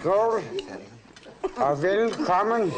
Skål og velkommen.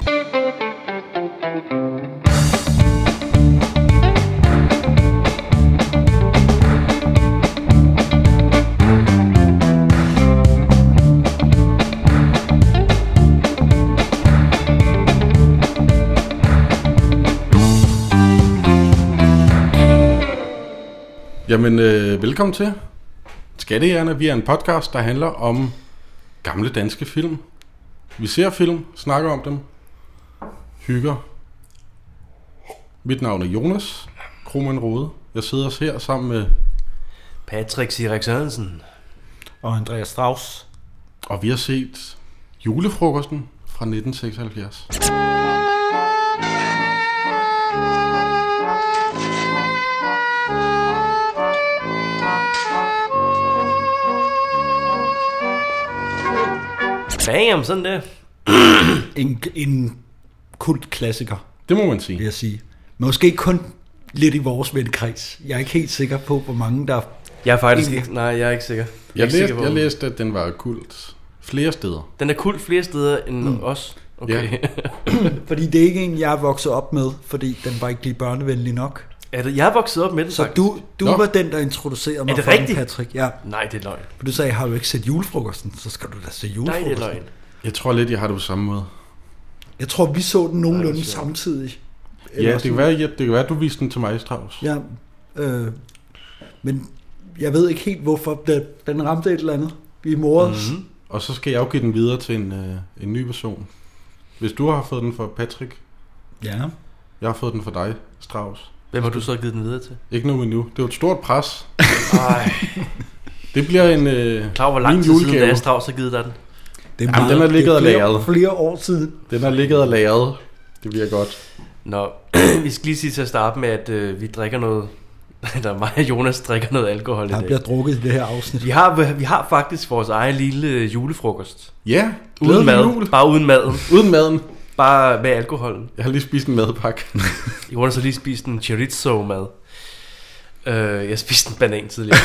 Jamen, velkommen til Skattejægerne. Vi er en podcast, der handler om gamle danske film. Vi ser film, snakker om dem, hygger. Mit navn er Jonas Krohmann Rode. Jeg sidder her sammen med Patrick Sirek Sørensen og Andreas Strauss. Og vi har set Julefrokosten fra 1976. Bam, sådan der. En kultklassiker, Det må man sige. vil jeg sige. Måske kun lidt i vores vennekreds. Jeg er ikke helt sikker på, hvor mange der... Jeg er faktisk ikke... Nej, jeg er ikke sikker. Jeg læste, at den var kult flere steder. Den er kult flere steder end os. Okay. Ja. Fordi det er ikke en, jeg er vokset op med, fordi den var ikke lige børnevenlig nok. Er det, jeg er vokset op med den, Så faktisk. du var den, der introducerede mig det for den, rigtigt? Patrick. Ja. Nej, det er løgn. For du sagde, har du ikke set Julefrokosten? Så skal du da se Nej, Julefrokosten. det er løgn. Jeg tror lidt, jeg har det på samme måde. Jeg tror, vi så den nogenlunde Nej, det er samtidig. Ja, det kan være, at du viste den til mig, Strauss. Ja, men jeg ved ikke helt, hvorfor den ramte et eller andet. Vi mordes. Mm-hmm. Og så skal jeg jo give den videre til en ny person. Hvis du har fået den for Patrick, Ja. jeg har fået den for dig, Strauss. Hvem har du så givet den videre til? Ikke nu endnu. Det er jo et stort pres. Ej. Det bliver en Klar, hvor lang min tid siden julegave. da Strauss har givet dig den? Det er Jamen, den har ligget og lagret. flere år siden. Den har ligget og lagret. Det bliver godt. Nå, vi skal lige sige til at starte med, at vi drikker noget... Der mig og Jonas drikker noget alkohol i Der dag. bliver drukket i det her afsnit. Vi har faktisk vores egen lille julefrokost. Ja, Uden glædelig mad. jul. Bare uden maden. Uden maden. Bare med alkoholen. Jeg har lige spist en madpakke. Jonas har lige spist en chorizo-mad. Jeg spiste en banan tidligere.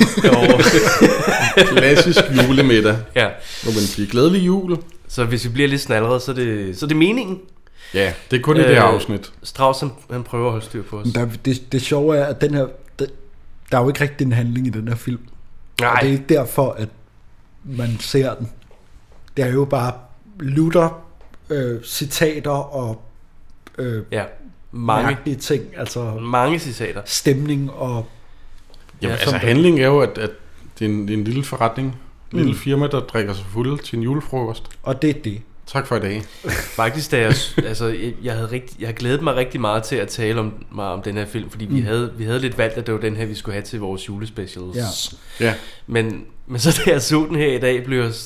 Klassisk julemiddag. Ja. Må man sige. Glædelig jul. Så hvis vi bliver lidt snallerede, så er det meningen. Ja, det er kun i det her afsnit. Strauss, han prøver at holde styr på os. Det sjove er, at den her, der er jo ikke rigtig en handling i den her film. Nej. Og det er ikke derfor, at man ser den. Det er jo bare lutter, citater og Ja, mange mærkelige ting. Altså citater. stemning og... Jamen, Ja, altså handling er jo, at det er en lille forretning. En lille firma, der drikker sig fuld til en julefrokost. Og det er det. Tak for i dag. Faktisk, jeg havde glædet mig rigtig meget til at tale om den her film, fordi vi havde lidt valgt, at det var den her, vi skulle have til vores julespecials. Ja. Ja. Men så da jeg så den her i dag, blev jeg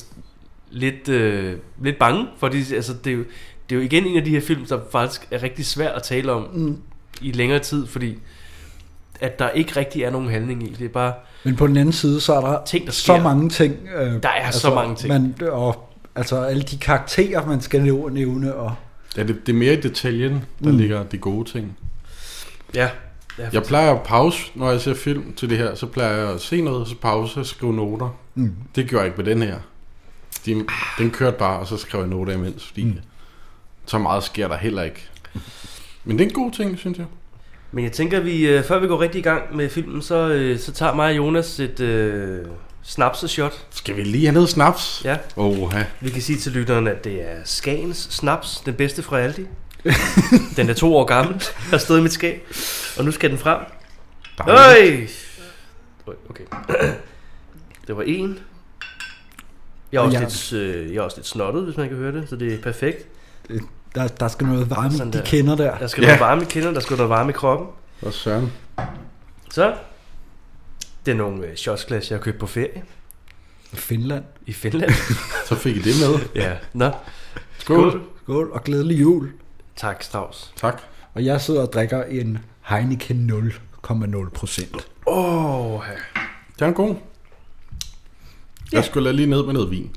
lidt bange, fordi altså, det er jo igen en af de her film, der faktisk er rigtig svært at tale om i længere tid, fordi at der ikke rigtig er nogen handling i. Det er bare Men på den anden side, så er der ting, der så sker. mange ting. Der er så mange ting. Altså alle de karakterer, man skal nævne. Og Ja, det er mere i detaljen, der ligger de gode ting. Ja. Jeg plejer at pause, når jeg ser film til det her. Så plejer jeg at se noget, så pause og skrive noter. Det gjorde jeg ikke med den her. Den kørte bare, og så skrev jeg noter imens, fordi så meget sker der heller ikke. Men det er en god ting, synes jeg. Men jeg tænker, vi før vi går rigtig i gang med filmen, så tager mig og Jonas et snaps og shot. Skal vi lige have noget snaps? Ja. Oha. Vi kan sige til lytteren, at det er Skagens snaps, den bedste fra Aldi. Den er 2 år gammel, har stået i mit skab, og nu skal den frem. Øj! Okay. Det var 1. Jeg er også lidt snottet, hvis man kan høre det, så det er perfekt. der skal noget varme, Sådan de der. kender der. Der skal noget varme i kinderne, der skal noget varme i kroppen. Og søren. Så, det er nogle shotsglas, jeg har købt på ferie Finland. i Finland. Så fik I det med. Ja, nå. Skål. Skål og glædelig jul. Tak, Strauss. Tak. Og jeg sidder og drikker en Heineken 0,0%. Det er en god. Jeg skulle lige ned med noget vin.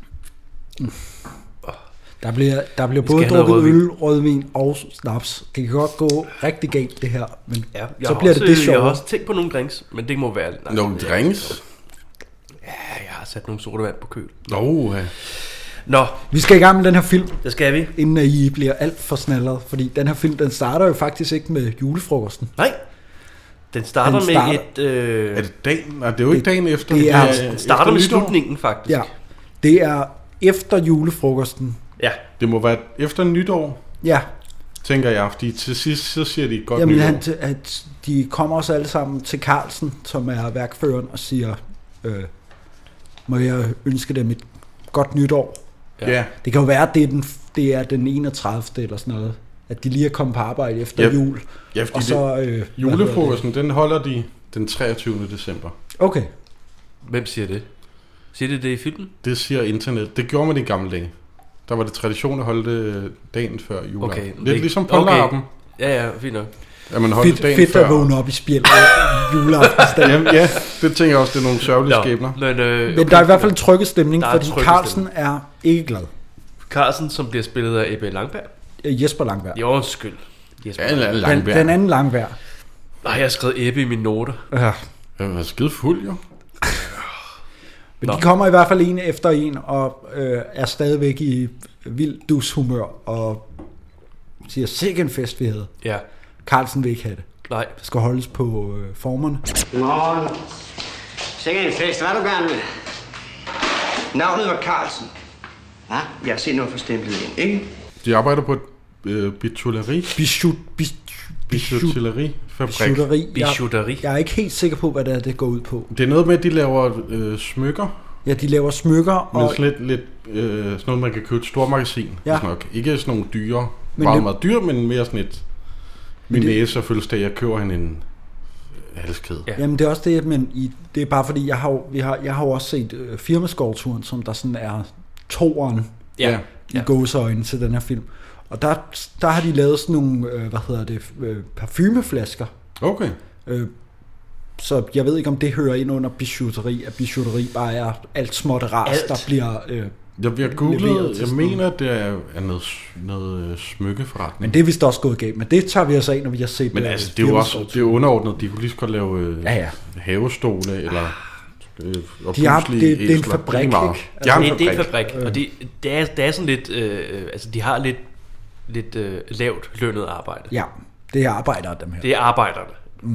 Der bliver både have noget drukket øl, rødvin og snaps. Det kan godt gå rigtig galt det her, men Ja, så bliver det sjovt. Jeg har også tænkt på nogle drinks, men det må være... Nogle drinks? Ja, jeg har sat nogle sodavand på køl. Ja. Nå, Vi skal i gang med den her film, det skal vi. inden I bliver alt for snallet. Fordi den her film, den starter jo faktisk ikke med julefrokosten. Nej. Den starter Den med starter- et... Er det dagen? Nej, det er jo ikke dagen efter. det er- Den starter med slutningen, faktisk. Ja, det er efter julefrokosten. Ja. Det må være efter nytår, Ja, tænker jeg. Fordi til sidst, så siger de godt jamen nytår. de kommer også alle sammen til Carlsen, som er værkføreren, og siger, må jeg ønske dem et godt nytår. Ja. Det kan jo være, at det er den 31. eller sådan noget. At de lige er kommet på arbejde efter Yep. jul. Ja, fordi Og så... julefrokosten, den holder de den 23. december. Okay. Hvem siger det? Siger det i filmen? Det siger internet. Det gjorde man i gamle dage. Der var det tradition at holde det dagen før juleaften. Okay, Lidt det- ligesom på okay. Larpen, Ja, fint nok. at man holdt dagen Fedt før. at vågne op i spjældet juleaftensdag. Jamen, ja, det tænker jeg også, det er nogle sørgelige skæbner. Men der er i hvert fald en trygge stemning, Der er en fordi trygge Carlsen er ikke glad. Carlsen, som bliver spillet af Ebbe Langberg. Jesper Langberg. Jo, undskyld. Jesper. Ja, Ja, Langberg. Den anden Langberg. Nej, jeg har skrevet Ebbe i mine noter. Ja. Jeg var skide fuld, jo. Men Nå. de kommer i hvert fald en efter en, og er stadigvæk i vild dushumør, og siger, sikke en fest vi havde. Ja. Carlsen vil ikke have det. Nej. Det skal holdes på formerne. Nå, sikkert en fest, hvad du gerne vil? Navnet var Carlsen. Hvad? Jeg har set noget for stemplet ind, ikke? De arbejder på et bijouteriefabrik. Bijouteri. Bijouteri. Jeg er ikke helt sikker på, hvad det går ud på. Det er noget med, at de laver smykker. Ja, de laver smykker, Men og sådan lidt sådan noget, man kan købe et stort magasin. Ja. Ja. Nok. Ikke sådan nogle dyre, Men meget, det- meget dyre, men mere sådan et... Min det- næse og fødselsdag, jeg køber hende en halskæde. Ja. jamen det er også det, men det er bare fordi, jeg har jo også set firmaskovturen, som der sådan er toeren Ja. i gåseøjne til den her film. Og der har de lavet sådan nogle, parfumeflasker. Okay. Så jeg ved ikke, om det hører ind under bijouteri, at bijouteri bare er alt småt ras, Alt. der bliver... Jeg bliver Leveret googlet, til jeg sådan mener, det er noget smykkeforretning. Men det er vist også gået galt, men det tager vi os af, når vi har set... Men altså, det er jo også det er underordnet. De kunne lige så godt lave Ja. havestole, eller De har, oppustelige det er en æsler. fabrik, Lige meget. ikke? De har en Det er en fabrik. fabrik, og det er sådan lidt... altså, de har lidt lavt lønnet arbejde. Ja, det er arbejdere, dem her. Det er arbejderne.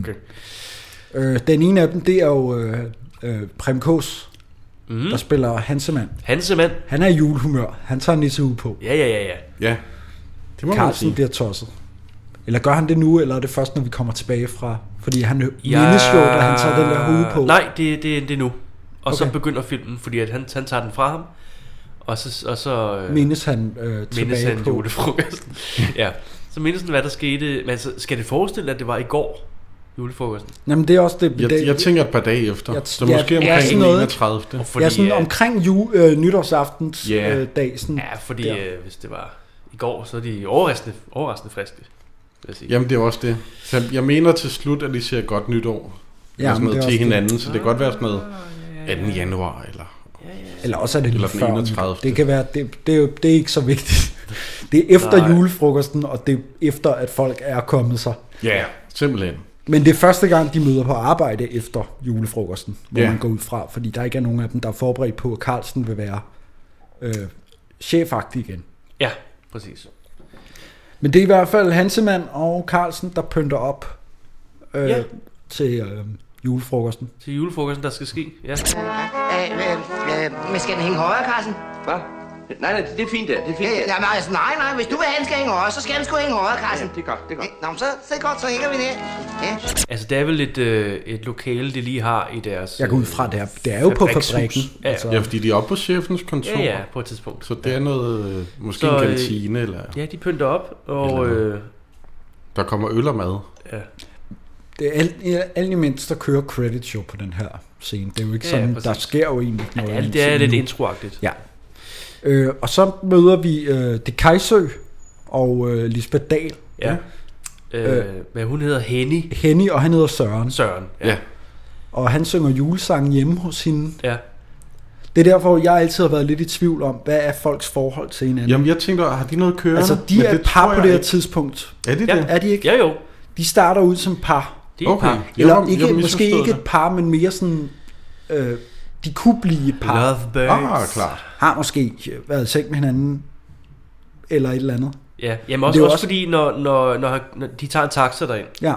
Okay. Den ene af dem, det er jo Prem Kås, der spiller Hansemann. Hansemand. Han er i julehumør. Han tager nissehue på. Ja. Ja, det må man Carlsen sige. bliver tosset. Eller gør han det nu, eller er det først, når vi kommer tilbage fra... Fordi han mindes jo, da han tager den der hue på. Nej, det er nu. Og så Okay. begynder filmen, fordi at han tager den fra ham. Og så Mindes han mindes tilbage han på. julefrokosten. Ja. Så mindes han, hvad der skete. Men altså, skal det forestille, at det var i går, julefrokosten? Jamen det er også det... Jeg tænker et par dage efter. Så ja, måske ja, omkring sådan den noget. 31. Fordi, Ja, sådan omkring nytårsaftens Ja. dag. Sådan, Ja, fordi der. hvis det var i går, så er de overraskende friske, vil jeg sige. Jamen, det er også det. Så jeg mener til slut, at de siger godt nytår. Ja, Eller sådan men det noget er til også hinanden, så det kan godt være sådan noget 2. januar, eller... Eller også er det Eller lige den før. 31.. Det kan være, det er ikke så vigtigt. Det er efter Nej. julefrokosten, og det er efter, at folk er kommet sig. Ja, simpelthen. Men det er første gang, de møder på arbejde efter julefrokosten, hvor Ja. man går ud fra, fordi der ikke er nogen af dem, der er forberedt på, at Carlsen vil være chefagtig igen. Ja, præcis. Men det er i hvert fald Hansemann og Carlsen, der pynter op Ja. til julefrokosten. Til julefrokosten, der skal ske. Ja. Men skal den hænge højere, Carsten? Hvad? Nej, det er fint der. Det er fint der. Jamen, altså, nej, hvis du vil have, den skal hænge højere, så skal den sgu hænge højere, Carsten. Ja, det er godt, det er godt. Nå, men så er det godt, så hænger vi ned. Ja. Altså, det er vel et lokale, de lige har i deres... Jeg går ud fra, det er jo på fabrikshus. fabrikken. Ja, Altså, Ja, fordi de er oppe på chefens kontor. ja, på et tidspunkt. Så det er noget, måske Så, en kantine, eller Ja, de pynter op, og... Eller der kommer øl og mad. ja. det er alt imens, der kører credits jo på den her scene. Det er jo ikke Ja, sådan, præcis. der sker jo egentlig ikke noget. Det er lidt endnu. introagtigt. Ja. Og så møder vi Det Kajsø og Lisbeth Dahl. Ja. Hvad hun hedder, Henny, og han hedder Søren. Søren. Ja. Og han synger julesangen hjemme hos hende. Ja. Det er derfor, jeg altid har været lidt i tvivl om, hvad er folks forhold til hinanden. Jamen, jeg tænker, har de noget kørende? Altså, de Men er et par tror på jeg det her ikke. tidspunkt. Er de Ja. det? Er de ikke? Ja, jo. De starter ud som par. Det er et par. Jeg Eller har ikke, måske misforstået ikke det. et par, men mere sådan de kunne blive et par. Lovebirds. Klart. Har måske været i seng med hinanden, eller et eller andet. Ja, jamen også fordi, når de tager en taxa derind, Ja.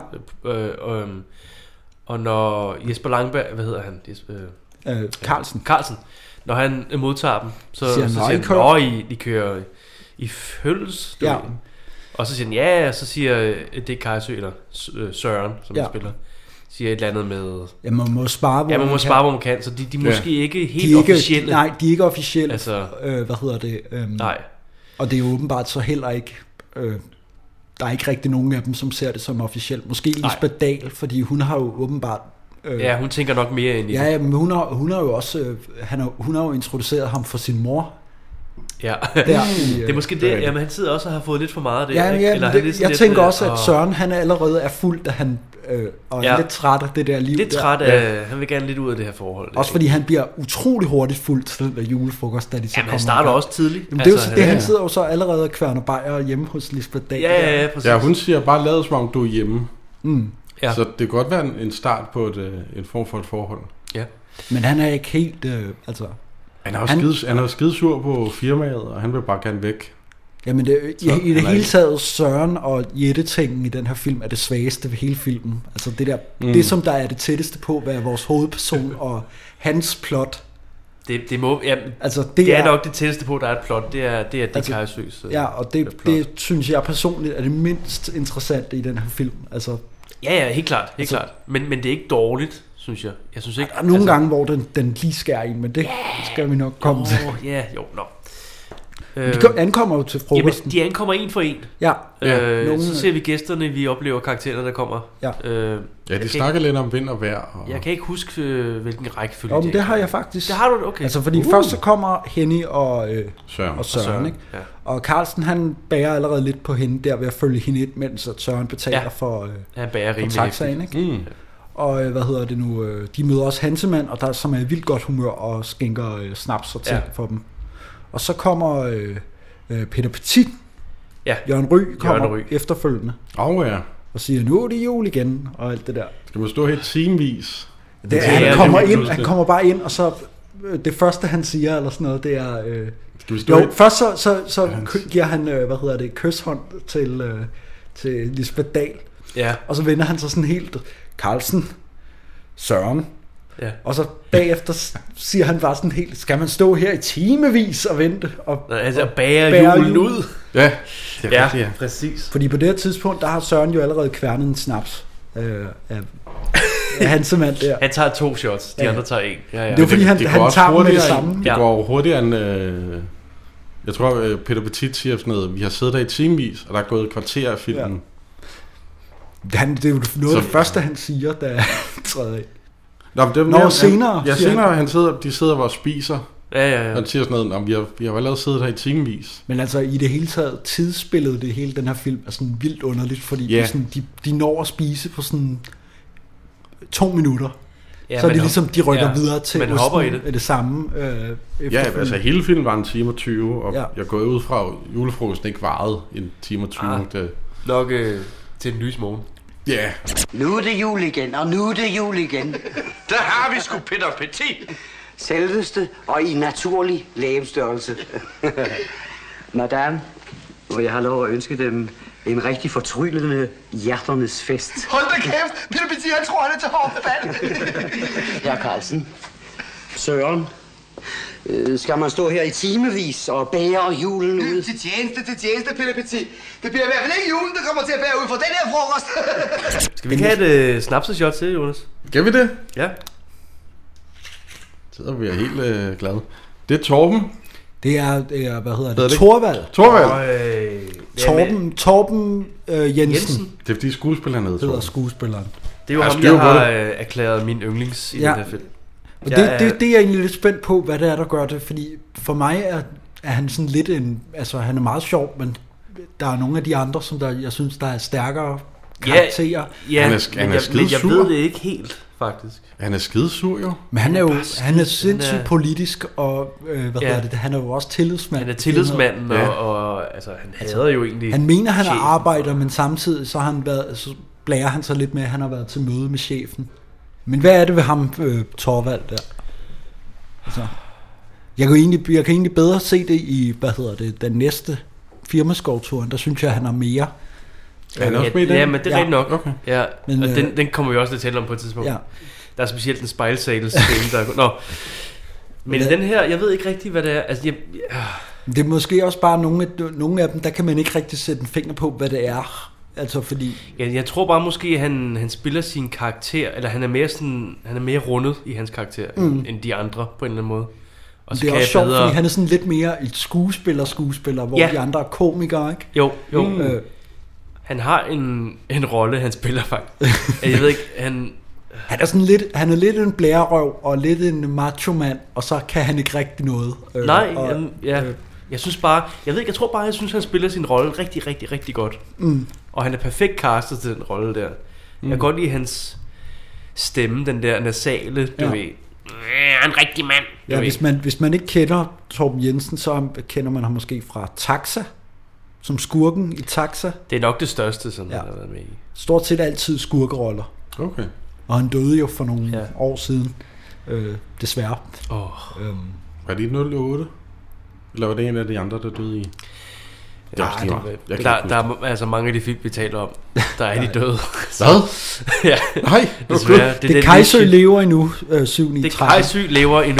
Og når Jesper Langberg, hvad hedder han? Carlsen. Når han modtager dem, så Siger han, siger han, I kører i følges. Ja. Og så siger han, ja, og så siger det Kajsø, eller Søren, som han spiller, siger et eller andet med... Ja, man må spare, hvor man kan, så de måske ikke helt officielle. Nej, de er ikke officielle. Altså, hvad hedder det? Nej. Og det er jo åbenbart så heller ikke... der er ikke rigtig nogen af dem, som ser det som officielt. Måske Lisbeth Dahl, fordi hun har jo åbenbart... ja, hun tænker nok mere ind i det. Ja, men hun har jo også... hun har jo introduceret ham for sin mor. Ja, det er måske det. Jamen, han sidder også og har fået lidt for meget af det. Ja, eller jeg tænker også, at Søren, han allerede er fuld, da han og er lidt træt af det der liv. Lidt træt af, han vil gerne lidt ud af det her forhold. Også fordi han bliver utrolig hurtigt fuld til den der julefrokost, da de så kommer. Han starter også tidligt. Jamen, det er jo det, han sidder jo så allerede og kværner bajer hjemme hos Lisbeth Dahl. Ja, præcis. Ja, hun siger bare, lad som om du er hjemme. Ja. Så det kan godt være en start på en form for et forhold. Ja. Men han er ikke helt, Han er jo skidesur på firmaet, og han vil bare gerne væk. Jamen i det hele taget, Søren og Jette-tingen i den her film er det svageste ved hele filmen. Altså det der, det som der er det tætteste på, hvad er vores hovedperson og hans plot. Det må, ja, altså det er nok det tætteste på, der er et plot. Det er det Kajsøs. Ja, og det synes jeg personligt er det mindst interessante i den her film. Altså ja, helt klart, Men det er ikke dårligt, synes jeg. Jeg synes ikke. Der er nogle gange, hvor den lige skærer ind, men det skal vi nok komme til. De ankommer jo til frokosten. Jamen, de ankommer en for en. Ja. Så ser vi gæsterne, vi oplever karaktererne, der kommer. Ja, de snakker lidt om vind og vejr. Og... Jeg kan ikke huske, hvilken rækkefølge det har jeg faktisk. Det har du, okay. Altså, fordi først så kommer Henny og Søren, ikke? Ja. Og Carlsen, han bærer allerede lidt på hende der ved at følge hende ind, mens Søren betaler for taxaen, ikke? Og hvad hedder det nu? De møder også Hansemand, og der som er i vildt godt humør og skænker snaps og ting for dem. Og så kommer Peter Petit, Jørgen Ryg kommer efterfølgende og siger, nu er det jul igen, og alt det der. Skal man stå helt timevis? Han kommer bare ind, og så det første han siger, eller sådan noget, det er... først så giver han, kyshånd til Lisbeth Dahl. Ja. Og så vender han sig sådan helt, Carlsen, Søren. Ja. Og så bagefter siger han bare sådan helt, skal man stå her i timevis og vente og bære julen ud? Ja, det er rigtigt, præcis. Fordi på det her tidspunkt, der har Søren jo allerede kværnet en snaps af Hansemand der. Han tager 2 shots, de andre tager 1. Ja. Det er fordi, han tager med det samme. Det går hurtigere end... jeg tror, Peter Petit siger sådan noget, vi har siddet der i timevis, og der er gået et kvarter af filmen. Ja. Det er jo noget af det første, han siger, da han træder ind. Senere. De sidder og spiser. Ja. Han siger sådan noget, vi har jo allerede siddet her i timevis. Men altså i det hele taget, tidsspillet det hele den her film er sådan vildt underligt, fordi de når at spise på sådan 2 minutter. Ja, så er det ligesom, de rykker videre til det samme. Altså hele filmen var 1 time og 20, og jeg går ud fra, julefrokosten ikke varede 1 time og 20. Nok til den lyse morgen. Ja. Yeah. Nu er det jul igen, og nu er det jul igen. Der har vi sgu Peter Petit. Selveste og i naturlig legemstørrelse. Madame, og jeg har lov at ønske dem en rigtig fortryllende hjerternes fest. Hold da kæft, Peter Petit, jeg tror, han er til hårdt fald. Herr Carlsen, Søren, skal man stå her i timevis og bære julen ud? Til tjeneste, Peter Petit. Det bliver i hvert fald ikke julen, der kommer til at bære ud fra den her frokost. Skal vi ikke have et snapseshot til, Jonas? Skal vi det? Ja. Så er vi helt glade. Det er Torben. Det er hvad hedder det? Thorvald. Torben Jensen. Det er fordi skuespilleren hedder skuespilleren. Det er jo ham, jeg har erklæret min yndlings i den her film. Og det er jeg egentlig lidt spændt på, hvad det er, der gør det, fordi for mig er han sådan lidt han er meget sjov, men der er nogle af de andre, som jeg synes, der er stærkere karakterer. Ja, han er men jeg ved det ikke helt, faktisk. Han er skidesur jo. Men han er sindssygt politisk, og han er jo også tillidsmand. Han er tillidsmanden, og altså, han hader jo egentlig... Han mener, han er arbejder, men samtidig så blærer han sig lidt med, at han har været til møde med chefen. Men hvad er det ved ham, Thorvald der? Altså, jeg kan egentlig bedre se det i, den næste firmaskovturen. Der synes jeg, han har mere. Ja, men det er rigtigt nok. Okay. Ja, men, og den kommer vi også til at tale om på et tidspunkt. Ja. Der er specielt en spejlsales-scene, der... Nå. Men den her, jeg ved ikke rigtig, hvad det er. Altså, det er måske også bare nogle af dem, der kan man ikke rigtig sætte en finger på, hvad det er. Altså fordi... Ja, jeg tror bare måske, han spiller sin karakter, eller han er mere rundet i hans karakter, end de andre på en eller anden måde. Og det er også sjovt, fordi han er sådan lidt mere et skuespiller, hvor de andre er komikere, ikke? Jo. Han har en rolle, han spiller faktisk. Jeg ved ikke, han er sådan lidt, han er lidt en blærerøv og lidt en macho-mand, og så kan han ikke rigtig noget. Jeg synes bare, jeg tror bare, jeg synes, han spiller sin rolle rigtig, rigtig, rigtig godt. Og han er perfekt castet til den rolle der. Jeg kan godt lide hans stemme, den der nasale, du ved. En rigtig mand. Ja, hvis man ikke kender Torben Jensen, så kender man ham måske fra Taxa, som skurken i Taxa. Det er nok det største, som han har været med i. Stort set altid skurkeroller. Okay. Og han døde jo for nogle år siden, desværre. Var det 08? Eller var det en af de andre, der døde i? Der er altså mange af de film, vi taler om, der er de døde. Hvad? Ja. Nej, desværre. Det Kajsø lever endnu, 7-9-13. Det Kajsø lever endnu.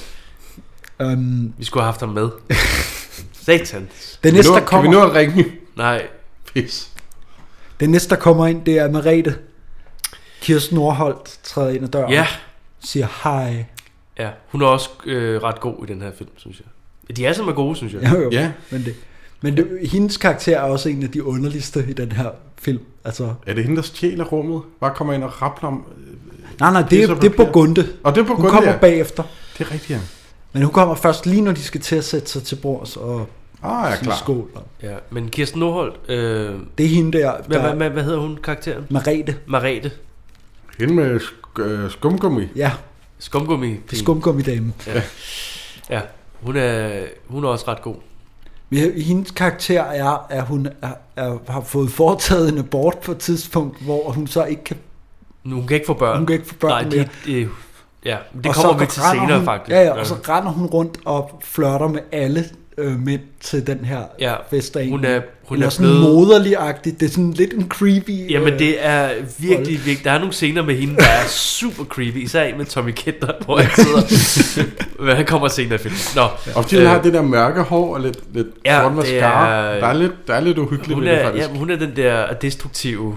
Ja. Vi skulle have haft ham med. Satan. Kan vi nu at ringe? Nej. Pis. Det næste, der kommer ind, det er Merete. Kirsten Nordholt træder ind ad døren. Ja. Siger hej. Ja, hun er også ret god i den her film, synes jeg. De er så gode, synes jeg. Jo. Ja. Men hendes karakter er også en af de underligste i den her film. Altså, er det hende, der stjæler rummet? Bare kommer ind og rappler om... Nej, det er Burgunde. Og det er Burgunde, hun kommer bagefter. Det er rigtigt, ja. Men hun kommer først lige, når de skal til at sætte sig til bords og klar. skål. Ja, men Kirsten Nordholt... det er hende der... Hvad hedder hun, karakteren? Merete. Hende med skumgummi. Ja. Skumgummi. Skumgummi-dame. Ja. Hun er også ret god. Hendes karakter er, at hun har fået foretaget en abort på et tidspunkt, hvor hun så ikke kan... Hun kan ikke få børn. Nej, mere. Det kommer vi til senere, faktisk. Ja, og så render hun rundt og flirter med alle mænd til den her fest. Hun er sådan moderlig-agtig. Det er sådan lidt en creepy... Jamen, det er virkelig. Der er nogle scener med hende, der er super creepy. Især med Tommy Kenter, hvor han sidder... Men han kommer senere i filmen. Og fordi har det der mørke hår og lidt sort mascara. Der er lidt uhyggeligt ved det, faktisk. Ja, hun er den der destruktive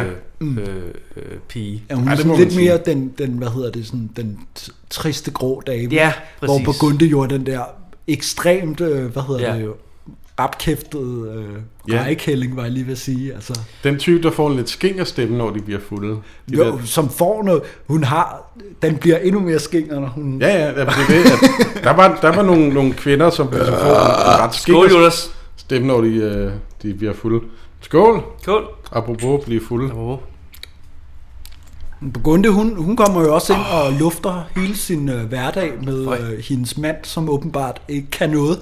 pige. Ja, hun er sådan lidt mere den, sådan den triste grå dame. Ja, præcis. Hvor Burgunde gjorde den der ekstremt, rapkæftet rejekælling, var jeg lige ved at sige. Altså. Den type, der får en lidt skingerstemme, når de bliver fulde. Som får noget, den bliver endnu mere skinger, når hun... Ja, det er det. Der var nogle kvinder, som får en ret skinger stemme, når de bliver fulde. Skål! Apropos blive fulde. Burgunde, hun kommer jo også ind og lufter hele sin hverdag med hendes mand, som åbenbart ikke kan noget.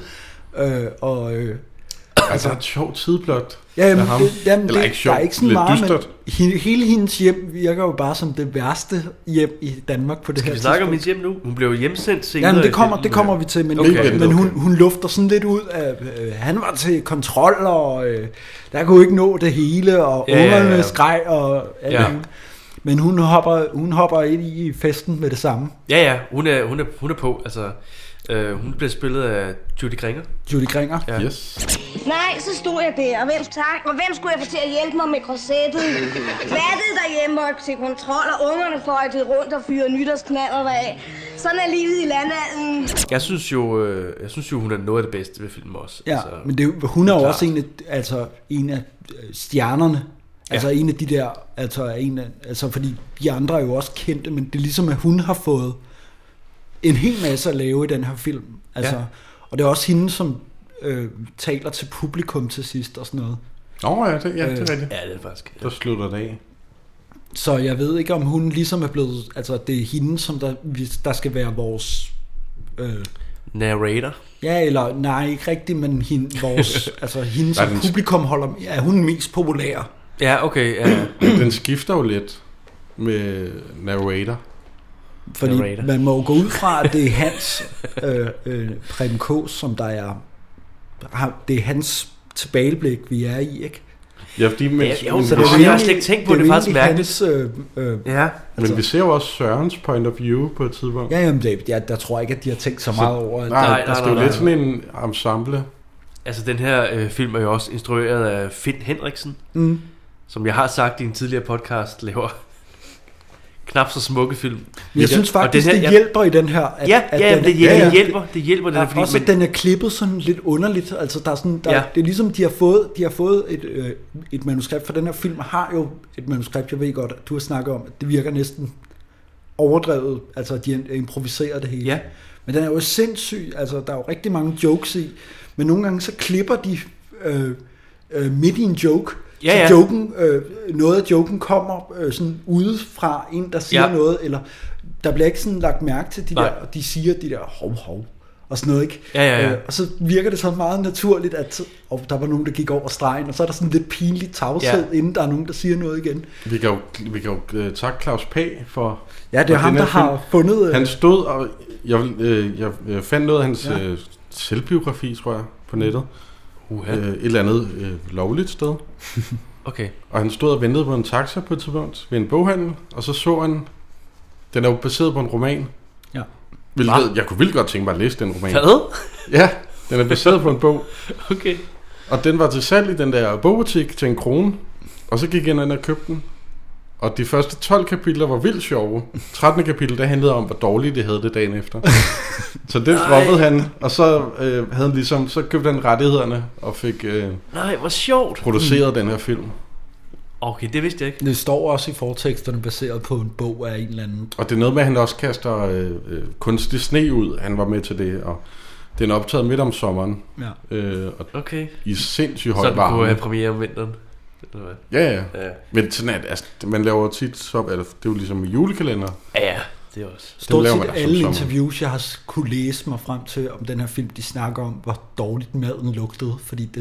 Altså et sjovt sideplot. Ja, eller ikke sjovt, der er ikke sådan meget, men hele hendes hjem virker jo bare som det værste hjem i Danmark på det her tidspunkt. Skal vi snakke om hendes hjem nu? Hun blev hjemsendt senere. Jamen det kommer vi til, men hun lufter sådan lidt ud af, han var til kontrol, og der kunne ikke nå det hele, og ungerne skreg, og alt det. Men hun hopper ind i festen med det samme. Ja, hun er på, altså... hun blev spillet af Judy Gringer. Ja. Yes. Nej, så stod jeg der, og hvem skulle jeg få til at hjælpe mig med korsettet? Vattet derhjemme og til kontrol, og ungerne fløjtede rundt og fyrede nytårsknaller af. Sådan er livet i landanden. Jeg synes jo, hun er noget af det bedste ved filmen også. Ja, altså, men hun er jo også en af stjernerne. Altså en af de der, altså fordi de andre er jo også kendte, men det er ligesom, at hun har fået en hel masse at lave i den her film. Altså, og det er også hende, som taler til publikum til sidst og sådan noget. Det er rigtigt. Ja, det er faktisk. Der slutter det af. Så jeg ved ikke, om hun ligesom er blevet... Altså, det er hende, som der skal være vores... narrator? Ja, eller... Nej, ikke rigtigt, men vores... altså, hende, som publikum holder... Ja, hun er mest populær. Ja, okay. Ja. Den skifter jo lidt med narrator. Fordi man må gå ud fra, at det er hans Preben Kaas, som der er... Det er hans tilbageblik, vi er i, ikke? Ja, fordi... Men, så det jeg har slet ikke tænkt på, det er faktisk mærkeligt. Ja. Men vi ser jo også Sørens point of view på et tidspunkt. Ja, jamen, der tror jeg ikke, at de har tænkt så meget over. At nej, det er jo lidt sådan en ensemble. Altså, den her film er jo også instrueret af Finn Henriksen, som jeg har sagt i en tidligere podcast, laver knap så smukke film. Jeg synes faktisk, det hjælper i den her. Det hjælper den her, fordi, også den er klippet sådan lidt underligt. Altså der er sådan, det er ligesom de har fået et manuskript, for den her film har jo et manuskript. Jeg ved godt, at du har snakket om, at det virker næsten overdrevet. Altså de improviserer det hele. Ja. Men den er jo sindssyg. Altså der er jo rigtig mange jokes i, men nogle gange så klipper de midt i en joke. Så joken, noget af joken kommer sådan ude fra en, der siger noget, eller der bliver ikke sådan lagt mærke til de siger de der hov og sådan noget, ikke? Og så virker det så meget naturligt, at der var nogen, der gik over stregen, og så er der sådan lidt pinligt tavshed, inden der er nogen, der siger noget igen. Vi kan jo takke Claus Pagh for... Ja, det er ham, der har fundet... Han stod, og jeg fandt noget af hans selvbiografi, tror jeg, på nettet. Et eller andet lovligt sted. Okay. Og han stod og ventede på en taxa på et tidspunkt ved en boghandel, og så han, den er jo baseret på en roman. Ja. Jeg kunne vildt godt tænke mig at læse den roman. Hvad? Ja, den er baseret på en bog. Okay. Og den var til salg i den der bogbutik til 1 krone, og så gik jeg ind og købte den. Og de første 12 kapitler var vildt sjove. 13. kapitel, der handlede om, hvor dårligt det havde det dagen efter. Så det droppede han, og så havde han ligesom, så købte han rettighederne og fik hvor sjovt. produceret den her film. Okay, det vidste jeg ikke. Det står også i forteksterne baseret på en bog af en eller anden. Og det er noget med, at han også kaster kunstig sne ud. Han var med til det, og den er optaget midt om sommeren. Ja. Okay. I sindssygt høj varme. Så den kunne have premiere om vinteren. Ja. Men sådan at, altså, man laver tit så, det er jo ligesom i julekalender. Ja, det er også. Stort set alle interviews, jeg har kunne læse mig frem til om den her film, de snakker om, hvor dårligt maden lugtede, fordi det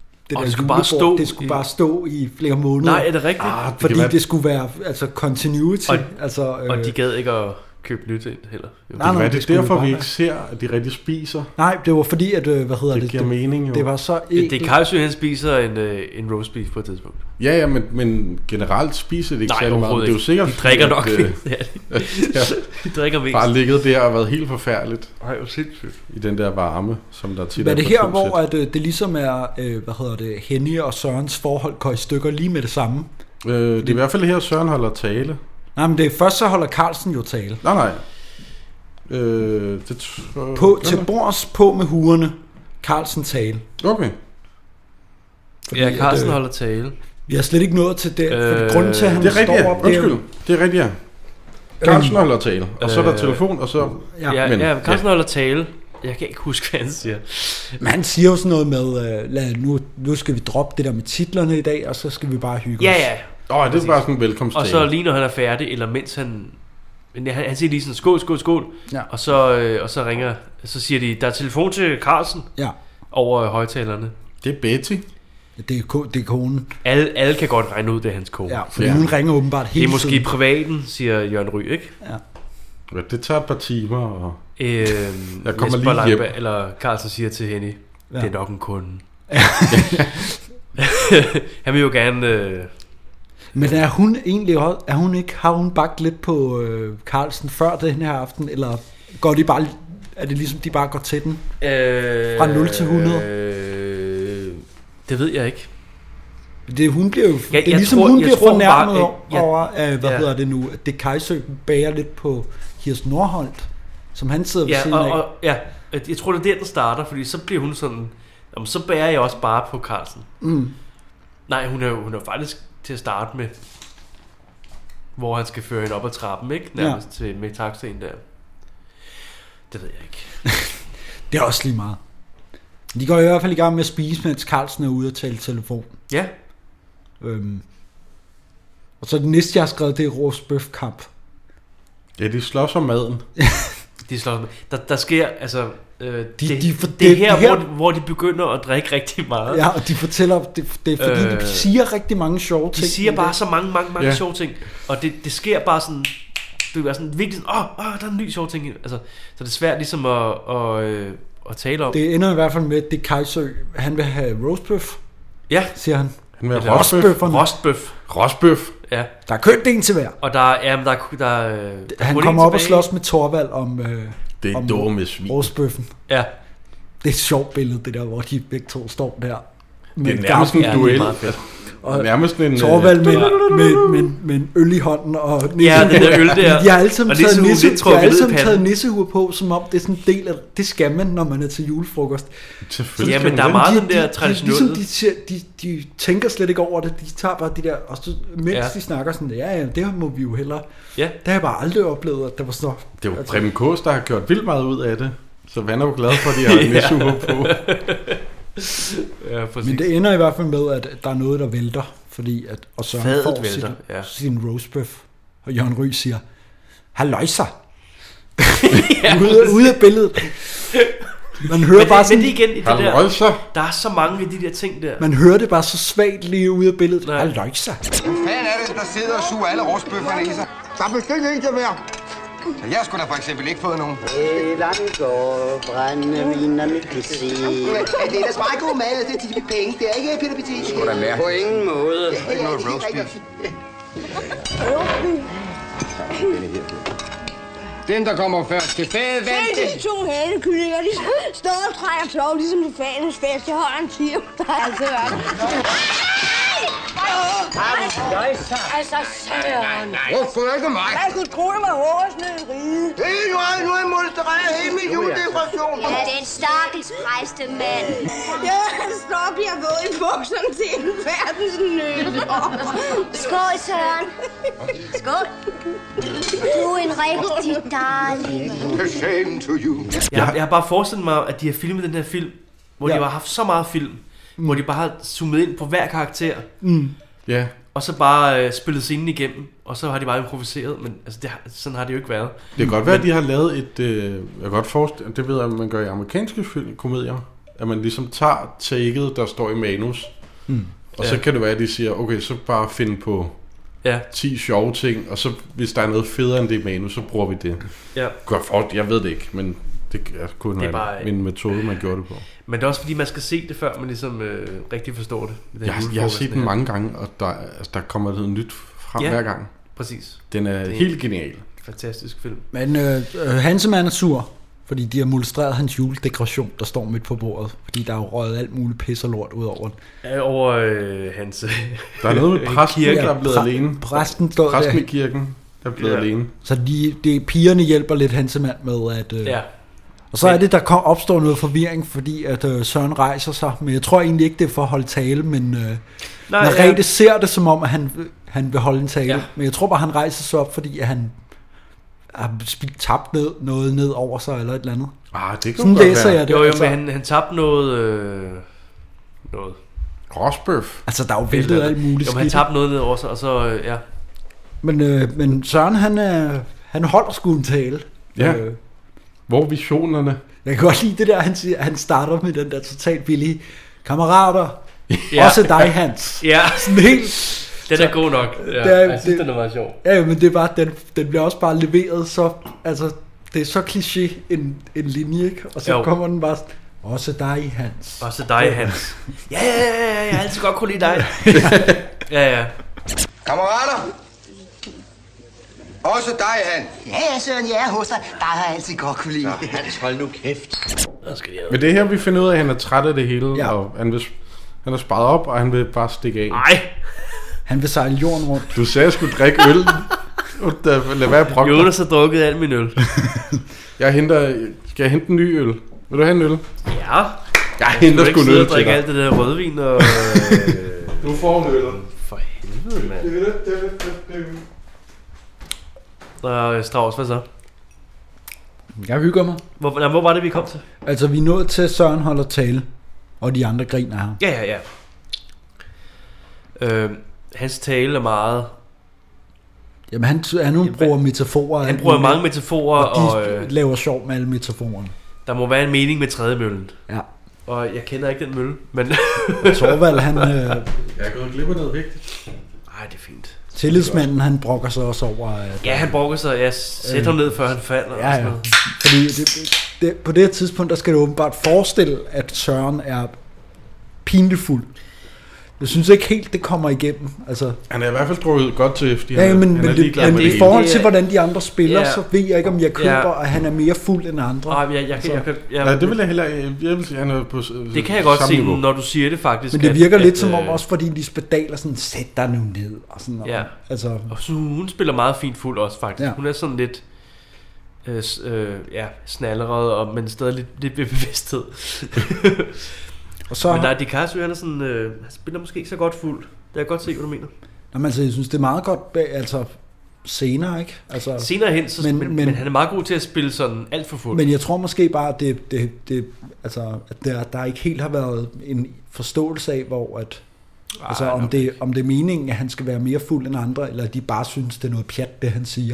skulle bare stå i flere måneder. Nej, er det rigtigt? Fordi det skulle være altså continuity. Og de gad ikke at købe nyt ind heller. Nej, det er derfor, vi ikke ser, at de rigtig spiser. Nej, det var fordi, at det giver mening jo. Det var så det er Carlsø, han spiser en roast beef på et tidspunkt. Ja, men generelt spiser det ikke særlig meget. Det er jo sikkert, de drikker nok. De drikker mest. Bare ligget der og været helt forfærdeligt. Nej, jo sindssygt. I den der varme, som der tit er. Men det her, hvor at, det ligesom er, Henny og Sørens forhold går i stykker lige med det samme. Det er i hvert fald her, Søren holder tale. Nej, men det er først så holder Carlsen jo tale. Nej. Til bords på med hurene. Carlsen tale. Okay. Fordi Carlsen holder tale. Vi har slet ikke nået til det. Grunden til, at han står op... Undskyld, det er rigtigt, ja. Carlsen holder tale. Og så er der telefon, og så... Ja, Carlsen holder tale. Jeg kan ikke huske, hvad han siger. Men han siger jo sådan noget med... nu skal vi droppe det der med titlerne i dag, og så skal vi bare hygge os. Ja. Det er bare sådan en velkomsttale. Og så lige når han er færdig, eller mens han siger lige sådan, skål. Ja. Og så ringer, så siger de, der er telefon til Carlsen. Ja. Over højtalerne. Det er Betty. Det er konen. Alle kan godt regne ud, det er hans kone. Ja, fordi hun ringer åbenbart hele tiden. Det er måske privaten, siger Jørgen Ryg, ikke? Ja. Det tager et par timer, og jeg kommer lige hjem. Eller Carlsen siger til Henny, det er nok en kunde. Han vil jo gerne... Men er hun egentlig også, har hun bagt lidt på Carlsen før den her aften, eller går de bare, er det ligesom de bare går til den fra 0 til 100? Det ved jeg ikke. Hun bliver jo, det er ligesom hun bliver fornærmet over, hvad hedder det nu, at det Kajsø bærer lidt på Hirs Nordholt, som han sidder ved siden af. Jeg tror det er der starter, fordi så bliver hun sådan, så bærer jeg også bare på Carlsen. Nej, hun er faktisk til at starte med, hvor han skal føre hende op ad trappen, ikke? Nærmest til med taxaen der. Det ved jeg ikke. Det er også lige meget. De går i hvert fald i gang med at spise, mens Carlsen er ude og tale telefon. Ja. Og så det næste, jeg har skrevet, det er rostbøfkamp. Ja, de slås om maden. De slås om. Der sker, altså... det er her, hvor de begynder at drikke rigtig meget. Ja, og de fortæller, det er fordi, de siger rigtig mange sjove ting. De siger bare så mange sjove ting. Og det sker bare sådan du er sådan virkelig sådan, der er en ny sjov ting. Altså, så det er svært ligesom at tale om. Det ender i hvert fald med, at det Kajsø, han vil have roastbøf. Ja. Siger han. Han vil have rostbøf. Ja. Der er købt en til hver. Og der han kommer op og slås med Torvald om det er dumme svin. Rostbøffen. Ja. Det er et sjovt billede, det der, hvor de begge to står der. Det er nærmest en duel. Og nærmest en Torvald med en øl i hånden og den der øl der. De har alle sammen taget nissehue på, som om det er sådan en del af det skal man, når man er til julefrokost. Ja, men der er meget den der traditionelle. Ligesom de tænker slet ikke over det. De tager bare de der, og så, mens de snakker sådan, ja, det må vi jo hellere. Ja. Det har jeg bare aldrig oplevet, at der var sådan. Det er jo Preben Kaas, der har gjort vildt meget ud af det. Så Van er jo glad for, at de har en nissehue på. Ja, men det ender i hvert fald med, at der er noget, der vælter, fordi at og så får sin roastbøf, og Jørgen Ryg siger, halløjsa, ude af billedet. Man hører bare sådan, men igen i det der er så mange af de der ting der. Man hører det bare så svagt lige ude af billedet. Halløjsa. Hvad fanden er det, der sidder og suger alle rostbøfferne i sig? Der er bestemt ikke til mere. Jeg har sgu da for eksempel ikke fået nogen. Lad den gå, brændevinerne kan se. Det er da smart god mad, det er til de penge. Det er ikke Peter Petit. Sgu da mærke. På ingen måde. Det er ikke noget roastbeef. Den, der kommer først til fadet, vand. Se de to hanekyllinger, de står og trækker flov, ligesom til fanens fest. Jeg holder en tir, der er altid været. Altså, Søren. Hvorfor ikke mig? Jeg kunne tro, det var hårsnød i ride. Nu er jeg molestereret hele min juledekoration. Ja, det er en stakkels præste mand. Ja, han står og bliver våd i bukserne til en verdensnød. Skål, Søren. Skål. Du er en rigtig darling. The same to you. Jeg har bare forestillet mig, at de har filmet den her film, hvor de har haft så meget film, hvor de bare har zoomet ind på hver karakter. Ja. Og så bare spillet scenen igennem, og så har de bare improviseret, men altså sådan har det jo ikke været. Det kan godt være, at de har lavet et, jeg kan godt forestille, det ved jeg, at man gør i amerikanske komedier, at man ligesom tager taket, der står i manus, og så kan det være, at de siger, okay, så bare finde på 10 sjove ting, og så hvis der er noget federe end det i manus, så bruger vi det. Ja. Jeg ved det ikke, men det kunne være bare en metode, man gjorde det på. Men det er også fordi, man skal se det, før man ligesom rigtig forstår det. Jeg har set den mange gange, og der kommer noget nyt frem hver gang. Præcis. Den er helt genial. Fantastisk film. Men Hansemann er sur, fordi de har molestreret hans juledekoration, der står midt på bordet. Fordi der er jo røget alt muligt pis og lort ud over den. Ja, over hans... Der er noget med præsten, der er blevet alene. Præsten i kirken, der er blevet alene. Så pigerne hjælper lidt Hansemann med at... Og så er det, der opstår noget forvirring, fordi at Søren rejser sig. Men jeg tror egentlig ikke, det er for at holde tale, men Merete ser det som om, at han vil holde en tale. Ja. Men jeg tror bare, han rejser sig op, fordi at han har tabt noget ned over sig, eller et eller andet. Det sådan læser jeg det. Jo, men han tabte noget... Rostbøf. Altså, der er jo væltet alt muligt. Jo, han tabte noget ned over sig, og så... Men Søren, han holder sgu en tale. Ja. Hvor visionerne? Jeg kan godt lide det der, han starter med den der totalt billige kammerater. Også dig, Hans. Ja. Sådan helt... Den er god nok. Ja, jeg synes, den er meget sjov. Ja, men det er bare, den bliver også bare leveret så... Altså, det er så kliché en linje, ikke? Og så kommer den bare... Også dig, Hans. Også dig, Hans. Ja, jeg har altid godt kunne lide dig. Ja. Kammerater! Også dig, Hans. Ja, Søren, jeg er hos dig. Der har jeg altid godt kunne lide. Hans, hold nu kæft. Men det her, vi finder ud af, at han er træt af det hele, og han er sparet op, og han vil bare stikke af. Nej. Han vil sejle jorden rundt. Du sagde, at jeg skulle drikke øl. Lad være brokke. Jonas har drukket alt min øl. Skal jeg hente en ny øl? Vil du have en øl? Ja. Jeg henter sgu en øl til dig. Jeg drikke alt det der rødvin og... Du får en øl. For helvede, mand. Strauss, hvad så? Jeg hygger mig. Hvor var det, vi kom til? Altså, vi er nået til, at Søren holder tale, og de andre griner her. Ja. Hans tale er meget... Jamen, han bruger metaforer. Han bruger mange metaforer, og de laver sjov med alle metaforerne. Der må være en mening med tredjemøllen. Ja. Og jeg kender ikke den mølle, men... Torvald, han... Jeg er gået glip af noget vigtigt. Nej, det er fint. Tillidsmanden, han brokker sig også over... At, ja, han brokker sig. Jeg sætter ham ned, før han falder. Ja. Fordi på det her tidspunkt, der skal du åbenbart forestille, at Søren er pinligt fuld. Jeg synes ikke helt, det kommer igennem. Altså, han er i hvert fald drukket godt til, fordi men i forhold til, hvordan de andre spiller, så ved jeg ikke, om jeg køber, at han er mere fuld end andre. Nej, det vil jeg heller ikke. Jeg vil sige, han er på det kan jeg godt se, når du siger det faktisk. Men det virker lidt som om, også fordi Lisbeth Dahl er sådan, sæt dig nu ned. Og sådan, ja. Altså, og så, hun spiller meget fint fuld også, faktisk. Ja. Hun er sådan lidt... snallerede, men stadig lidt ved bevidsthed. Og så men Di Cassio, han er sådan, han spiller måske ikke så godt fuld. Det kan jeg godt se, hvad du mener. Nå, men altså, jeg synes, det er meget godt, altså senere, ikke? Altså, senere hen, så, men han er meget god til at spille sådan alt for fuld. Men jeg tror måske bare, at der ikke helt har været en forståelse af, hvor at, om det er meningen, at han skal være mere fuld end andre, eller de bare synes, det er noget pjat, det han siger.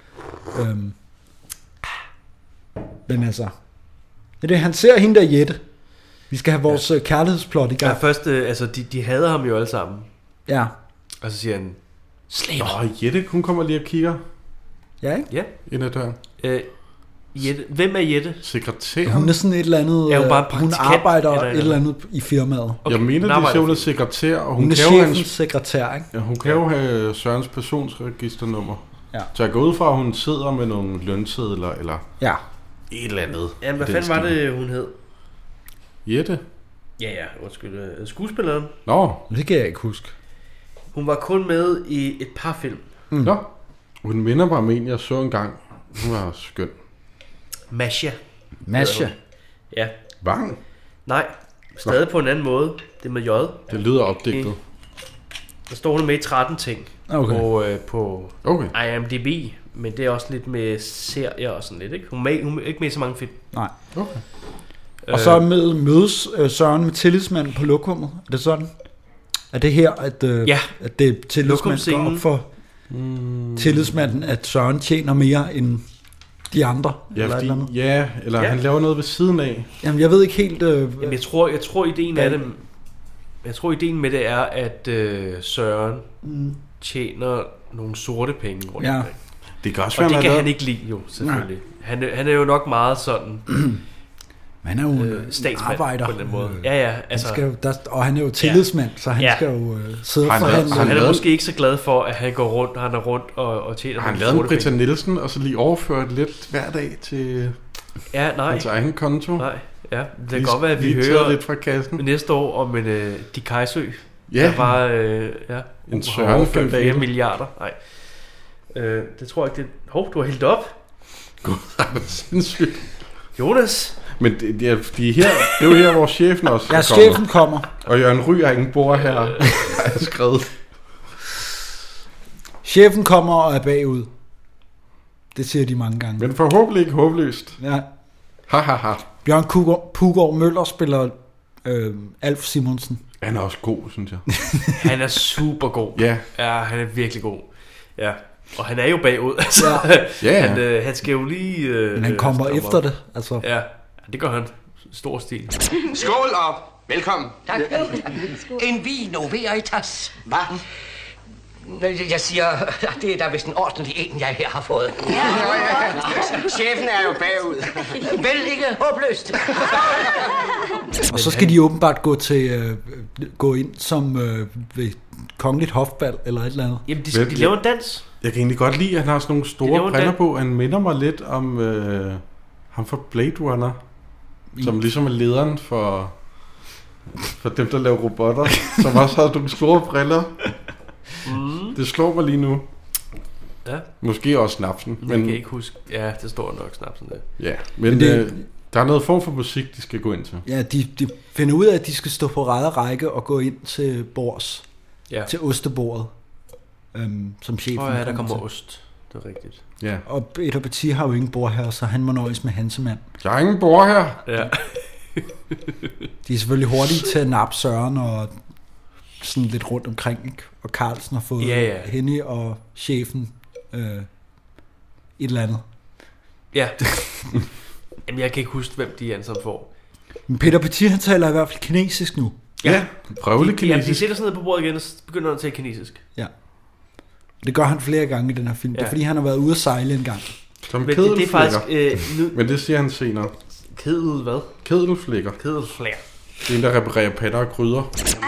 Men altså, det han ser hende der Jette. Vi skal have vores kærlighedsplot i gang. Ja, først, de hader ham jo alle sammen. Ja. Og så siger han, slaver. Jette, hun kommer lige og kigger. Ja, ikke? Ja. Ind ad døren. Jette. Hvem er Jette? Sekretær. Hun er sådan et eller andet... Ja, hun, bare hun arbejder et eller andet i firmaet. Okay. Jeg mener, det er hun er sekretær. Og hun er chefens sekretær, ikke? Ja, hun kan jo have Sørens personsregisternummer. Ja. Så jeg går ud fra, at hun sidder med nogle lønsedler, eller... Ja. Et eller andet. Ja, hvad fanden var det, hun hed? Jette? Ja, undskyld. Skuespilleren? Nå. Det kan jeg ikke huske. Hun var kun med i et par film. Nå. Hun minder mig om en, jeg så engang. Hun var skøn. Masha. Ja. Vang? Nej, stadig på en anden måde. Det er med J. Det lyder opdigtet. Der står hun med i 13 ting. Okay. På IMDb. Men det er også lidt med serier og sådan lidt, ikke? Hun er ikke med i så mange film. Nej. Okay. Og så mødes Søren med tillidsmanden på lokummet. Er det sådan? Er det her, at det tillidsmanden går op for tillidsmanden, at Søren tjener mere end de andre? Ja, eller han laver noget ved siden af. Jamen, jeg ved ikke helt... Jamen, jeg tror ideen af det... Jeg tror ideen med det er, at Søren tjener nogle sorte penge rundt omkring. Det kan også være, det kan han ikke lide, jo, selvfølgelig. Han er jo nok meget sådan... Han er jo en arbejder på den måde. Ja, altså, og han er jo tillidsmand, så han skal jo sidde og forhandle. Han er måske ikke så glad for, at han går rundt og tjener. Han lavede en Britta Nielsen, og så lige overført lidt hver dag til hans egen konto. Nej, ja. Det kan godt være, at vi hører lidt fra kassen næste år om en Di Cassio. Ja. Der var en Søren 4 milliarder. Nej. Det tror jeg ikke, det... du har hældt op. God, det er sindssygt. Jonas... Men det er jo her, hvor chefen også kommer. Chefen kommer. Og Jørgen Ry har ingen bord her, har jeg skrevet. Chefen kommer og er bagud. Det siger de mange gange. Men forhåbentlig ikke håbløst. Ja. Ha. Bjørn Puggaard Møller spiller Alf Simonsen. Han er også god, synes jeg. Han er super god. Ja. Ja, han er virkelig god. Ja. Og han er jo bagud. Altså. Ja. Han skal jo lige... Men han kommer efter det. Altså. Ja, det gør han. Stor stil. Skål og velkommen. Tak. En vino veritas. Hvad? Jeg siger, det er da vist en ordentlig en, jeg her har fået. Ja. Chefen er jo bagud. Vel ikke håbløst. Og så skal de åbenbart gå ind som ved kongeligt hofbal eller et eller andet. Jamen, de laver en dans. Jeg kan egentlig godt lide, at han har sådan nogle store briller på. Han minder mig lidt om ham fra Blade Runner, som ligesom er lederen for dem, der laver robotter, som også har nogle store briller. Det slår mig lige nu. Ja. Måske også snapsen. Men jeg kan ikke huske. Ja, det står nok snapsen det. Ja, men der er noget form for musik, de skal gå ind til. Ja, de finder ud af, at de skal stå på række og gå ind til bords. Ja. Til ostebordet. Som chefen. Ja, der kommer ost. Det er rigtigt. Ja. Og Peter Petit har jo ingen bord her, så han må nøjes med Hansemand. Der er ingen bord her. Ja. De er selvfølgelig hurtige til at nappe Søren og sådan lidt rundt omkring, ikke? Og Carlsen har fået Henny og chefen et eller andet. Ja. Jamen, jeg kan ikke huske, hvem de andre får. Men Peter Petit, han taler i hvert fald kinesisk nu. Ja, prøvelig kinesisk. De sætter sig ned på bordet igen og begynder at tale kinesisk. Ja. Det gør han flere gange i den her film. Det er fordi, han har været ude at sejle en gang. Som kedelflækker. Men det siger han senere. Hvad? Kedelflækker. Det er en, der reparerer patter og krydder.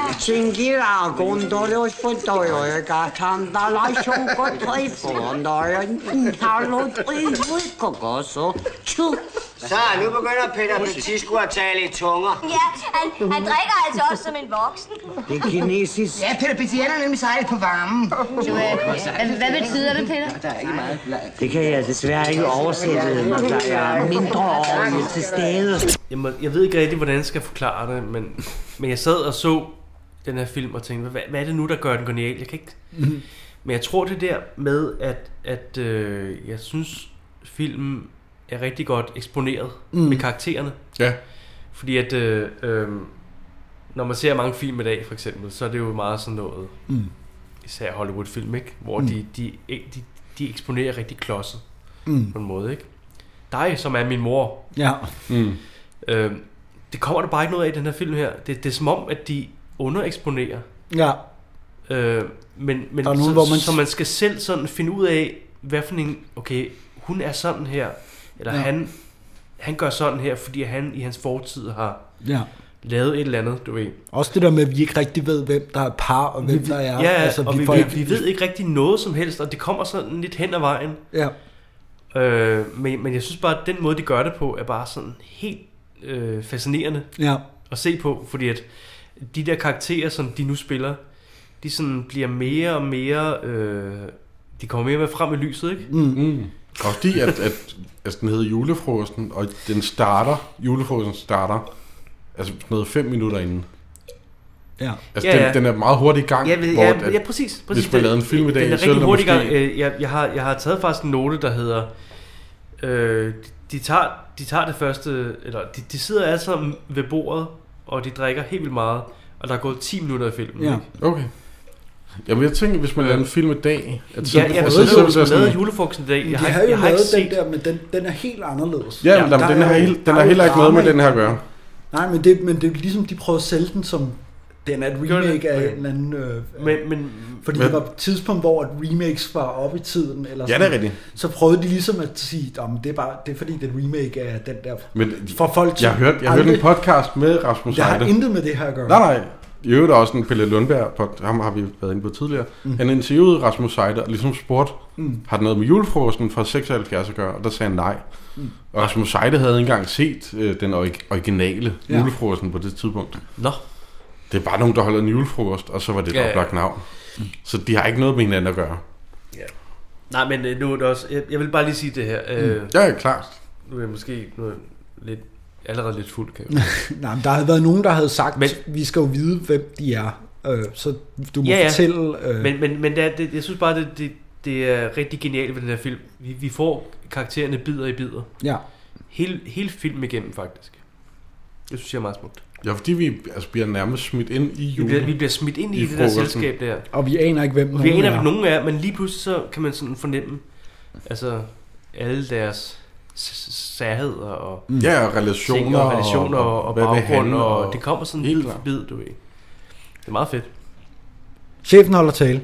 Så, nu begynder Peter Petit sgu at tale i tunger. Ja, han drikker altså også som en voksen. Det er kinesisk. Ja, Peter Petit er nemlig sejlet på varmen. Hvad betyder det, Peter? Der er ikke meget. Det kan jeg desværre ikke oversætte, når der er mindreårige til stede. Jeg ved ikke rigtig, hvordan jeg skal forklare det, men jeg sad og så den her film og tænkte, hvad er det nu, der gør den genial? Jeg kan ikke... Men jeg tror det der med, at jeg synes, filmen er rigtig godt eksponeret med karaktererne. Ja. Fordi at når man ser mange film i dag, for eksempel, så er det jo meget sådan noget, især Hollywood-film, ikke? Hvor de eksponerer rigtig klodset på en måde, ikke? Dig, som er min mor. Ja. Det kommer der bare ikke noget af i den her film her. Det er som om, at de undereksponerer. Ja. Men nogen, så man skal selv sådan finde ud af, hvad for en, okay, hun er sådan her, eller han gør sådan her, fordi han i hans fortid har lavet et eller andet, du ved. Også det der med, at vi ikke rigtig ved, hvem der er par, og hvem der er... Ja, altså, og vi ved ikke rigtig noget som helst, og det kommer sådan lidt hen ad vejen. Ja. Men jeg synes bare, at den måde, de gør det på, er bare sådan helt fascinerende at se på, fordi at de der karakterer, som de nu spiller, de sådan bliver mere og mere... de kommer mere og mere frem i lyset, ikke? Og fordi at den hedder Julefrokosten, og julefrokosten starter altså noget 5 minutter inden. Ja. Altså den er meget hurtigt i gang. Ja, præcis. Hvis man lavede en film i dag, den er rigtig hurtigt i gang. Jeg har taget faktisk en note, der hedder de tager det første, eller de sidder alle sammen ved bordet, og de drikker helt vildt meget, og der er gået 10 minutter i filmen. Ja. Okay. Jamen jeg tænker, hvis man laver en film i dag... Jeg har lavet Julefrokosten i dag. Jeg har jo lavet den der, men den er helt anderledes. Ja, men den har heller ikke noget med den her at gøre. Nej, men det er ligesom, de prøver at sælge den som... Den er et remake af en eller anden... fordi det var et tidspunkt, hvor remakes var oppe i tiden. Eller sådan, ja, det er rigtigt. Så prøvede de ligesom at sige, det er fordi, det er et remake af den der... Men for folk, jeg hørte en podcast med Rasmus Heide. Jeg har intet med det her at gøre. Nej. I øvrigt også en Pelle Lundberg, ham har vi været inde på tidligere. Han interviewede Rasmus Heide og ligesom spurgte, har det noget med Julefrokosten fra 76 at gøre? Og der sagde han nej. Og Rasmus Heide havde ikke engang set den originale Julefrokosten på det tidspunkt. Nå. Det er bare nogen, der holder en julefrokost, og så var det et oplagt navn. Så de har ikke noget med hinanden at gøre. Ja. Nej, men nu er det også... Jeg vil bare lige sige det her. Ja, klart. Nu er jeg måske lidt... allerede lidt fuld, kan jeg Nej, men der havde været nogen, der havde sagt, vi skal jo vide, hvem de er. Så du må fortælle... Men jeg synes bare, det er rigtig genialt ved den her film. Vi får karaktererne bidder i bidder. Ja. Hele filmen igennem, faktisk. Det synes jeg er meget smukt. Ja, fordi vi bliver nærmest smidt ind i julen. Vi bliver smidt ind i det der selskab der. Og vi aner ikke, hvem nogen er. Men lige pludselig så kan man sådan fornemme, altså alle deres særheder og relationer og baggrund, og det kommer sådan bid for bid, du ved. Det er meget fedt. Chefen holder tale.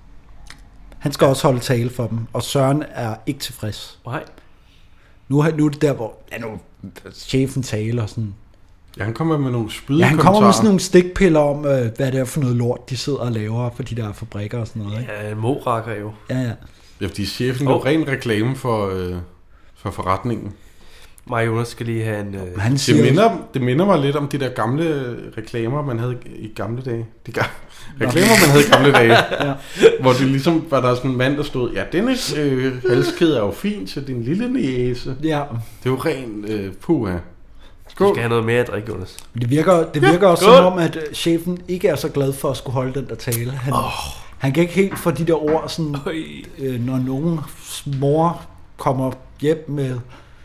Han skal også holde tale for dem, og Søren er ikke tilfreds. Nej. Nu er det der, hvor chefen taler sådan. Ja, han kommer med nogle spydige kommentarer. Han kommer med sådan nogle stikpiller om, hvad det er for noget lort, de sidder og laver på de der fabrikker og sådan noget. Ikke? Ja, morakker jo. Ja. Ja, fordi chefen er ren reklame for forretningen. Jonas skal lige have en... Det minder mig lidt om de der gamle reklamer, man havde i gamle dage. Reklamer, man havde i gamle dage. Ja. Hvor det ligesom var der sådan en mand, der stod, ja, denne halskæde er jo fin til din lille næse. Ja. Det er jo ren puha. Skål. Du skal have noget mere at drikke, Jonas. Det virker også som om, at chefen ikke er så glad for at skulle holde den der tale. Han kan ikke helt få de der ord, sådan, når nogen mor kommer hjem med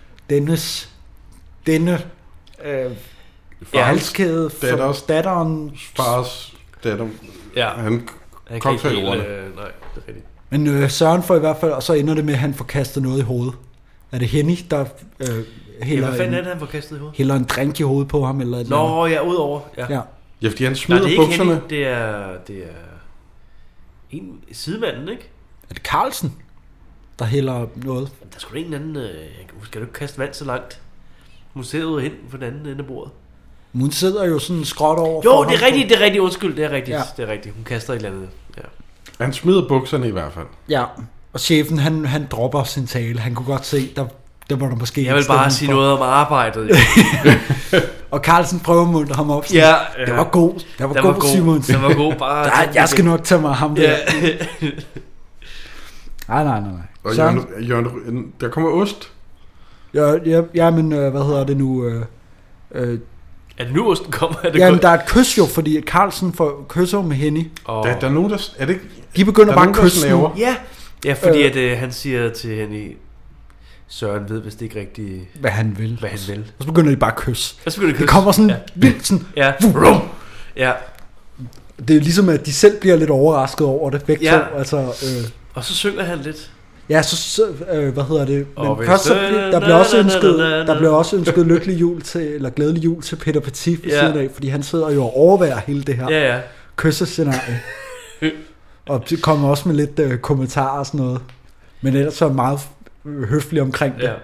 denne halskæde for datteren. Fars datter. Ja. Han kom til ordene. Nej, det er rigtigt. Men Søren får i hvert fald, og så ender det med, at han får kastet noget i hovedet. Er det Henny, der hvad fanden er det, han får kastet i hovedet? Hælder en drink i hovedet på ham, eller et Nå, ja, udover. Ja, fordi han smider bukserne. Det er en sidemanden, ikke? Er det Carlsen, der hælder noget? Der skulle en anden... Skal du ikke kaste vand så langt? Hun sidder hen på den anden ende af bordet. Hun sidder jo sådan skråt over. Jo, det er rigtigt, undskyld, det er rigtigt. Hun kaster et eller andet. Ja. Han smider bukserne i hvert fald. Ja, og chefen, han dropper sin tale. Han kunne godt se, der var der måske... Jeg vil bare sige noget om arbejdet. Og Carlsen prøver at muntre ham op. Ja. Det var god. Det var god, Simon. Det var god, bare... Jeg skal nok tage mig af ham der. Nej. Og Jørgen, der kommer ost. Ja, men hvad hedder det nu? Er det nu osten kommer? Jamen, der er et kys jo, fordi Carlsen får kysser med Henny. Der er nogen, der... Er det, de begynder bare at kysse nu. Ja, fordi at, han siger til Henny... Søren ved vist ikke rigtig... Hvad han vil. Og så begynder de bare at kysse. Det kommer sådan vildt sådan... Ja. Ja. Det er ligesom, at de selv bliver lidt overrasket over det. Begge to, altså... Og så synger han lidt. Ja, så hvad hedder det? Men først så der blev også ønsket lykkelig jul til, eller glædelig jul til Peter Petit ved siden af, fordi han sidder jo og overværer hele det her kyssescenarie. Og det kommer også med lidt kommentarer og sådan noget. Men ellers så er meget høflig omkring det.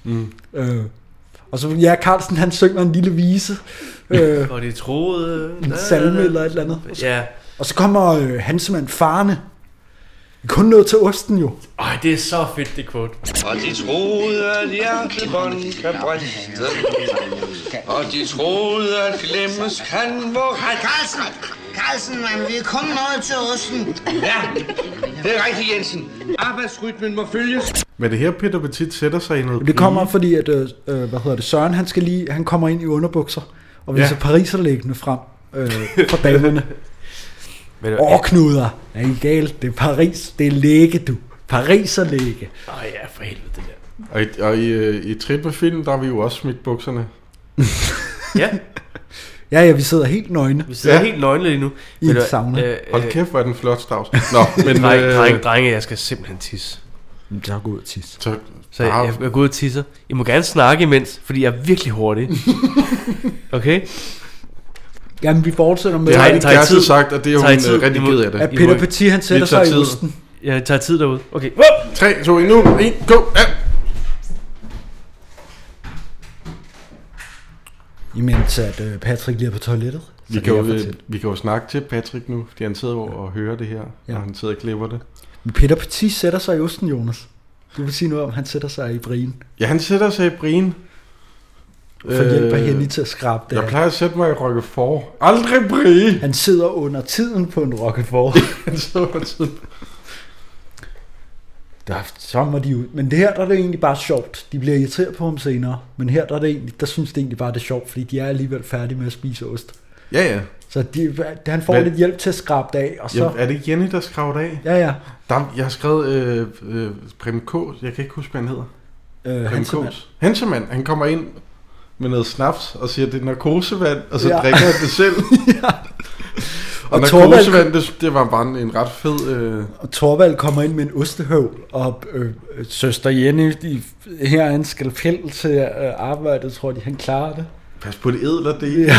Og så Carlsen, han synger en lille vise. Og de troede... En salme eller et eller andet. Ja. Og så kommer Hansemand farne. Kun noget til osten jo. Det er så fedt, det quote. Og de troede, at hjertebånd kan briste. Og de troede, at glemmes kan hvor... Carlsen, man, vi er kun noget til osten. Ja, det er rigtigt, Jensen. Arbejdsrytmen må følges. Men det her Peter Petit sætter sig i noget... Det kommer fordi, at Søren, han kommer ind i underbukser og viser pariserlæggende frem for damerne. Knuder. Er I galt? Det er Paris. Det er læge, du. Pariserlæge. Ja, for helvede det der. Og i Trippe-film, der har vi jo også smidt bukserne. Ja. Ja, vi sidder helt nøgne. Vi sidder helt nøgne lige nu. I en sauna. Hold kæft, hvor er den flot stavs. Nå, men... Drenge, jeg skal simpelthen tisse. Så gå ud og tisse. Så jeg går ud og tisser. I må gerne snakke imens, fordi jeg er virkelig hurtig. Okay? Jamen, vi fortsætter med... Det har ikke kæreste sagt, og det er hun rigtig ked af det. At Peter Petit, han sætter sig i osten. Jeg tager tid derude. Okay. 3, 2, 1, nu. 1, go. Ja. Imens at Patrick lige er på toilettet. Vi kan jo snakke til Patrick nu, fordi han sidder og hører det her, og han sidder og klipper det. Men Peter Petit sætter sig i osten, Jonas. Du vil sige noget om, han sætter sig i brien. Ja, han sætter sig i brien. For hjælper Henny til at skrabe det. Jeg plejer at sætte mig i Roquefort. Aldrig brie. Han sidder under tiden på en Roquefort. Han sidder under tiden. Så må de ud. Men det her, der er det egentlig bare sjovt. De bliver irriteret på ham senere. Men her, der synes det egentlig bare, det er sjovt, fordi de er alligevel færdige med at spise ost. Ja. Så han får lidt hjælp til at skrabe det af. Og så... Ja, er det Jenny, der skraber det af? Ja. Jeg har skrevet Preben K. Jeg kan ikke huske, hvad han hedder. Hansemand. Han kommer ind med noget snaps og siger, det er narkosevand, og så drikker han det selv. Og narkosevand, det var bare en ret fed... Og Torvald kommer ind med en ostehøvl, og søster Jenny, her er en skalpel til arbejdet, tror de, han klarer det. Pas på det ædler, det. Ja.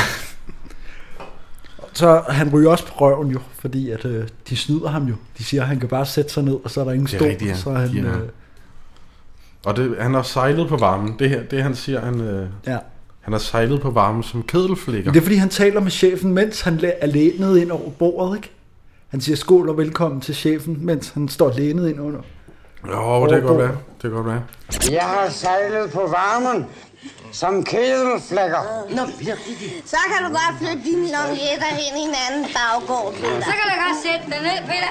Så han ryger også på røven jo, fordi at de snyder ham jo. De siger, at han kan bare sætte sig ned, og så er der ingen stol. Ja. Så han, og han har sejlet på varmen. Det han siger, han har sejlet på varmen som kedelflækker. Det er fordi, han taler med chefen, mens han er lænet ind over bordet, ikke? Han siger skål og velkommen til chefen, mens han står lænet ind under. Jo, det kan godt være. Jeg har sejlet på varmen som kedelflækker. Så kan du godt flytte dine longetter hen i en anden baggård. Så kan du godt sætte den ned, Peter.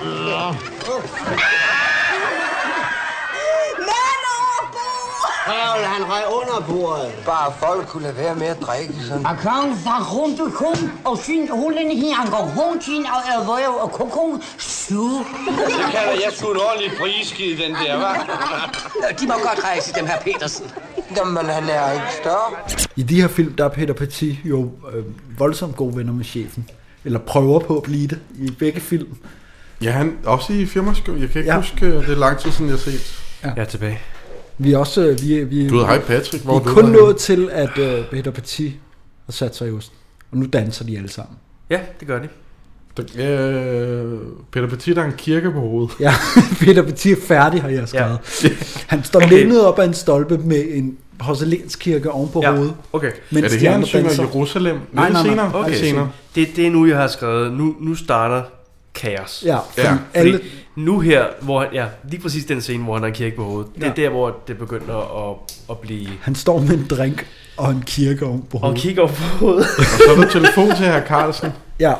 Han røg under bordet. Bare folk kunne lade være med at drikke sådan. Akang warum du kom og sin hulen her går hun sin og kokong su. Så kalder jeg sgu en ordentlig prisskid, den der, hva'? De må godt rejse, dem her Petersen. Jamen, han er ikke større. I de her film, der er Peter Petit jo voldsomt gode venner med chefen. Eller prøver på at blive det i begge film. Ja, han også i firmaskøb. Jeg kan ikke huske, det er lang tid siden, jeg har set. Jeg er tilbage. Vi er også... Du ved, hej Patrick, hvor vi er kun nået til, at Peter Petit har sat sig i osten. Og nu danser de alle sammen. Ja, det gør de. Peter Petit har en kirke på hovedet. Ja, Peter Petit er færdig, har jeg skrevet. Ja. Han står lænet op ad en stolpe med en porcelænskirke oven på hovedet. Okay. Er det her, han synger Jerusalem? Nej. Senere? Okay. Senere. Det er nu, jeg har skrevet. Nu starter kaos. Ja, fordi nu her, hvor lige præcis den scene, hvor han har en kirke på hovedet, det er der, hvor det begynder at blive... Han står med en drink og en kirke oven på hovedet. Og en kirke oven på hovedet. Og så er der telefon til hr. Carlsen. Ja.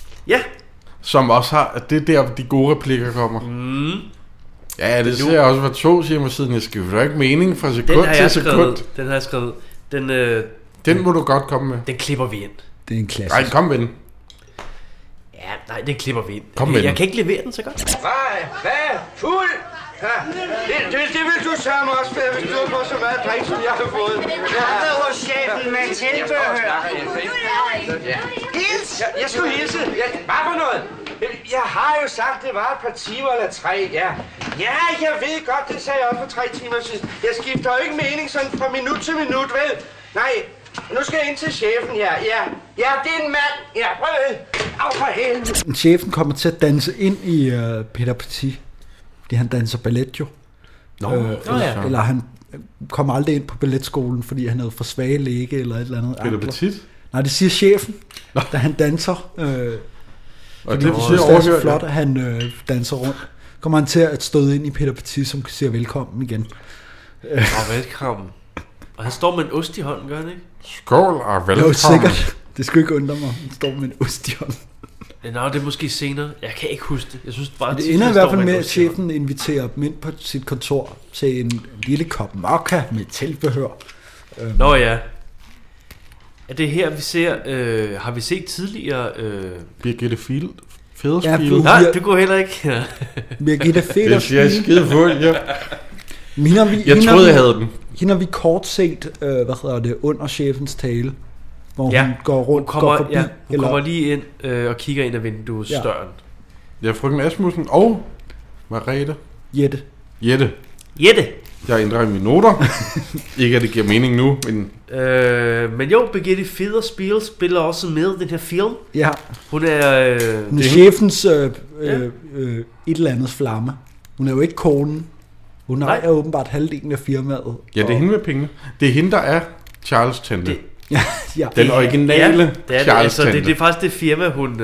Som også har... Det er der, de gode replikker kommer. Ja, det ser jeg også for 2 timer siden. Jeg skriver ikke mening fra sekund til sekund. Den har jeg skrevet. Den må du godt komme med. Den klipper vi ind. Det er en klassisk. Nej, kom med den. Ja, nej, den klipper vi ind. Kom med jeg kan ikke levere den så godt. Hvad? Fuld? Ja. Det vil du sørge mig også, hvis du har fået så meget drik, som jeg har fået. Jeg har hos chefen med tilbehør. Hils! Jeg skulle hilse. Hvad for noget? Jeg har jo sagt, det var et par timer eller 3, ja. Ja, jeg ved godt, det sagde jeg også for 3 timer siden. Jeg skifter jo ikke mening sådan fra minut til minut, vel? Nej, nu skal jeg ind til chefen her. Ja, det er en mand. Ja, prøv at af for helvede. Chefen kommer til at danse ind i Peter Petit, fordi han danser ballet jo. Eller han kommer aldrig ind på balletskolen, fordi han havde for svage læge eller et eller andet. Peter Petit? Nej, det siger chefen, da han danser. Og det er så flot, at han danser rundt. Kommer han til at støde ind i Peter Petit, som siger velkommen igen. Velkommen. Og han står med en ost i hånden, gør han ikke? Skål og velkommen. Jo, sikkert. Det skulle ikke undre mig, han står med en ost i hånden. Nå, det er måske senere. Jeg kan ikke huske det. Jeg synes bare, det ender i hvert fald med, at chefen inviterer dem ind på sit kontor til en lille kop mokka med tilbehør. Nå ja. Er det her, vi ser... har vi set tidligere... Birgitte Federspiel? Nej, det går heller ikke. Birgitte Federspiel. Det er skide fuldt, ja. Jeg troede, jeg havde den. Hende har vi kort set, under chefens tale, hvor hun går rundt, går forbi. Ja, hun kommer lige ind og kigger ind ad vinduesdøren. Ja, frøken Asmussen og Margrethe. Jette. Jeg ændrer i mine noter. Ikke at det giver mening nu, men... Men jo, Birgitte Federspiel spiller også med i den her film. Ja. Hun er chefens et eller andet flamme. Hun er jo ikke konen. Hun er åbenbart halvdelen af firmaet. Ja, det er hende med penge. Det er hende, der er Charles Tante. Ja. Den originale Charles Tante. Det er faktisk det firma, hun...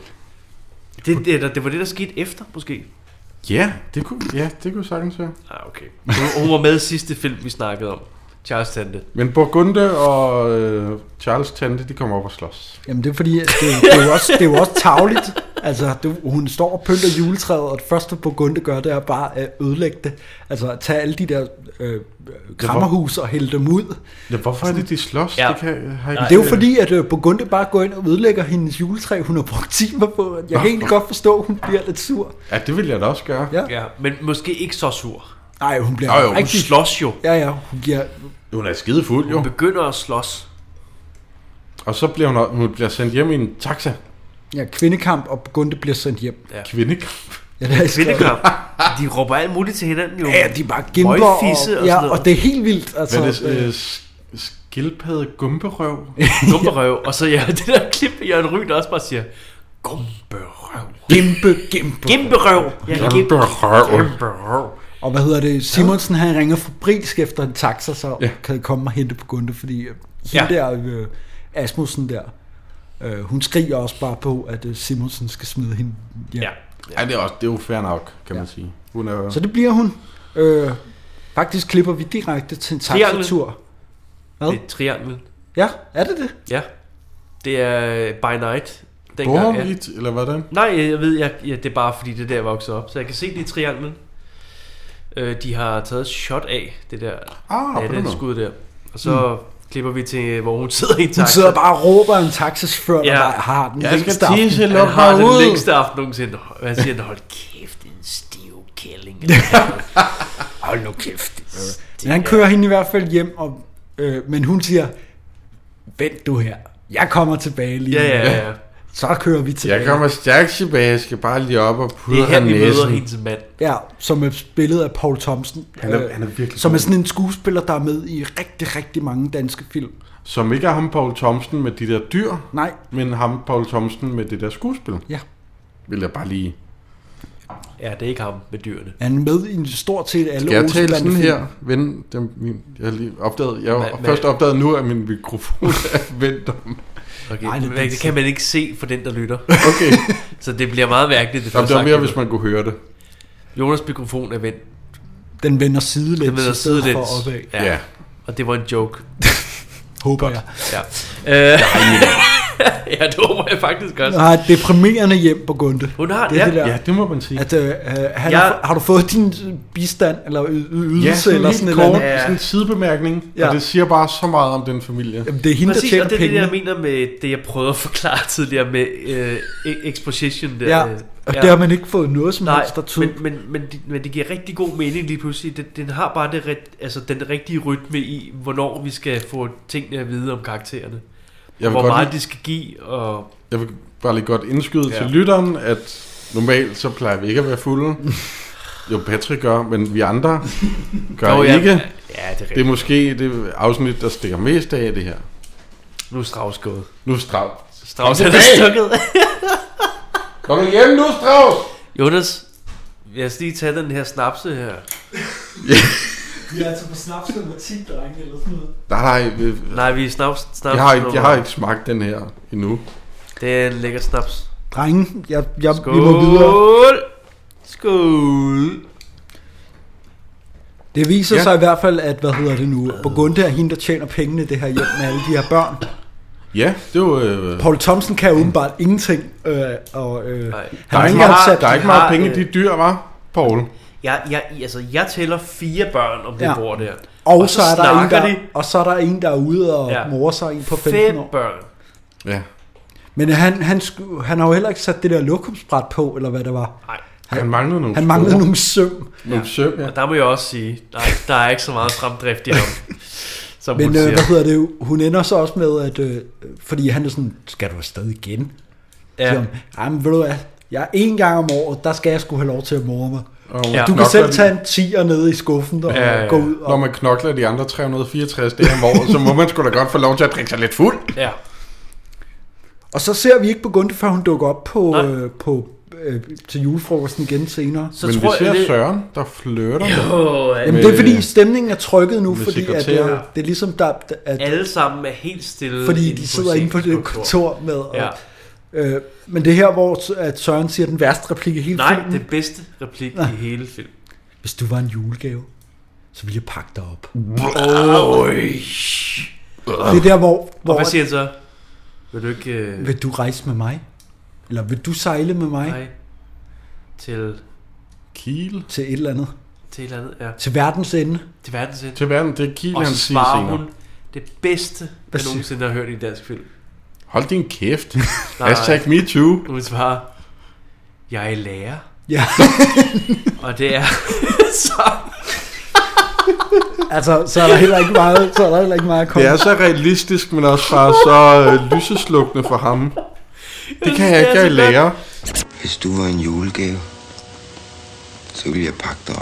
Det var det, der skete efter, måske. Ja, det kunne sagtens være. Okay. Hun var med i sidste film, vi snakkede om. Charles Tante. Men Burgunde og Charles Tante, de kommer op og slås. Jamen det er fordi, det er jo også tarveligt. Altså, hun står og pynter juletræet, og det første Burgunde gør, det er bare at ødelægge det. Altså at tage alle de der krammerhus og hælde dem ud. Ja, hvorfor er det, de slås? Ja. Det er jo fordi, at Burgunde bare går ind og ødelægger hendes juletræ, hun har brugt timer på. Jeg kan egentlig godt forstå, at hun bliver lidt sur. Ja, det vil jeg da også gøre. Ja, men måske ikke så sur. Nej, hun bliver rigtig... Hun slås jo. Ja, hun er skide fuld, jo. Hun begynder at slås. Og så bliver hun bliver sendt hjem i en taxa. Ja, kvindekamp, og Burgunde bliver sendt hjem. Ja. Kvindekamp? Ja, det er kvindekamp. De råber alt muligt til hinanden, jo. Ja, de bare gimper, og det er helt vildt. Altså, hvad er det? Skildpadde gumperøv? Gumperøv. Og så det der klip, Jørgen Ryg, der også bare siger, gumperøv. Gimperøv. Gimperøv. Og Simonsen, han ringer fabrilsk efter en taxa, så kan komme og hente Burgunde, fordi Asmussen der, hun skriger også bare på, at Simonsen skal smide hende hjem. Ja, det er jo fair nok, kan man sige. Hun er... Så det bliver hun. Faktisk klipper vi direkte til en taxatur. Hvad? Det er triangel. Ja, er det det? Ja. Det er By Night. Borgit, eller hvordan? Nej, jeg ved, det er bare fordi det der vokset op. Så jeg kan se det i trianglen. De har taget et shot af det der. Det skud der. Og så klipper vi til, hvor hun sidder i en taxa. Hun sidder bare og råber en taxachauffør, der bare har den længste aften. Han har den længste aften nogensinde. Hvad siger han? Hold kæft, en stiv kælling. Hold nu kæft. Men han kører hende i hvert fald hjem, men hun siger, vent du her. Jeg kommer tilbage lige. Ja. Så kører vi tilbage. Jeg kommer stærkt tilbage. Jeg skal bare lige op og putte her vi møder hendes mand. Ja, som er spillet af Paul Thomsen. Han er virkelig som er sådan en skuespiller, der er med i rigtig, rigtig mange danske film. Som ikke er ham Paul Thomsen med de der dyr. Nej. Men ham Paul Thomsen med det der skuespil. Ja. vil jeg bare lige... Ja, det er ikke ham med dyrene. Han er med i stort set alle. Skal jeg tale sådan her? Ven, jeg har lige opdaget. Jeg har først opdaget nu, at min mikrofon er vendt om. Okay, det kan man ikke se for den, der lytter. Okay. Så det bliver meget mærkeligt. Det var mere, hvis man kunne høre det. Jonas' mikrofon er vendt. Den vender sidelæns. Den vender sidelæns. Ja. Og det var en joke. Håber jeg. Ja. Ja, det håber jeg faktisk også. Hun har et deprimerende hjem på Gunde. Hun har det, ja, det må man sige. Har du fået din bistand eller ydelse eller sådan noget? Ja, sådan en sidebemærkning, og det siger bare så meget om den familie. Jamen, det er hende, præcis, der tjener og det er penge. det, jeg mener med det, jeg prøvede at forklare tidligere med exposition. Der. Ja, og det har man ikke fået noget som helst der tydeligt. Men det giver rigtig god mening lige pludselig. Den har bare den rigtige rytme i, hvornår vi skal få tingene at vide om karaktererne. Hvor meget de skal give. Og... Jeg vil bare lige godt indskyde til lytteren, at normalt så plejer vi ikke at være fulde. Jo, Patrick gør, men vi andre gør ikke. Ja, det er måske det afsnit, der stikker mest af det her. Nu er Strauss gået. Nu er Strauss er stukket. Kom hjem nu, Strauss! Jonas, jeg skal lige tage den her snapse her. Vi er altså på snaps nummer 10, drenge, eller sådan noget. Nej, vi er snaps jeg har ikke smagt den her endnu. Det er en lækker snaps. Drenge, vi Skål! må videre. Skål! Det viser sig i hvert fald, at, Burgundy er hende, der tjener pengene i det her hjem med alle de her børn. Ja, det var... Paul Thompson kan åbenbart ingenting. Der er ikke meget penge i de dyr, var Paul? Jeg tæller 4 børn om det bord der. Og så er der en, der er ude og morer sig ind på 15 år. 5 børn. Ja. Men han har jo heller ikke sat det der lokumsbræt på, eller hvad det var. Nej. Han manglede nogle søm. Nogle søm, ja. Og der må jeg også sige, der er ikke så meget fremdrift i ham. Men hun ender så også med, at fordi han er sådan, skal du afsted igen? Ja. Men ved du hvad, jeg 1 gang om året, der skal jeg sgu have lov til at more mig. Du kan knokler selv tage en 10'er nede i skuffen og gå ud. Når man knokler de andre 364 dage om året, så må man sgu da godt få lov til at drikke sig lidt fuld. Ja. Og så ser vi ikke Burgundy, før hun dukker op til julefrokosten igen senere. Så men vi ser Søren, der flirter med. Jamen det er fordi stemningen er trykket nu, fordi at det er ligesom at alle sammen er helt stille. Fordi de sidder inde på det kontor med. Men det her, hvor at Søren siger den værste replik i hele filmen. Nej, det bedste replik i hele filmen. Hvis du var en julegave, så ville jeg pakke dig op. Det er der, hvor hvad siger han så? Vil du ikke... Vil du rejse med mig? Eller vil du sejle med mig? Nej. Til... Kiel? Til et eller andet. Til et eller andet, ja. Til verdens ende. Til verdens ende. Til verden, det er Kiel, og han siger senere. hun det bedste, jeg nogensinde har hørt i en dansk film. Hold din kæft. #MeToo. Hun svarer, jeg er lærer. Ja. Og det er så... Altså, så er der heller ikke meget, at komme. Det er så realistisk, men også bare så lyseslukkende for ham. Det kan jeg ikke lære. Hvis du var en julegave, så ville jeg pakke dig op.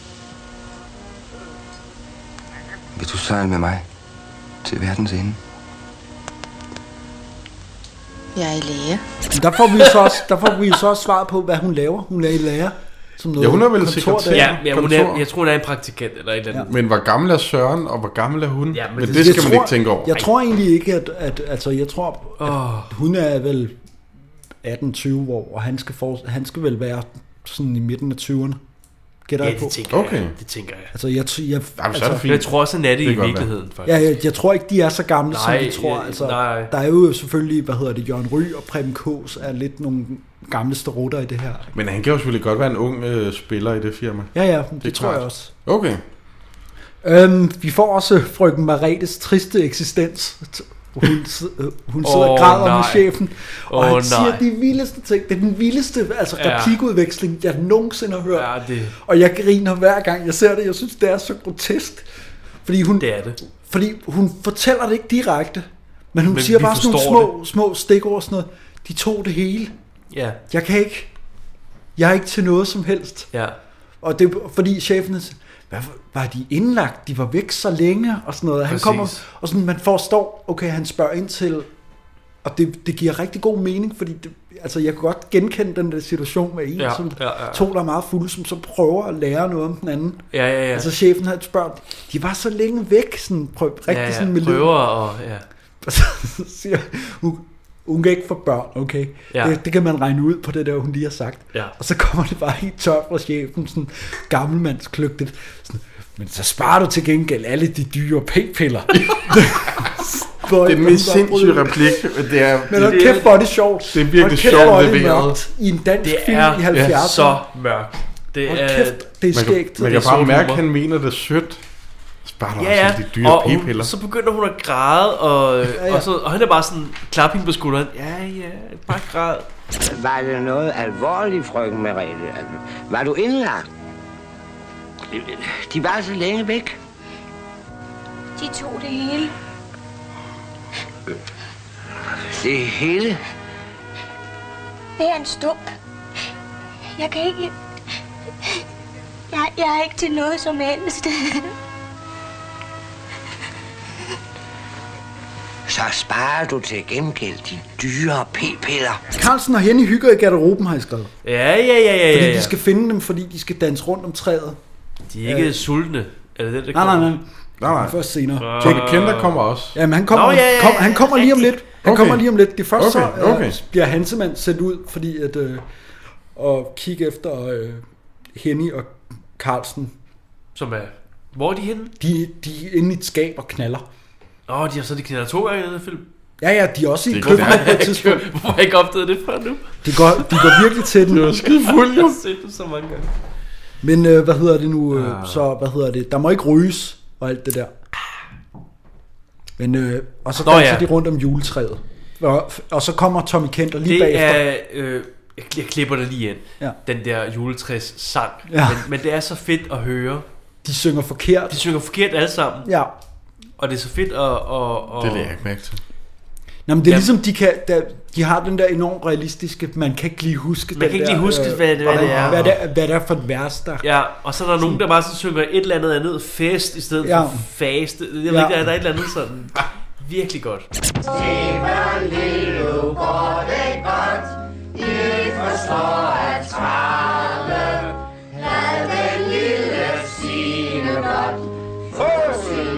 Vil du sejle med mig til verdens ende? Jeg er lærer. Der får vi så også svaret på, hvad hun laver. Hun er i lærer. Ja, hun er vel sekretær. Ja, jeg tror, hun er en praktikant eller et eller andet. Ja. Men hvor gammel er Søren, og hvor gammel er hun? Ja, men det skal man ikke tænke over. Jeg tror egentlig ikke, at hun er vel 18-20 år, og han skal vel være sådan i midten af 20'erne. Ja, det tænker jeg. Det tænker jeg. Altså, jeg tror også, at det i virkeligheden, faktisk. Ja, jeg tror ikke, de er så gamle, som vi tror. Altså, der er jo selvfølgelig, Jørgen Ryg og Preben Kaas er lidt nogle gamle starutter i det her. Men han kan jo selvfølgelig godt være en ung spiller i det firma. Ja, det tror jeg også. Okay. Vi får også frøken Maretes triste eksistens. Hun sidder og græder med chefen, og han siger de vildeste ting. Det er den vildeste replikudveksling, jeg nogensinde har hørt. Ja, og jeg griner hver gang jeg ser det. Jeg synes, det er så grotesk. Fordi hun fortæller det ikke direkte, men hun siger bare sådan nogle små stikord, sådan noget. De tog det hele. Ja. Jeg er ikke til noget som helst. Ja. Og det er fordi chefen var de indlagt? De var væk så længe og sådan noget. Han kommer og sådan, man forstår, okay, han spørger ind til Og det giver rigtig god mening, fordi jeg kan godt genkende den der situation med en, som to, der er meget fulde, som så prøver at lære noget om den anden. Ja. Altså chefen havde spørgsmål, de var så længe væk, sådan rigtig sådan med prøver og og så siger hun kan ikke få børn, okay? Ja. Det kan man regne ud på det der, hun lige har sagt. Ja. Og så kommer det bare helt tørt fra chefen, sådan gammelmandskløgtigt. Men så sparer du til gengæld alle de dyre p-piller. Det er den mest sindssyge replik. Men hold kæft, hvor er det sjovt. Det er virkelig sjovt leveret. I en dansk film i 70'erne. Det er så mørkt. Det er skægt. Man kan bare mærke, at han mener det sødt. Sparer du også de dyre p-piller. Og så begynder hun at græde, og han er bare sådan, klap hende på skulderen. Ja, bare græd. Var det noget alvorligt, frøken Merete? Var du indlagt? De var så længe væk. De tog det hele. Det hele? Det er en stump. Jeg kan ikke... Jeg er ikke til noget som helst. Så sparer du til gengæld de dyre p-piller. Carlsen og Henny hygger i garderoben, har jeg skrevet. Ja. Fordi de skal finde dem, fordi de skal danse rundt om træet. De er ikke sultne. Er det det, Nej. Først senere. Jake Kenter kommer også. Jamen, han kommer lige om lidt. Han kommer lige om lidt. Det første så bliver Hansemand sendt ud, fordi at og kigge efter Henny og Carlsen. Som er... Hvor er de henne? De er inde i et skab og knaller. De knaller 2 gange i den film. Ja, de er også i køkkenet på et tidspunkt. Hvorfor har jeg ikke opdaget det før nu? De går virkelig til den. Det var skide fuld, jo. Jeg har set det så mange gange. Men der må ikke ryges og alt det der. Men og så danser de rundt om juletræet. Og så kommer Tommy Kenter lige bagefter. Jeg klipper det lige ind. Ja. Den der juletræs sang. Ja. Men det er så fedt at høre. De synger forkert. De synger forkert alle sammen. Ja. Og det er så fedt at det lærer jeg ikke mærke til. Nå, men det er ligesom, de har den der enormt realistiske, man kan ikke lige huske hvad det er. Hvad det er for et vers der. Ja, og så er der nogen, der bare så synger et eller andet fest, i stedet for faste. Jeg ved ikke, der er et eller andet sådan virkelig godt. I forstår at travle. Lad den lille Signe blot få sin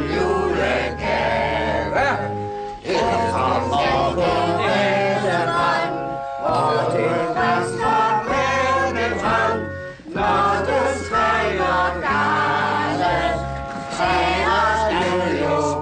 julegave. Efter morgen ældrebånd, og det kaster med en hånd. Når du træder gale, træder du jo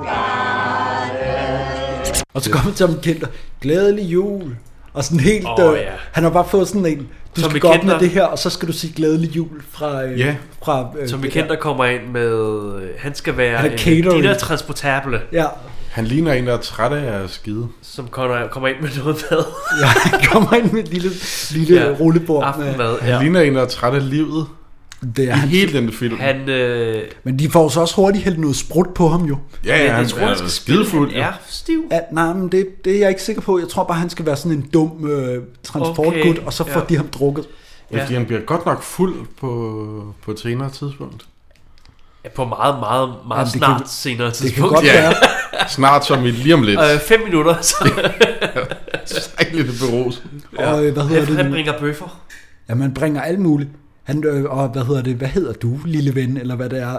gale. Og så kommer Tommy Kenter, glædelig jul. Og sådan helt, han har bare fået sådan en, du skal gå op med det her, og så skal du sige glædelig jul fra Tommy Kenter kommer ind med, han skal være en dinnertransportable. Ja. Han ligner en, der er træt af at skide. Som kommer ind med noget mad. Ja, han kommer ind med et lille rullebord. Aftenmad. Han ligner en, der er træt af livet. Det er han helt den film. Men de får så også hurtigt hældt noget sprut på ham jo. Ja, han er skidefuld. Han er stiv. Ja, nej, men det er jeg ikke sikker på. Jeg tror bare, han skal være sådan en dum transportgud, og så får de ham drukket. Ja, fordi han bliver godt nok fuld på et senere tidspunkt. Ja, på meget snart senere tidspunkt. Det kan godt være. Snart som lige om lidt. 5 minutter. Så. Lidt berus. Og han bringer bøffer. Ja, man bringer alt muligt. Og hvad hedder du, lille ven, eller hvad det er,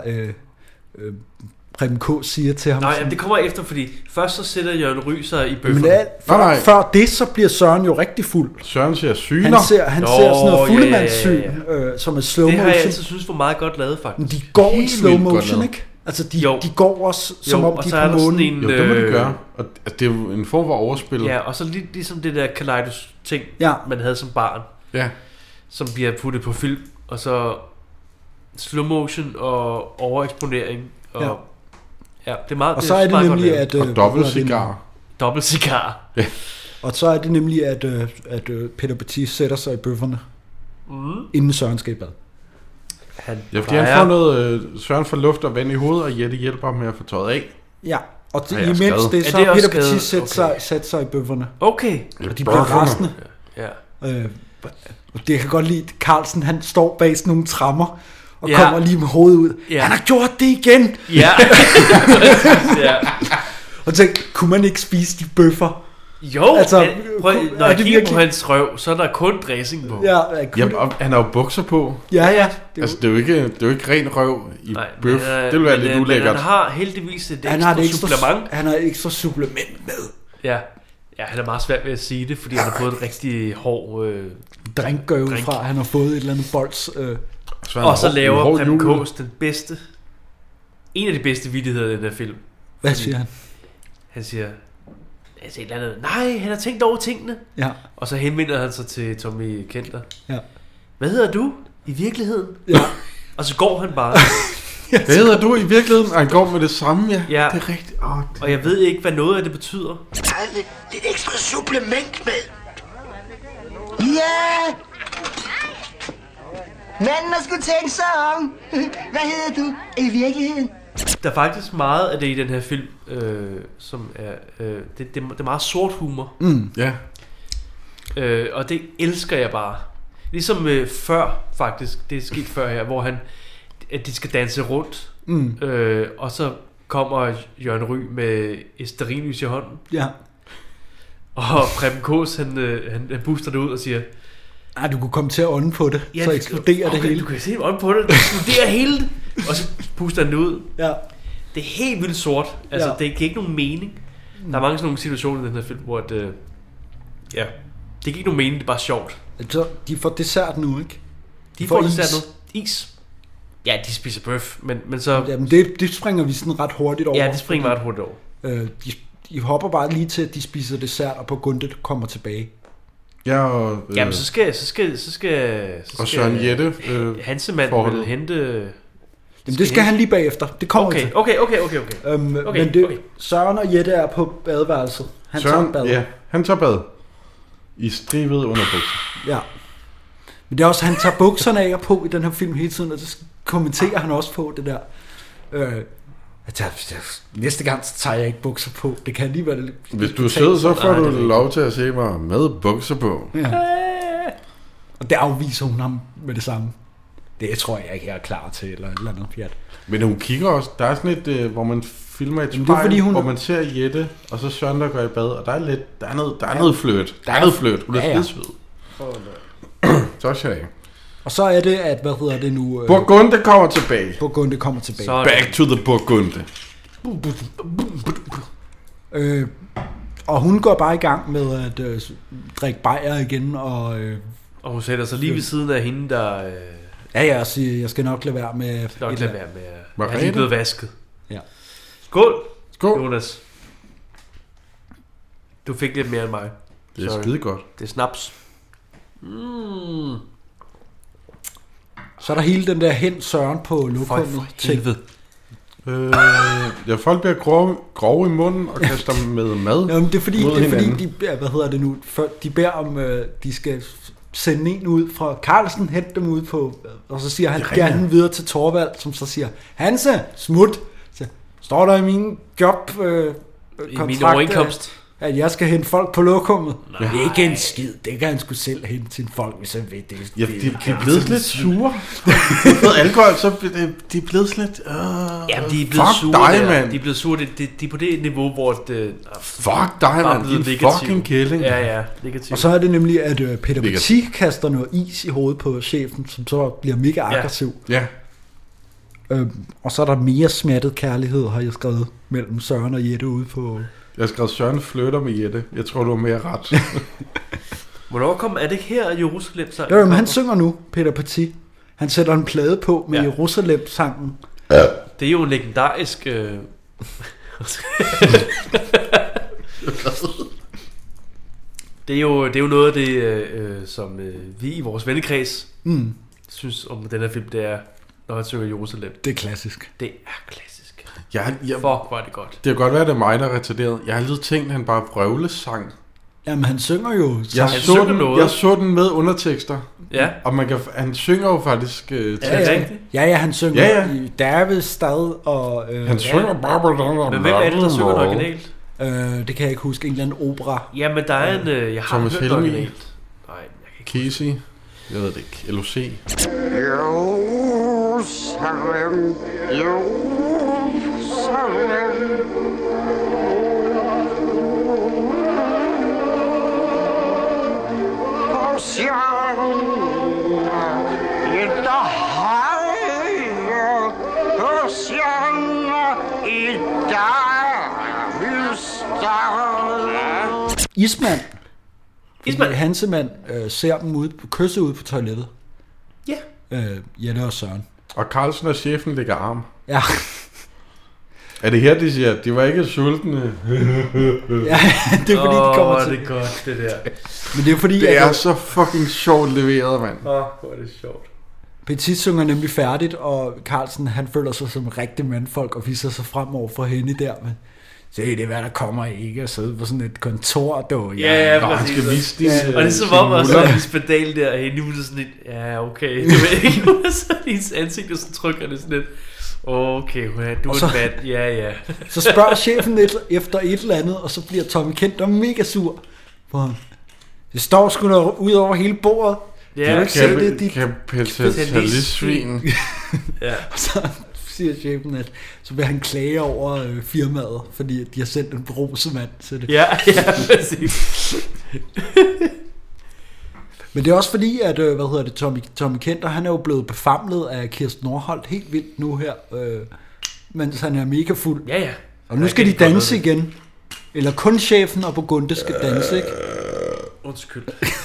Preben K. siger til ham. Nej, jamen, det kommer efter, fordi først så sætter Jørgen Ry sig i bøffen. Men før det, så bliver Søren jo rigtig fuld. Søren ser syner. Han ser sådan noget fuldemandssyn, som er slow motion. Det har jeg altid synes var meget godt lavet, faktisk. Men de går i slow motion, ikke? Altså, de går også, som om de er på månen. Jo, det må de gøre. Og det er jo en form for overspil. Ja, og så ligesom det der Kaleidos-ting, man havde som barn. Ja. Som bliver puttet på film. Og så slow motion og overeksponering. Og ja, det er meget. Og så er det nemlig at og dobbelt cigar. Ja. Og så er det nemlig at Peter Baptiste sætter sig i bøfferne inden Søren skal i bad. Fordi han får noget Søren får luft og vand i hovedet, og Jette hjælper ham med at få tøjet af. Ja. Og imens det så har Peter Baptiste sat sig i bøfferne. Okay. Og de bliver rasende. Ja. Det kan godt lide, Carlsen han står bag sådan nogle trammer og kommer lige med hovedet ud. Han har gjort det igen. Ja. Og tænk, kunne man ikke spise de bøffer Jo, altså, når jeg kigger på hans røv, så er der kun dressing på. Ja, han har jo bukser på. Ja. Det er jo ikke ren røv i bøf. Det vil være lidt ulækkert. Han har heldigvis et ekstra supplement. Han har et ekstra supplement med. Ja, han er meget svært ved at sige det, fordi han har fået et rigtig hård drink går ud fra, han har fået et eller andet bolds. Og så laver Preben Kaas den bedste, en af de bedste vittigheder i den her film. Hvad siger han? Han siger et eller andet, nej, han har tænkt over tingene. Ja. Og så henvender han sig til Tommy Kenter. Ja. Hvad hedder du i virkeligheden? Ja. Og så går han bare. Hvad hedder du i virkeligheden? Og han går med det samme, ja. Det er rigtigt. Og jeg ved ikke, hvad noget af det betyder. Det er et ekstra supplement med. Ja! Manden har sgu tænkt sig om. Hvad hedder du i virkeligheden? Der er faktisk meget af det i den her film, som er det er meget sort humor. Ja. Og det elsker jeg bare. Ligesom før faktisk, det er sket før her, hvor at de skal danse rundt, og så kommer Jørgen Ryg med et stearinlys i hånden. Ja. Og Preben Kaas, han booster det ud og siger, du kunne komme til at ånde på det, så eksploderer det hele. Du kan se ånde på det, eksploderer hele det. Og så puster han det ud. Ja. Det er helt vildt sort. Altså, det giver ikke nogen mening. Der er mange sådan nogle situationer i den her film, hvor det giver ikke nogen mening, det er bare sjovt. Så de får dessert nu, ikke? De får dessert nu. Is. Ja, de spiser bøf, men så... Jamen, det springer vi sådan ret hurtigt over. Ja, det springer ret hurtigt over. De hopper bare lige til, at de spiser dessert, og på Gunde kommer tilbage. Ja, og... Jamen, så skal og Søren Jette... Hansemand vil hente... Jamen, det skal han lige bagefter. Det kommer til. Okay. Søren og Jette er på badeværelset. Han tager bad. Ja, han tager bad. I stribede underbukser. Ja. Men det er også, han tager bukserne af og på i den her film hele tiden, og det kommenterer han også på, det der. Næste gang så tager jeg ikke bukser på. Det kan lige være lidt... Hvis du er sød, så får du lov til at se mig med bukser på. Ja. Og det afviser hun ham med det samme. Det tror jeg ikke, jeg er klar til, eller et eller andet pjat. Men hun kigger også, der er sådan et, hvor man filmer et spejl, hvor man ser Jette, og så Søren, der går i bad, og der er noget fløt. Der er noget fløt. Hun er skidsved. Så er jeg. Og så er det, at, hvad hedder det nu? Burgunde kommer tilbage. Burgunde kommer tilbage. Back to the Burgunde. Og hun går bare i gang med at drikke bajer igen, og hun sætter sig lige ved siden af hende, der... Ja, og siger, jeg skal nok lade være med... Jeg er lige blevet vasket. Ja. Skål, Jonas. Du fik lidt mere end mig. Det er skide godt. Det er snaps. Så er der hele den der hen Søren på lokummet ting. Folk bliver grove i munden og kaster dem med mad. Jamen, det er fordi de beder om, de skal sende en ud fra Carlsen, hente dem ud på, og så siger han gerne videre til Torvald, som så siger, Hanse, smut. Så står der i min job i min overindkomst, at jeg skal hente folk på lokummet. Det er ikke en skid. Det kan han sgu selv hente sine folk, hvis han ved det. Ja, de er blevet lidt sure. Med alkohol, så de er blevet lidt... Ja, de er blevet sure. Dig, mand. De er blevet sure. De er på det niveau, hvor det... Fuck dig, mand. Din fucking kælling. Ja, negativt. Og så er det nemlig, at Peter Petit kaster noget is i hovedet på chefen, som så bliver mega aggressiv. Ja. Og så er der mere smattet kærlighed, har jeg skrevet, mellem Søren og Jette ude på... Jeg har skrevet Søren flytter med Jette. Jeg tror, du har mere ret. Hvornår er det her Jerusalem-sangen? Jo, men han synger nu, Peter Petit. Han sætter en plade på med Jerusalem-sangen. Det er jo en legendarisk... det er jo noget af det, som vi i vores vennekreds synes om den her film, det er, når han synger Jerusalem. Det er klassisk. Det er klassisk. Fuck, hvor er det godt. Det kan godt være, det er mig, der er retarderet. Jeg har altid tænkt, at han bare vrøvlesang. Jamen, han synger jo. Jeg så den med undertekster. Ja. Og han synger jo faktisk Ja, han synger i Davids stad. Og, han synger bare... Men hvem er det, der synger den originalt? Det kan jeg ikke huske. En eller anden opera. Ja, men der er en... Jeg har hørt originalt. Nej, jeg kan ikke Casey. Jeg ved det ikke. LOC. Jerusalem, Jerusalem. Ismand. Hansemand ser dem kysse ud på toilettet. Ja. Jette og Søren. Og Carlsen og chefen lægger arm. Ja. Er det her, de siger, de var ikke sultne? Ja, det er fordi, de kommer til. Det er godt, det der. Men det er fordi, det er så fucking sjovt leveret, mand. Hvor er det sjovt. Petit synger nemlig færdigt, og Carlsen, han føler sig som en rigtig mandfolk, og viser sig fremover for hende der. Men se, det er hvad der kommer ikke at sidde på sådan et kontor, dog. Ja, præcis. Og det er som om også, at Lisbeth Dahl der, hende hun er sådan lidt, ja, okay. Du ved ikke, hun er sådan, hendes ansigt og så trykker det sådan lidt. Okay, du er en mand, ja. Så spørger chefen efter et eller andet, og så bliver Tommy Kent der mega sur på ham. Det står sgu da ud over hele bordet. Ja, kan du ikke se det, dit kapitalistsvin. Ja. Og så siger chefen, at så vil han klage over firmaet, fordi de har sendt en brusemand til det. Ja, præcis. Men det er også fordi, at Tommy Kenter, han er jo blevet befamlet af Kirsten Norholt helt vildt nu her, mens han er mega fuld. Ja. Og nu skal de danse igen. Eller kun chefen og Burgunde skal danse, ikke? Undskyld.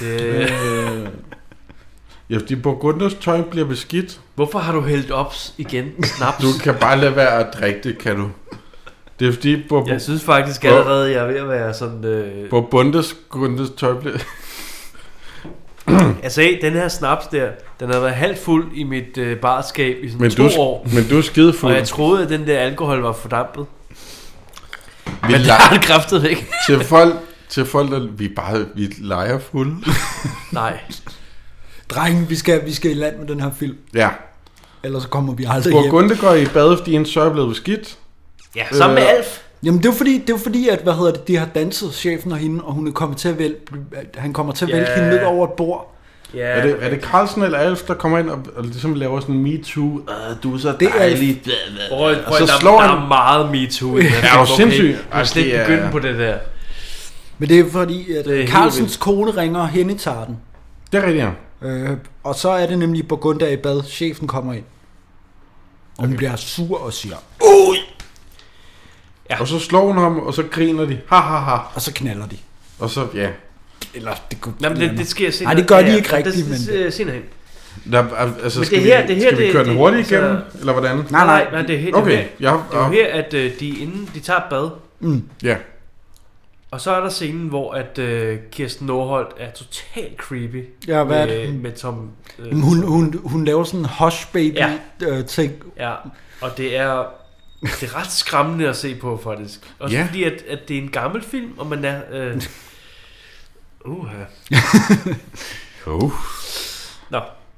Ja, fordi Burgundes tøj bliver beskidt. Hvorfor har du hældt op igen snaps? Du kan bare lade være at drikke det, kan du. Det er fordi... Jeg synes faktisk allerede, jeg er ved at være sådan... Burgundes tøj bliver... Altså, den her snaps der, den har været halvt fuld i mit barskab i sådan 2 år. Men du er skidefuld. Og jeg troede, at den der alkohol var fordampet. Men det har den kræftet ikke. til folk, der vi leger fulde. Nej. Drenge, vi skal i land med den her film. Ja. Ellers så kommer vi aldrig hjem. Burgunde går i bad, fordi en tøj er blevet beskidt. Ja, sammen med Alf. Jamen det er jo fordi, at de har danset, chefen og hende, og hun er kommet til at han kommer til at vælte hende ned over et bord. Ja, er det Carlsen eller Alf, der kommer ind og ligesom laver sådan en MeToo? Du er så dejlig. Og så slår han... Der er meget MeToo. Ja, det er jo sindssygt. Jeg er slet ikke begyndt på det der. Men det er fordi, at Carlsens kone ringer, og hende tager den. Det er rigtigt, ja. Og så er det nemlig Burgunde i bad. Chefen kommer ind. Og hun bliver sur og siger, ui! Ja. Og så slår hun ham, og så griner de. Ha, ha, ha. Og så knaller de. Og så, ja. Eller det kunne... Jamen, det sker senere. Nej, det gør de ikke rigtigt, men... Det senere hen. Altså, men skal vi køre den hurtigt igennem, eller hvordan? Nej, det er helt okay. Det er jo her, at inden de tager bad. Ja. Og så er der scenen, hvor at Kirsten Norholt er totalt creepy. Ja, hvad er det? Med Tom... Hun laver sådan en hush baby ting. Ja, og det er ret skræmmende at se på, faktisk. Også fordi, at det er en gammel film, og man er... Nå.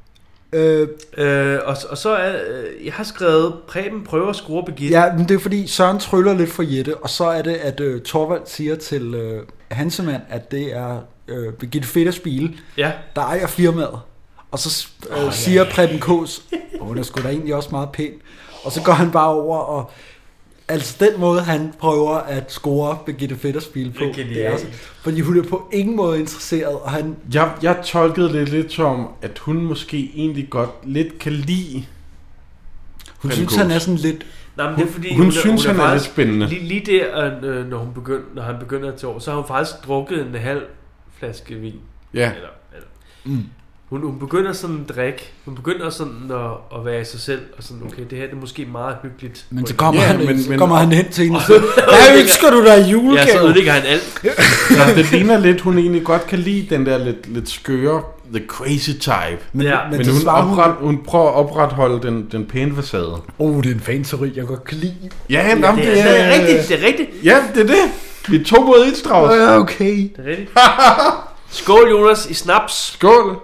Og så er... jeg har skrevet, Preben prøver at skrue Birgitte. Ja, men det er fordi, Søren tryller lidt for Jette, og så er det, at Thorvald siger til Hansemand, at det er Birgitte Fedderspil, der ejer firmaet. Og så siger Preben Kås, hun er sgu da egentlig også meget pæn. Og så går han bare over og... Altså den måde, han prøver at score Birgitte Fedderspil på, det er altså, fordi hun er på ingen måde interesseret, og han... Jeg tolkede det lidt som, at hun måske egentlig godt lidt kan lide... Hun synes, han er sådan lidt... Nej, men det er fordi, hun synes, han er lidt spændende. Lige der, når han begynder til år, så har hun faktisk drukket en halv flaske vin. Ja. Hun begynder sådan at drikke. Hun begynder sådan at være i sig selv. Og sådan, okay, det her det er måske meget hyggeligt. Men så kommer, han hen til hende og siger, hvad ønsker du der i julegave? Ja, så ødelægger han alt. Ja, det ligner lidt, hun egentlig godt kan lide den der lidt skøre, the crazy type. Men hun prøver at opretholde den pæne facade. Det er en fanteori, jeg godt kan lide. Ja, det er rigtigt. Det er rigtigt. Ja, det er det. Vi er 2 mod 1, Strauss. Ja, okay. Det er rigtigt. Skål, Jonas, i snaps. Skål.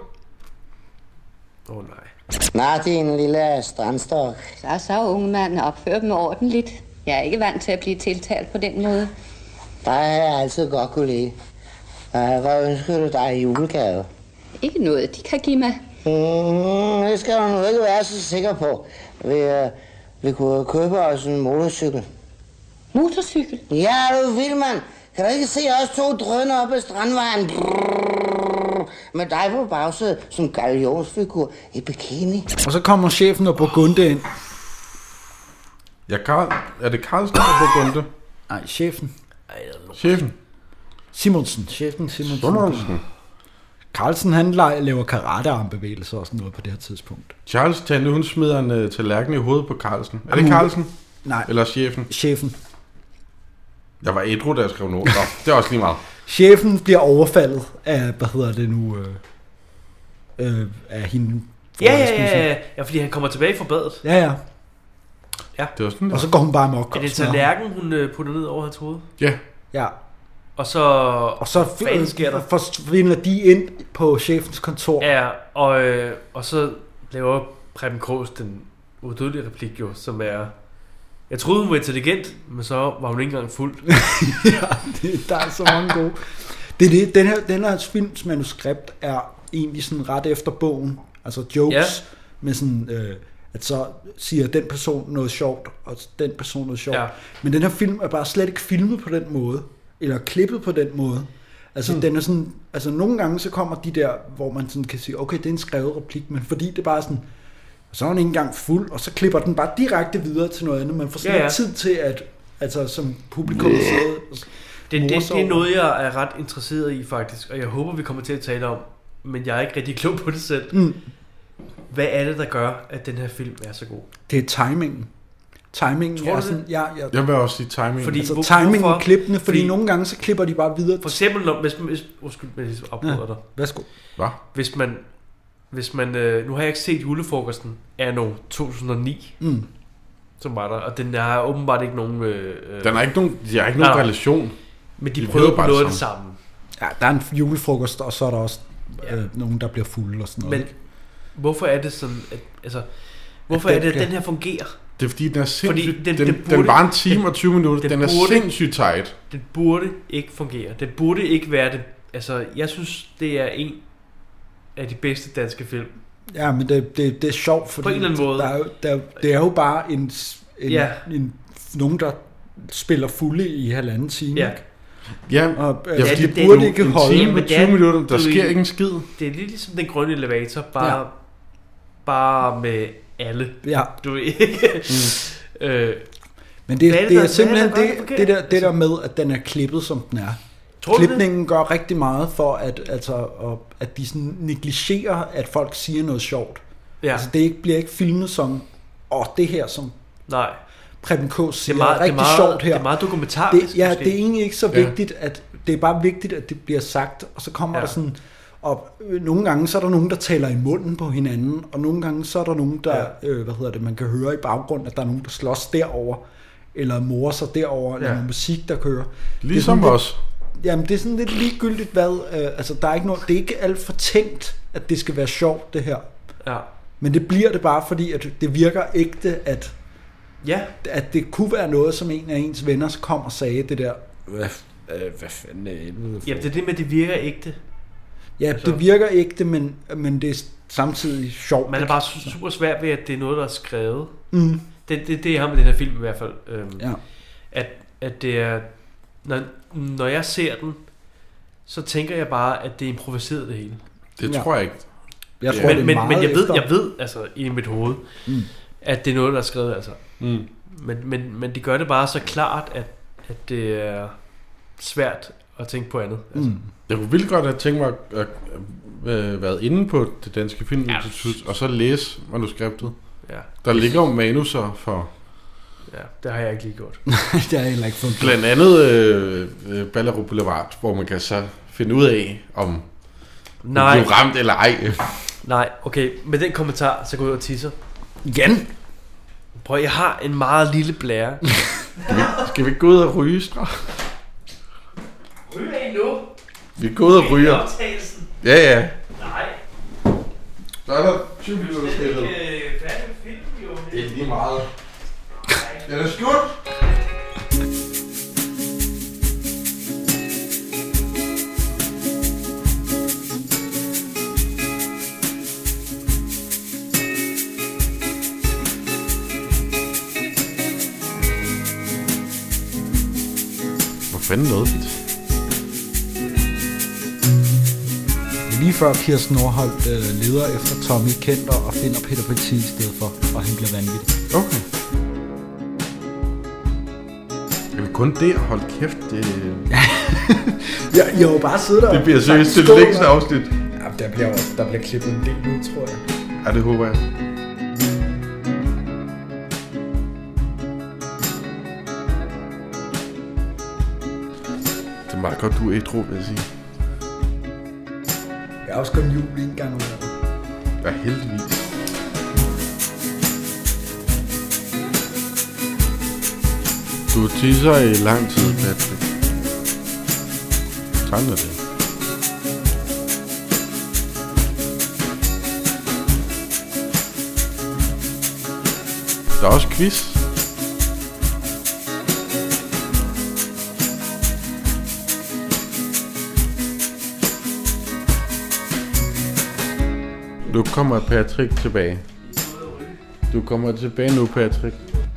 Nej, din lille strandstok. Så unge mand, opfør dem ordentligt. Jeg er ikke vant til at blive tiltalt på den måde. Der har jeg altid godt kunne lide. Hvad ønsker du dig i julegave? Ikke noget, de kan give mig. Det skal du nu ikke være så sikker på. Vi kunne købe os en motorcykel. Motorcykel? Ja, du vil, mand. Kan du ikke se os 2 drønner op ad Strandvejen? med dig på bagsædet som gallionsfigur i bikini. Og så kommer chefen og Burgunde ind. Ja, er det Carlsen og Burgunde? Nej, chefen. Chefen? Simonsen. Carlsen, han laver karatearmbevægelser og sådan noget på det her tidspunkt. Charles Tante, hun smider en tallerken i hovedet på Carlsen. Er det Carlsen? Nej. Eller chefen? Chefen. Jeg var ædru, da jeg skrev noget. Det er også lige meget. Chefen bliver overfaldet af, af hende. Ja, fordi han kommer tilbage fra badet. Ja. Det var sådan, og så går hun bare amok. Er det tallerken, hun putter ned over hans hoved? Ja. Og så forsvinder de ind på chefens kontor. Ja, og så laver Preben Kaas den udødelige replik jo, som er... Jeg troede, hun var intelligent, men så var hun ikke engang fuld. Der er så mange gode. Den her films manuskript er egentlig sådan ret efter bogen. Altså jokes med sådan... at så siger den person noget sjovt, og den person noget sjovt. Ja. Men den her film er bare slet ikke filmet på den måde, eller klippet på den måde. Altså den er sådan, altså nogle gange så kommer de der, hvor man sådan kan sige, okay, det er en skrevet replik, men fordi det bare sådan, så er den ikke engang fuld, og så klipper den bare direkte videre til noget andet. Man får slet ikke tid til at, altså som publikum det er noget, jeg er ret interesseret i faktisk, og jeg håber, vi kommer til at tale om, men jeg er ikke rigtig klog på det selv. Hvad er det, der gør, at den her film er så god? Det er timingen. Timingen er sådan... Jeg vil også sige timingen. Fordi, altså timingen klippende, fordi nogle gange så klipper de bare videre. For eksempel, hvis jeg afbryder dig. Værsgo. Hvad? Hvis man nu har jeg ikke set Julefrokosten anno 2009, som var der, og den har åbenbart ikke nogen... den har ikke nogen, relation. Men de prøver på noget af det samme. Ja, der er en julefrokost, og så er der også nogen, der bliver fulde og sådan noget. Men hvorfor er det sådan, hvorfor er det, at den her fungerer? Det er fordi, den er sindssygt... Den var en time og 20 minutter. Den er sindssygt tight. Den burde ikke fungere. Den burde ikke være det... Altså, jeg synes, det er en af de bedste danske film. Ja, men det er sjovt, fordi... På en eller anden måde. Det er jo bare nogen, der spiller fulde i 1,5 time. Ja. Fordi det burde ikke holde med 20 minutter. Der sker ikke en skid. Det er lidt ligesom den grønne elevator, bare med alle. Ja. Du ikke? Men det er simpelthen det der med, at den er klippet, som den er. Klipningen gør rigtig meget for, at de sådan negligerer, at folk siger noget sjovt. Ja. Altså, det bliver ikke filmet som, det her som... Nej. Preben Kaas siger, det er rigtig sjovt her. Det er meget dokumentarisk. Det er egentlig ikke så vigtigt, at det er bare vigtigt, at det bliver sagt, og så kommer der sådan... Og nogle gange så er der nogen, der taler i munden på hinanden, og nogle gange så er der nogen, der, man kan høre i baggrunden, at der er nogen, der slås derover eller morer sig derover eller noget musik, der kører. Ligesom os. Jamen, det er sådan lidt ligegyldigt, hvad... der er ikke noget... Det er ikke alt for tænkt, at det skal være sjovt, det her. Ja. Men det bliver det bare, fordi at det virker ægte, at det kunne være noget, som en af ens venner kom og sagde det der... Hvad fanden er det? Jamen, det er det med, det virker ægte. Ja, altså, det virker ægte, men det er samtidig sjovt. Man er bare super svært ved, at det er noget, der er skrevet. Det har med den her film i hvert fald. At det er... Når jeg ser den, så tænker jeg bare, at det er improviseret det hele. Det tror jeg ikke. Jeg tror, men jeg ved altså i mit hoved, at det er noget, der er skrevet altså. Men det gør det bare så klart, at det er svært at tænke på andet. Altså. Jeg kunne vildt godt have tænkt mig at været inde på det Danske Filminstitut, og så læse manuskriptet. Ja. Der ligger jo manuser for... Ja, det har jeg ikke lige gjort. Det har jeg heller ikke fået. Blandt andet Ballerup Boulevard, hvor man kan så finde ud af, om du bliver ramt eller ej. Nej, okay. Med den kommentar, så går jeg ud og tisser. Igen? Prøv, jeg har en meget lille blære. Skal vi gå ud og ryge, Strå? Ryger I nu? Vi går ud og ryger. Ja. Nej. Så er der 20 minutter spillet. Det er lige meget. Den er slut. Hvor fanden nåede vi? lige før Kirsten Nordholt leder efter Tommy Kenter og finder Peter Petit i stedet for, og han bliver vanvittig. Okay. Jamen kun det, hold kæft, det... Jeg har jo bare siddet der. Det bliver seriøst det længste afsnit. Ja, der bliver klippet en del ud, tror jeg. Ja, det håber jeg. Det er meget godt, du er ædru, vil jeg sige. Jeg har også kun jul en gang ud af det. Ja, heldigvis. Du tisser i lang tid, Patrick. Sådan er det. Der er også quiz. Nu kommer Patrick tilbage. Du kommer tilbage nu, Patrick.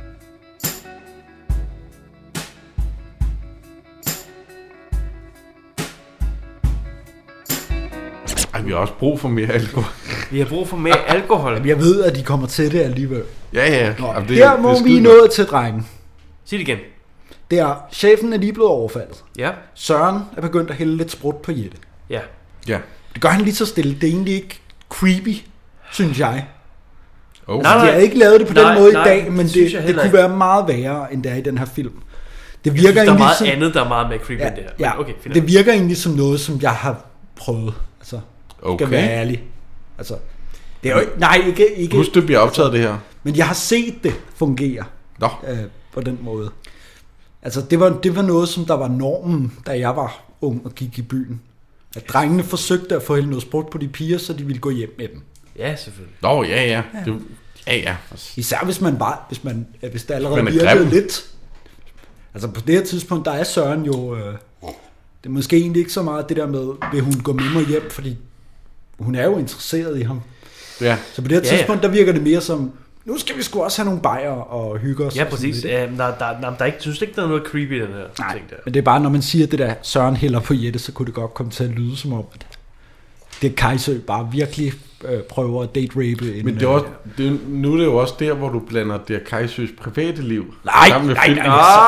Ej, vi har også brug for mere alkohol. Vi har brug for mere alkohol. Jamen, jeg ved, at de kommer til det alligevel. Ja. Jamen, der må vi nået til, drengen. Sig det igen. Det er, chefen er lige blevet overfaldet. Ja. Søren er begyndt at hælde lidt sprut på Jette. Ja. Det gør han lige så stille. Det er egentlig ikke creepy, synes jeg. Oh. Altså, de har ikke lavet det på den måde i dag, men det kunne være meget værre, end det er i den her film. Det virker der er meget som, andet, der er meget mere creepy end det her. Ja, okay, det virker egentlig som noget, som jeg har prøvet. Altså, skal være ærlig. Altså, det er jo ikke. Husk, det bliver optaget det her. Men jeg har set det fungere. Nå. På den måde. Altså, det var noget, som der var normen, da jeg var ung og gik i byen. At drengene forsøgte at få hældt noget sprut på de piger, så de ville gå hjem med dem. Ja, selvfølgelig. Nå, ja. Ja. Især hvis det allerede virkede lidt. Altså på det her tidspunkt, der er Søren jo... det er måske egentlig ikke så meget det der med, vil hun gå med mig hjem, fordi hun er jo interesseret i ham. Ja. Så på det her tidspunkt, der virker det mere som, nu skal vi sgu også have nogle bajer og hygge os. Ja, præcis. Der er ikke, synes ikke, der er noget creepy i den her ting der. Men det er bare, når man siger det der, Søren hælder på Jette, så kunne det godt komme til at lyde som om, at det Kajsø bare virkelig prøver at date-rape. Men nu er det jo også der, hvor du blander det Kajsøs private liv. Nej. Hvad?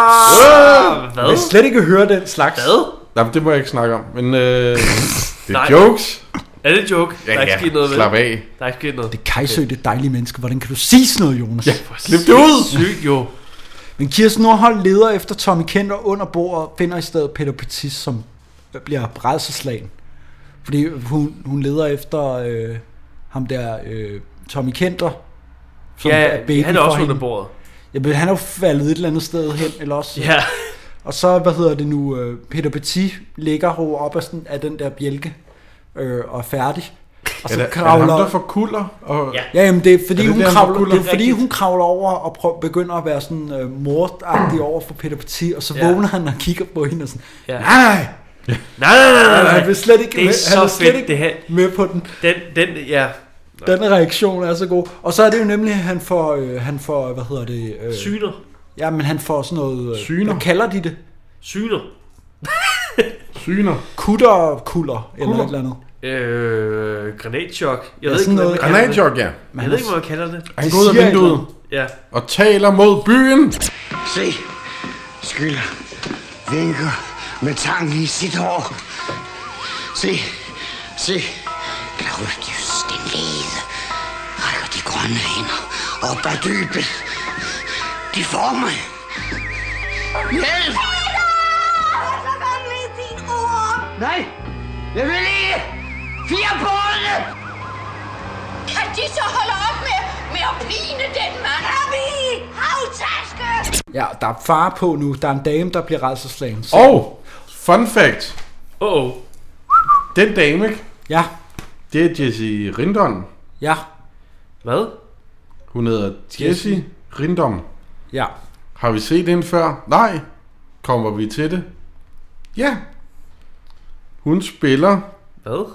Jeg vil slet ikke høre den slags. Hvad? Nej, det må jeg ikke snakke om. Men det er jokes. Er det joke? Ja, der er ikke sket noget slap af. Der er ikke sket noget. Det er Kajsø, det dejlige menneske. Hvordan kan du sige sådan noget, Jonas? Ja, slip det ud! Sygt jo. Men Kirsten Nordholt leder efter Tommy Kenter under bordet og finder i stedet Peter Petit, som bliver rædselsslagen. Fordi hun leder efter ham der, Tommy Kenter. Som er baby han er også under bordet. Ja, han er jo faldet et eller andet sted hen, eller også. Ja. Og så, Peter Petit ligger op af den der bjælke og er færdig. Og så kravler... Er det ham, der forkulder? Og... Ja, jamen det er fordi, hun kravler over og begynder at være sådan mordagtig over for Peter Petit, og så vågner han og kigger på hende og sådan, nej! Han vil slet ikke, det er så fedt, det her. Med på den. Den reaktion er så god. Og så er det jo nemlig, at han får syner. Ja, men han får sådan noget... Syner? Hvad kalder de det? Syner. Kutter, eller et eller andet. Granatchok. Jeg ved ikke, noget granatchok, ja. Jeg ved ikke, hvad man kalder det. Han går ud af vinduet og taler mod byen. Se, skylder, vinker med tangen i sit hår. Se, Claudius, den lede, rækker de grønne hænder op ad dybet. De får mig. Hjælp! Nej, jeg vil ikke! 4 bålene! Kan de så holde op med at pine den mand? Abi! Havtaske! Ja, der er far på nu. Der er en dame, der bliver rædselsslagen. Fun fact. Den dame, ikke? Ja. Det er Jessie Rindon. Ja. Hvad? Hun hedder Jessie Rindon. Ja. Har vi set hende før? Nej. Kommer vi til det? Ja. Hun spiller... Hvad?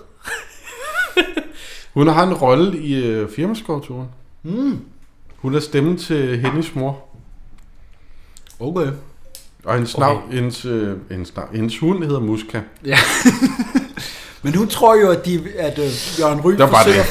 Hun har en rolle i Firmaskovturen. Mm. Hun er stemmen til Hennys mor. Okay. Og hendes hund hedder Muska. Ja. Men hun tror jo, at Jørgen Ryg forsøger...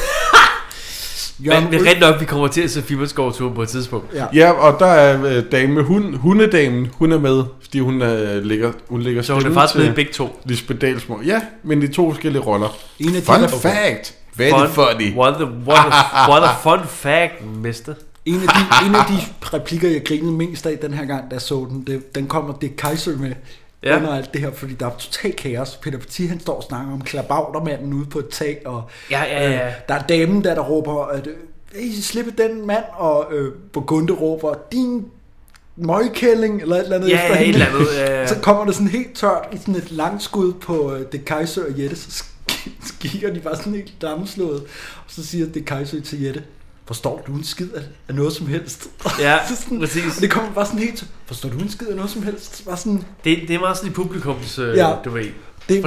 Men det er rent nok, vi kommer til at se Filmskovturen på et tidspunkt. Ja, og der er hundedamen, hun er med, fordi hun ligger så hun er faktisk med i begge to. Lisbeth Dahlsmo. Ja, men i 2 forskellige roller. Fun fact. Very funny. What a fun fact, mister. En af de replikker, jeg grinede mest af den her gang, da jeg så den kommer Dick Kaiser med under alt det her, fordi der er totalt kaos. Peter Petit, han står og snakker om klabautermanden ude på et tag, og der er damen der råber, at slippe den mand, og Burgunde råber, din møgkælling, eller et eller andet efter hende. Et eller andet. Så kommer det sådan helt tørt i sådan et langskud på Dick Kaiser og Jette, så kigger de bare sådan helt dammeslået, og så siger Dick Kaiser til Jette, forstår du en skid af noget som helst? Ja, sådan, præcis. Og det kommer bare sådan helt, forstår du en skid af noget som helst? Bare sådan, det er meget sådan i publikums, du ved. Det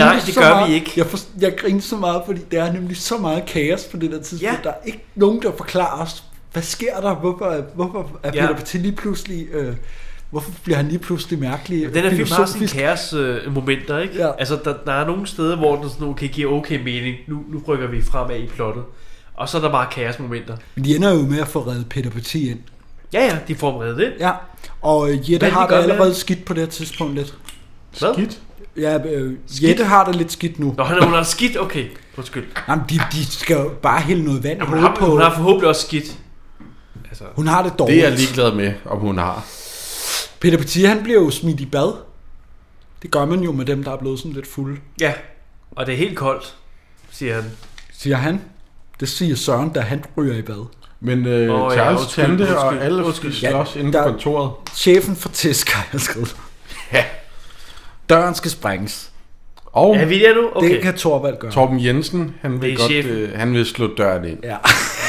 gør vi ikke. Jeg griner så meget, fordi det er nemlig så meget kaos på det der tidspunkt. Ja. Der er ikke nogen, der forklarer os, hvad sker der? Hvorfor er Peter Petit lige pludselig... hvorfor bliver han lige pludselig mærkelig? Den her film har sine kaos-momenter, ikke? Ja. Altså, der er nogle steder, hvor den sådan, giver okay mening. Nu rykker vi fremad i plottet. Og så er der bare kaos-momenter. Men de ender jo med at få reddet Peter Petit ind. Ja, de får ham reddet ind. Ja, og Jette har det allerede skidt på det her tidspunkt lidt. Hvad? Skidt? Ja, Jette har det lidt skidt nu. Nå, hun har skidt? Okay, undskyld. Jamen, de skal jo bare hælde noget vand hun har forhåbentlig også skidt. Altså, hun har det dårligt. Det er jeg ligeglad med, om hun har. Peter Petit, han bliver jo smidt i bad. Det gør man jo med dem, der er blevet sådan lidt fulde. Ja, og det er helt koldt, siger han. Siger han? Det siger Søren, da han ryger i bad. Men Charles tante og alle slås inde på kontoret. Chefen for Tisk har jeg skrevet. Ja. Døren skal sprænges. Og er vi der nu? Okay. Det kan Thorvald gøre. Torben Jensen, han vil godt, han vil slå døren ind. Ja.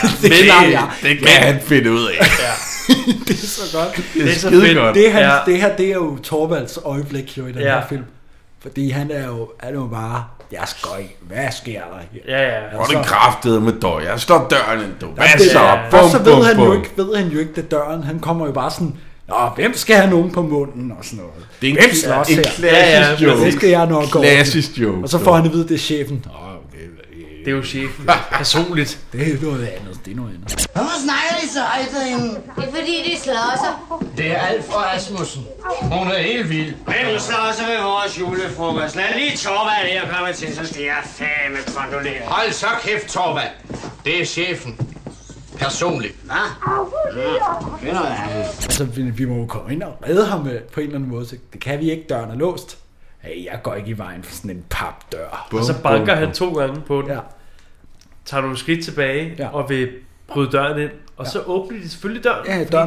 det kan han finde ud af. Ja. Det er så godt. Det er så fedt. Det her, det er jo Thorvalds øjeblik jo i den her film. Fordi han er jo bare, jeg skal ikke, hvad sker der? Ja. Og det kraftede med dør. Jeg slår døren ind, du. Hvad så? Ved han jo ikke, at døren, han kommer jo bare sådan, nå, hvem skal have nogen på munden og sådan noget? Det er en klassisk joke. Det skal jeg nok gå. Klassisk joke. Og så får han at vide, det er chefen. Det er jo chefen. Personligt. Det er noget andet. Hvorfor snakker de så højt derinde? Det er fordi, de slåsser. Det er alt for Asmussen. Hun er helt vild. Men du slåsser ved vores julefrokost. Lad lige Thorvald her komme til, så skal jeg fandme kondolere. Hold så kæft, Thorvald. Det er chefen. Personligt. Hvad? Det er noget andet. Altså, vi må jo komme ind og redde ham på en eller anden måde. Det kan vi ikke, døren er låst. Hey, jeg går ikke i vejen for sådan en papdør. Og så banker han 2 gange på den. Ja. Tager nogle skridt tilbage og vil bryde døren ind. Og så åbner de selvfølgelig døren. Ja, døren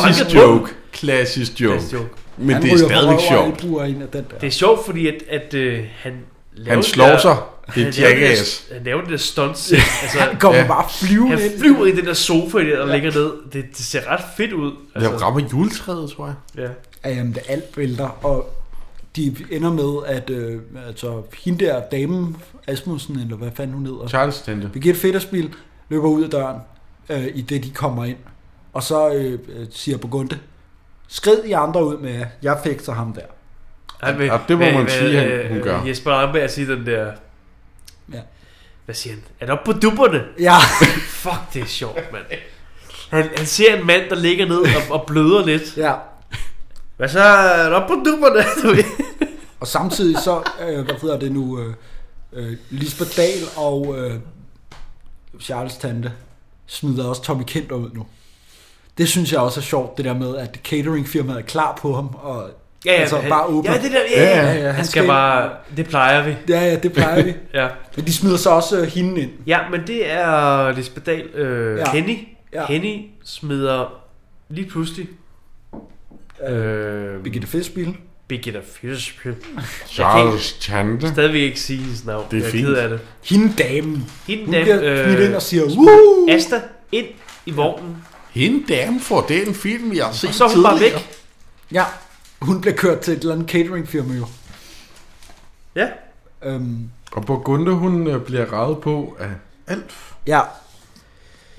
Klassisk joke. Men han det er stadigvæk sjovt. Det er sjovt, fordi at han slår sig. Det er jackass. Han laver det der stunt. Altså, han kommer bare flyvende ind. Han flyver i den der sofa der ligger ned. Det ser ret fedt ud. Altså. Det rammer juletræet, tror jeg. Ja. Jamen, det er alt vælter. Og de ender med, at hende der damen, Asmussen, eller hvad fanden hun hedder, Charles tante, Birgitte Fedderspil, løber ud af døren, i det de kommer ind. Og så siger Burgunde, skrid I andre ud med, jeg fikser ham der. Ja, det må man sige, hun gør. Jesper Arnberg siger den der... Ja. Hvad siger han? Er det oppe på dupperne? Ja. Fuck, det er sjovt, mand. Han ser en mand, der ligger ned og bløder lidt. Ja. Hvad så? Er det oppe på dupperne? Og samtidig så, Lisbeth Dahl og Charles tante smider også Tommy Kenter ud nu. Det synes jeg også er sjovt, det der med, at cateringfirmaet er klar på ham, og bare åbner. Ja, det der, han skal bare, det plejer vi. Ja, det plejer vi. Ja. Men de smider så også hende ind. Ja, men det er Lisbeth Dahl, Henny. Ja. Henny smider lige pludselig Birgitte Fedderspil. Birgitte Fedderspil. Charles tante. Stadigvæk ikke sige hendes navn. Det er fint. Jeg er ked af det. Hende damen. Hun bliver knyttet ind og siger, Asta ind i vognen. Hende dame får den film, jeg har set og så er hun bare væk. Ja, hun bliver kørt til et eller andet cateringfirma jo. Ja. Og Burgunde, hun bliver raget på af Alf. Ja.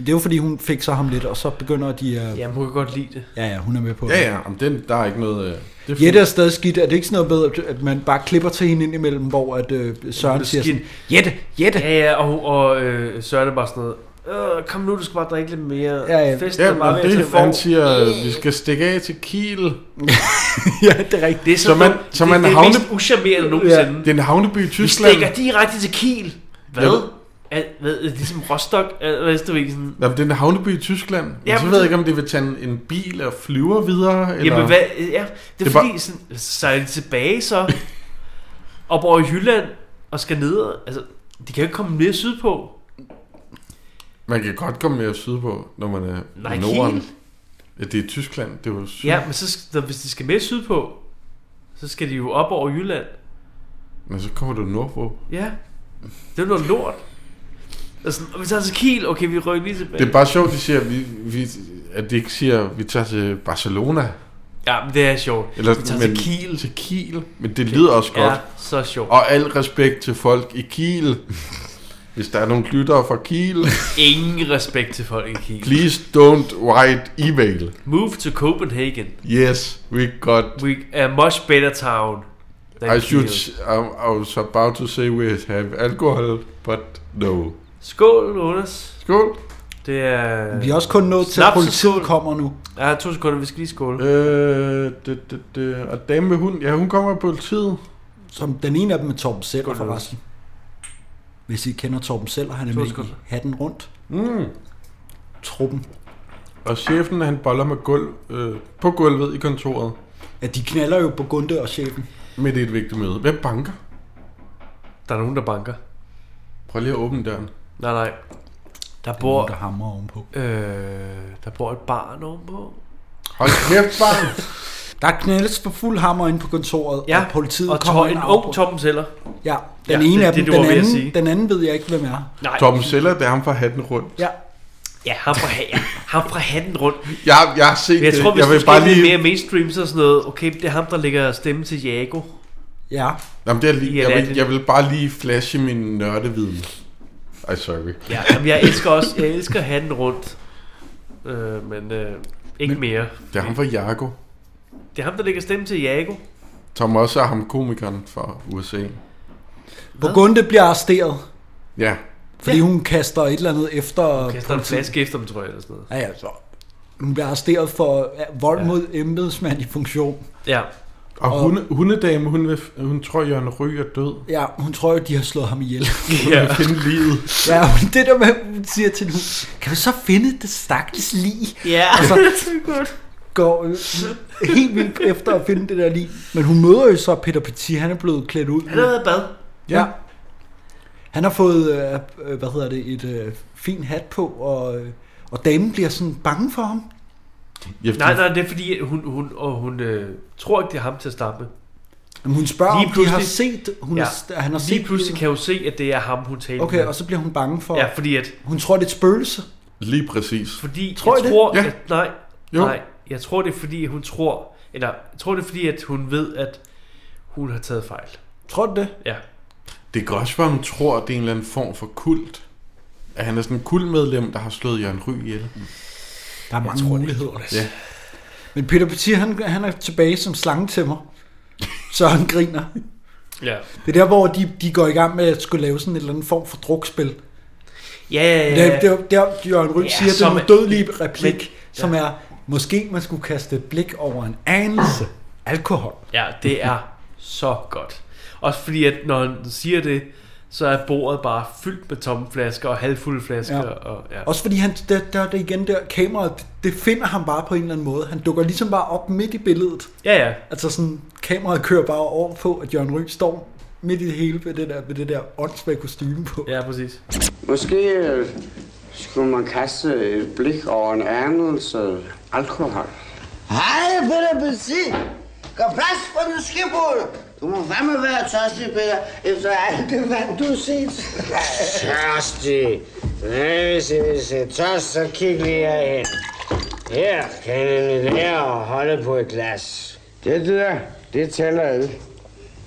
Det er jo fordi, hun fikser ham lidt, og så begynder de at... Ja, hun kan godt lide det. Ja, hun er med på det. Ja, der er ikke noget... Jette er stadig skidt. Er det ikke sådan noget bedre, at man bare klipper til hende ind imellem, hvor at, Søren siger sådan, Jette! Ja, og Søren er bare sådan noget, kom nu, du skal bare drikke lidt mere. Ja. Festen er bare ved at han siger, vi skal stikke af til Kiel. Ja, det er rigtigt. Det er så man det er mest uschammerende nogensinde. Ja. Det er en havneby i Tyskland. Vi stikker direkte til Kiel. Hvad? Ligesom Rostock? Sådan... Jamen, det er en havneby i Tyskland. Ja, så ved jeg ikke, om det vil tage en bil og flyver videre. Eller... Jamen, det er fordi, så er de tilbage så, op over i Jylland, og skal ned. Altså, de kan jo ikke komme mere sydpå. Man kan godt komme mere sydpå, når man er i Norden. Ja, det er Tyskland, det er jo syd. Ja, men så, hvis de skal mere sydpå, så skal de jo op over Jylland. Men så kommer du nordpå. Ja, det er noget lort. Altså, vi tager til Kiel, okay, vi rykker lige tilbage. Det er bare sjovt, de siger, at de ikke siger, vi tager til Barcelona. Ja, men det er sjovt. Eller, vi tager til Kiel. Til Kiel, men det lyder også godt. Ja, så sjovt. Og al respekt til folk i Kiel. Hvis der er nogle lyttere fra Kiel. Ingen respekt til folk i Kiel. Please don't write email. Move to Copenhagen. Yes, we a much better town. I was about to say we have alcohol, but no. Skål, Jonas. Skål. Det er... Vi er også kun nået til, at politiet kommer nu. Ja, 2 sekunder, vi skal lige skåle. Og dame med hund, ja, hun kommer af politiet. Som den ene af dem med Torben Seller forresten. Hvis I kender Torben Seller, han er med i Hatten Rundt. Truppen. Og chefen, han boller med på gulvet i kontoret. Ja, de knaller jo på Gunde og chefen. Med et vigtigt møde. Hvem banker? Der er nogen, der banker. Prøv lige at åbne døren. Nej. Der bor... Nogen, der hamrer ovenpå. Der bor et barn ovenpå. Hold kæft, barn! Der er knældes for fuld hammer inde på kontoret, ja, og politiet og kommer ind. En ung Torben Seller. Ja, ene af dem, den anden ved jeg ikke, hvem er. Nej. Torben Seller, det er ham fra Hatten Rundt. Ja. Ja, ham fra Hatten Rundt. Jeg har set det. Jeg tror, hvis du skal lidt mere mainstream, så sådan noget, okay, det er ham, der lægger stemme til Jago. Ja. Jamen, det er lige, jeg vil bare lige flashe min nørdeviden. Ej, sorry. Ja, jamen, jeg elsker Hatten Rundt. Men ikke mere. Det er ham fra Jago. Det er ham, der lægger stemme til Jago. Tom også er ham komikeren fra USA. Burgunde bliver arresteret. Ja. Fordi hun kaster et eller andet efter... Hun kaster en flaske efter dem, tror jeg, eller sådan noget. Ja, så. Hun bliver arresteret for vold mod embedsmand i funktion. Ja. Og hundedame, hun tror, Jørgen Ryg er død. Ja, hun tror, de har slået ham ihjel. Hun vil finde livet. Ja, det der med, hun siger til hende, kan du så finde det stakkels lig? Ja, altså, det er godt. Går helt vildt efter at finde det der lig. Men hun møder jo så Peter Petit, han er blevet klædt ud. Han har været bad. Ja. Han har fået, et fint hat på, og damen bliver sådan bange for ham. Nej, det er fordi, hun tror ikke, det er ham til at starte med. Men hun spørger, om de har set... han har set lige pludselig kan hun se, at det er ham, hun taler med. Okay, og så bliver hun bange for... Ja, fordi at... Hun tror, det er et spøgelse. Lige præcis. Fordi tror jeg tror... Ja. Nej, jeg tror, det er fordi, hun tror... Eller, jeg tror, det er fordi, at hun ved, at hun har taget fejl. Tror du det? Ja. Det kan også være, hun tror, at det er en eller anden form for kult. At han er sådan en kultmedlem, der har slået Jørgen Ryg ihjel. Der er mange muligheder. Ja. Men Peter Petit, han er tilbage som slangetæmmer. Så han griner. Ja. Det er der, hvor de går i gang med at skulle lave sådan en eller anden form for drukspil. Ja. Der Jørgen Ryg siger, det er en dødelig replik, som er, måske man skulle kaste et blik over en anelse alkohol. Ja, det er så godt. Også fordi, at når han siger det, så er bordet bare fyldt med tomme flasker og halvfulde flasker. Ja. Og, ja. Også fordi der igen der kameraet, det finder ham bare på en eller anden måde. Han dukker ligesom bare op midt i billedet. Ja. Altså sådan, kameraet kører bare over på, at Jørgen Ryg står midt i det hele med det der åndssvage kostyme på. Ja, præcis. Måske skulle man kaste et blik over en anelse alkohol. Hej, Peter Petit. Gør plads på den skibrulle. Du må fandme være tørstig, Peter, efter alt det vand, du har set. Tørstig? Hvis jeg tørst, så kig lige herhen. Her kan jeg lære at holde på et glas. Det der, det tæller ikke.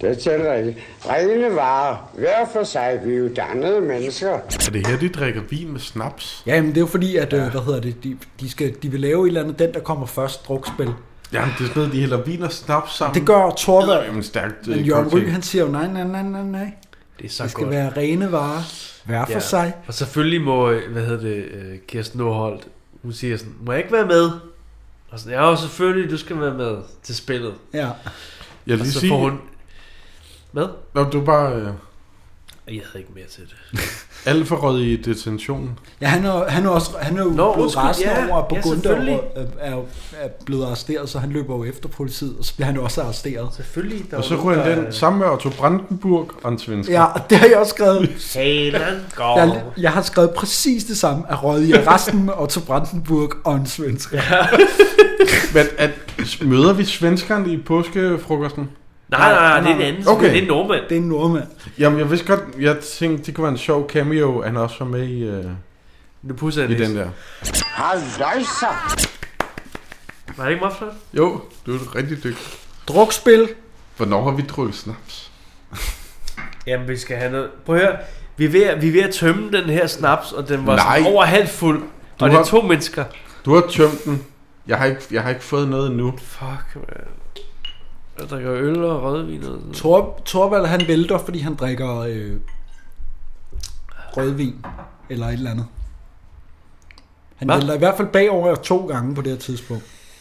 Det er rigtigt. Rene varer. Hver for sig. Vi er jo dannede mennesker. Er det her, de drikker vin med snaps? Ja, men det er jo fordi, at de vil lave et eller andet, den der kommer først, drukspil. Jamen, det er sådan noget, de hælder vin og snaps sammen. Det gør Thorvald. Men stærkt. Men Jørgen Ryg, han siger jo nej. Det er så det skal godt. være rene varer. Hver for sig. Og selvfølgelig må, Kirsten Nordholt, hun siger sådan, må jeg ikke være med? Og sådan, ja, selvfølgelig, du skal være med til spillet. Ja. Jeg lige sige... hun... Hvad? Nå, du bare... Jeg havde ikke mere til det. Alt for rød i detentionen. Ja, han er jo blevet rasende over, at Burgunder er blevet arresteret, så han løber jo efter politiet, og så bliver han jo også arresteret. Selvfølgelig. Og så ryger han den sammen med Otto Brandenburg og en svensker. Ja, det har jeg også skrevet. Jeg har skrevet præcis det samme, at røget i arresten med Otto Brandenburg og en svensker. Ja. Men møder vi svenskerne i påskefrokosten? Nej, det er en anden. Okay. Det er en nordmand. Det er en nordmand. Jamen, jeg vidste godt, jeg tænkte, det kunne være en sjov cameo, han også var med i, i den der. Halløjsa! Var det ikke meget flot? Jo, du er rigtig dygtig. Drukspil. Hvornår har vi drukket snaps? Jamen, vi skal have noget. Prøv at høre. Vi er ved at tømme den her snaps, og den var sådan over halvt fuld. Og det er 2 mennesker. Du har tømt den. Jeg har ikke fået noget endnu. Fuck, man. Jeg drikker øl og rødvin og Thorvald, han vælter, fordi han drikker rødvin eller et eller andet. Han vælter i hvert fald bagover 2 gange på det her tidspunkt.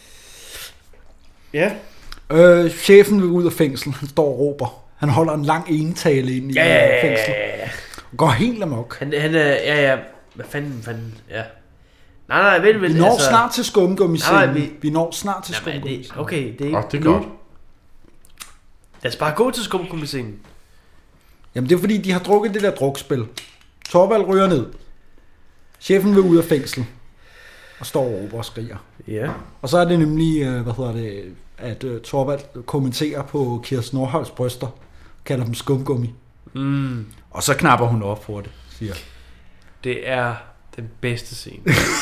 Ja. Chefen vil ud af fængsel. Han står og råber. Han holder en lang enetale ind i fængsel. Og går helt amok. Han er... Hvad fanden, ja. Nej, vent. Vi når snart til skumgummiscenen. Vi når snart til skumgummiscenen. Okay, det er ikke... det er godt. Lad os bare gå til skumgummiscenen. Jamen det er fordi, de har drukket det der drukspil. Thorvald ryger ned. Chefen vil ud af fængsel. Og står og råber og skriger. Ja. Og så er det nemlig, at Thorvald kommenterer på Kirsten Nordholts bryster. Kalder dem skumgummi. Mm. Og så knapper hun op på det, siger. Det er den bedste scene.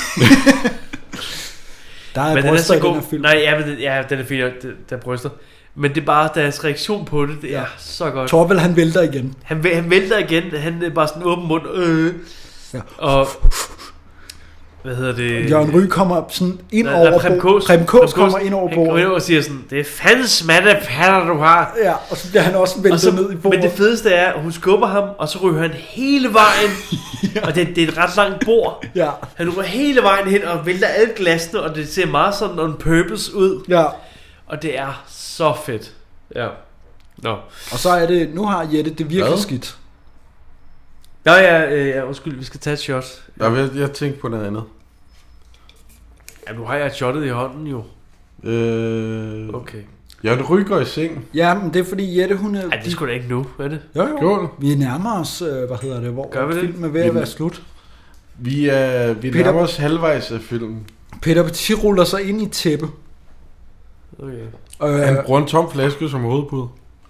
Der er bryster i den her film. Nej, den er fin, der er bryster. Men det er bare deres reaktion på det, det er så godt. Thorvald, han vælter igen. Han vælter igen, han er bare sådan åben mund. Ja. Og hvad hedder det? Jørgen Ryg kommer sådan ind over Preben Kaas kommer ind over bordet. Han og siger sådan, det er fandens mandepatter, du har. Ja, og så bliver han også væltet ned i bordet. Men det fedeste er, at hun skubber ham, og så ryger han hele vejen. Og det er et ret langt bord. Ja. Han ryger hele vejen hen og vælter alle glasene, og det ser meget sådan on purpose ud. Ja. Og det er så fedt. Ja. Nå. Og så er det, nu har Jette det virkelig skidt. Ja, undskyld, vi skal tage et shot. Jeg tænkte på noget andet. Ja, nu har jeg shottet i hånden jo. Okay. Jeg ryger i seng. Ja, men det er fordi Jette, hun er... Ej, det er sgu da ikke nu, er det? Jo. Vi nærmer os, hvor filmen er ved at være slut. Vi nærmer os halvvejs af filmen. Peter Petit ruller sig ind i et tæppe. Okay. Han bruger en tom flaske som hovedpude.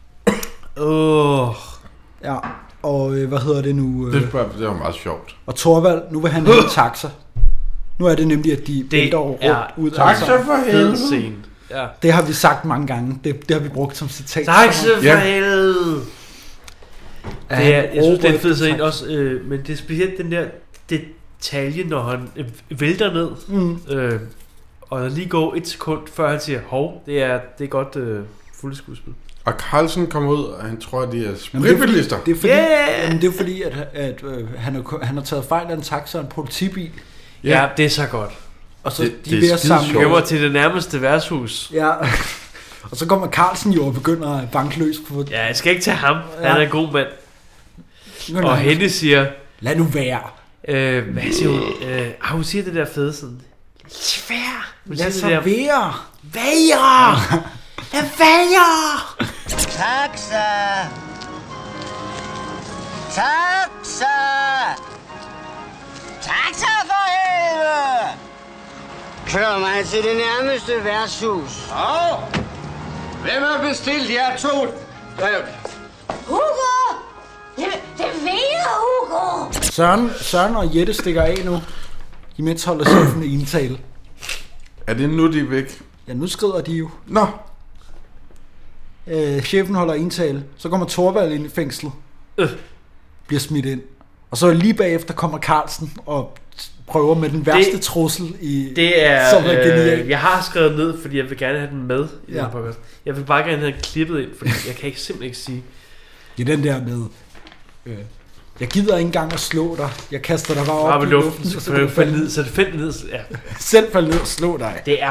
Ja, og hvad hedder det nu? Det var meget sjovt. Og Thorvald, nu vil han have en taxa. Nu er det nemlig, at de vælter rundt ud af taxa for helvede. Ja. Det har vi sagt mange gange. Det har vi brugt som citat. Taxa for helvede. Jeg synes, det er en fed scene også. Men det er specielt den der detalje, når han vælter ned. Og der lige går 1 sekund, før han siger, hov, det er godt fuldt skuespil. Og Carlsen kommer ud, og han tror, at de er spritbilister. Det er fordi, at han har taget fejl af en taxa og en politibil. Ja, det er så godt. Og så de er ved at samle. Køber til det nærmeste værtshus. Ja. Og så kommer Carlsen jo og begynder at banke løs på... Ja, jeg skal ikke tage ham. Han er en god mand. Og Henne siger... Lad nu være. Hvad siger hun? Hun siger det der fede sådan... Svær. Lad så være. Være. Jeg vælger. Taxa. Taxa. Taxa for helvede. Kør mig til det nærmeste værtshus. Hvem har bestilt jer 2? Hugo! Det mener Hugo! Søren og Jette stikker af nu. Imens holder chefen i indtale. Er det nu, de er væk? Ja, nu skrider de jo. Nå. Chefen holder indtale. Så kommer Thorvald ind i fængslet. Bliver smidt ind. Og så lige bagefter kommer Carlsen og prøver med den værste trussel i... Det er... som er genial. Jeg har skrevet ned, fordi jeg vil gerne have den med i den podcast. Jeg vil bare gerne have den klippet ind, fordi jeg kan simpelthen ikke sige... Det er den der med... jeg gider ikke engang at slå dig. Jeg kaster dig bare op i luften. Så det falder ned. Ja. Selv falder ned og slå dig. Det er...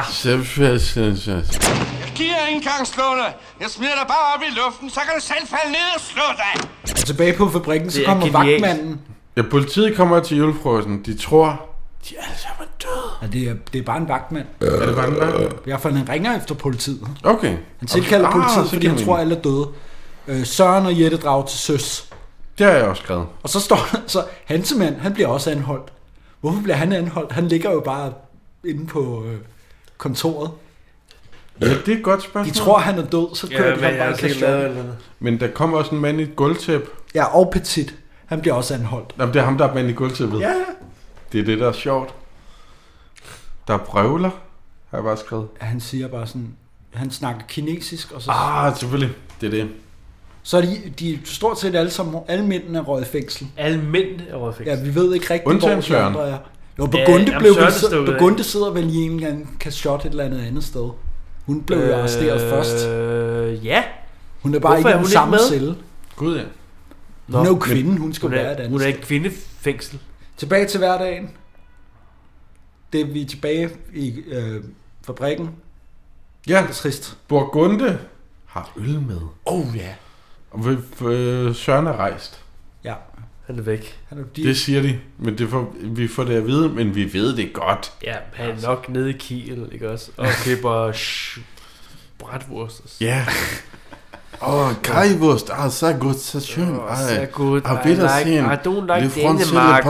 Jeg giver ikke engang slå dig. Jeg smider dig bare op i luften, så kan du selv falde ned og slå dig. Og tilbage på fabrikken, så kommer vagtmanden. Ja, politiet kommer til julefrokosten. De tror, de alle sammen er døde. Ja, det er bare en vagtmand. Er det bare en vagtmand? I hvert fald, han ringer efter politiet. Okay. Han tilkalder politiet, fordi han tror, alle er døde. Søren og Jette drager til søs. Det har jeg også skrevet. Og så står der, så Hansemand, han bliver også anholdt. Hvorfor bliver han anholdt? Han ligger jo bare inde på kontoret. Ja, det er et godt spørgsmål. De tror, han er død, så kører de ham bare kasseren. Men der kommer også en mand i et gulvtæppe. Ja, og Petit. Han bliver også anholdt. Jamen, det er ham, der er mand i gulvtæppet. Ja. Det er det, der er sjovt. Der er brøvler, har jeg bare skrevet. Ja, han siger bare sådan, han snakker kinesisk. Og så selvfølgelig. Det er det. Så er de stort set alle mændene er røget i fængsel. Alle mændene er røget i fængsel? Ja, vi ved ikke rigtigt, hvor de andre er. Jo, Burgunde sidder vel i en eller anden kasjot et eller andet sted. Hun blev jo arresteret først. Ja. Hun er bare ikke i den samme celle. Gud, ja. Hun er jo kvinde, hun skal være et andet. Hun er i kvindefængsel. Tilbage til hverdagen. Det er vi tilbage i fabrikken. Ja, det er trist. Burgunde har øl med. Ja. Og Søren er rejst. Ja. Han er væk. Det siger de, men vi får det at vide, men vi ved det godt. Ja, han er nok nede i Kiel, ikke også? Og køber bratwurst. Ja. Kajwurst, så godt, så skønt. Så godt. I don't like Denmark.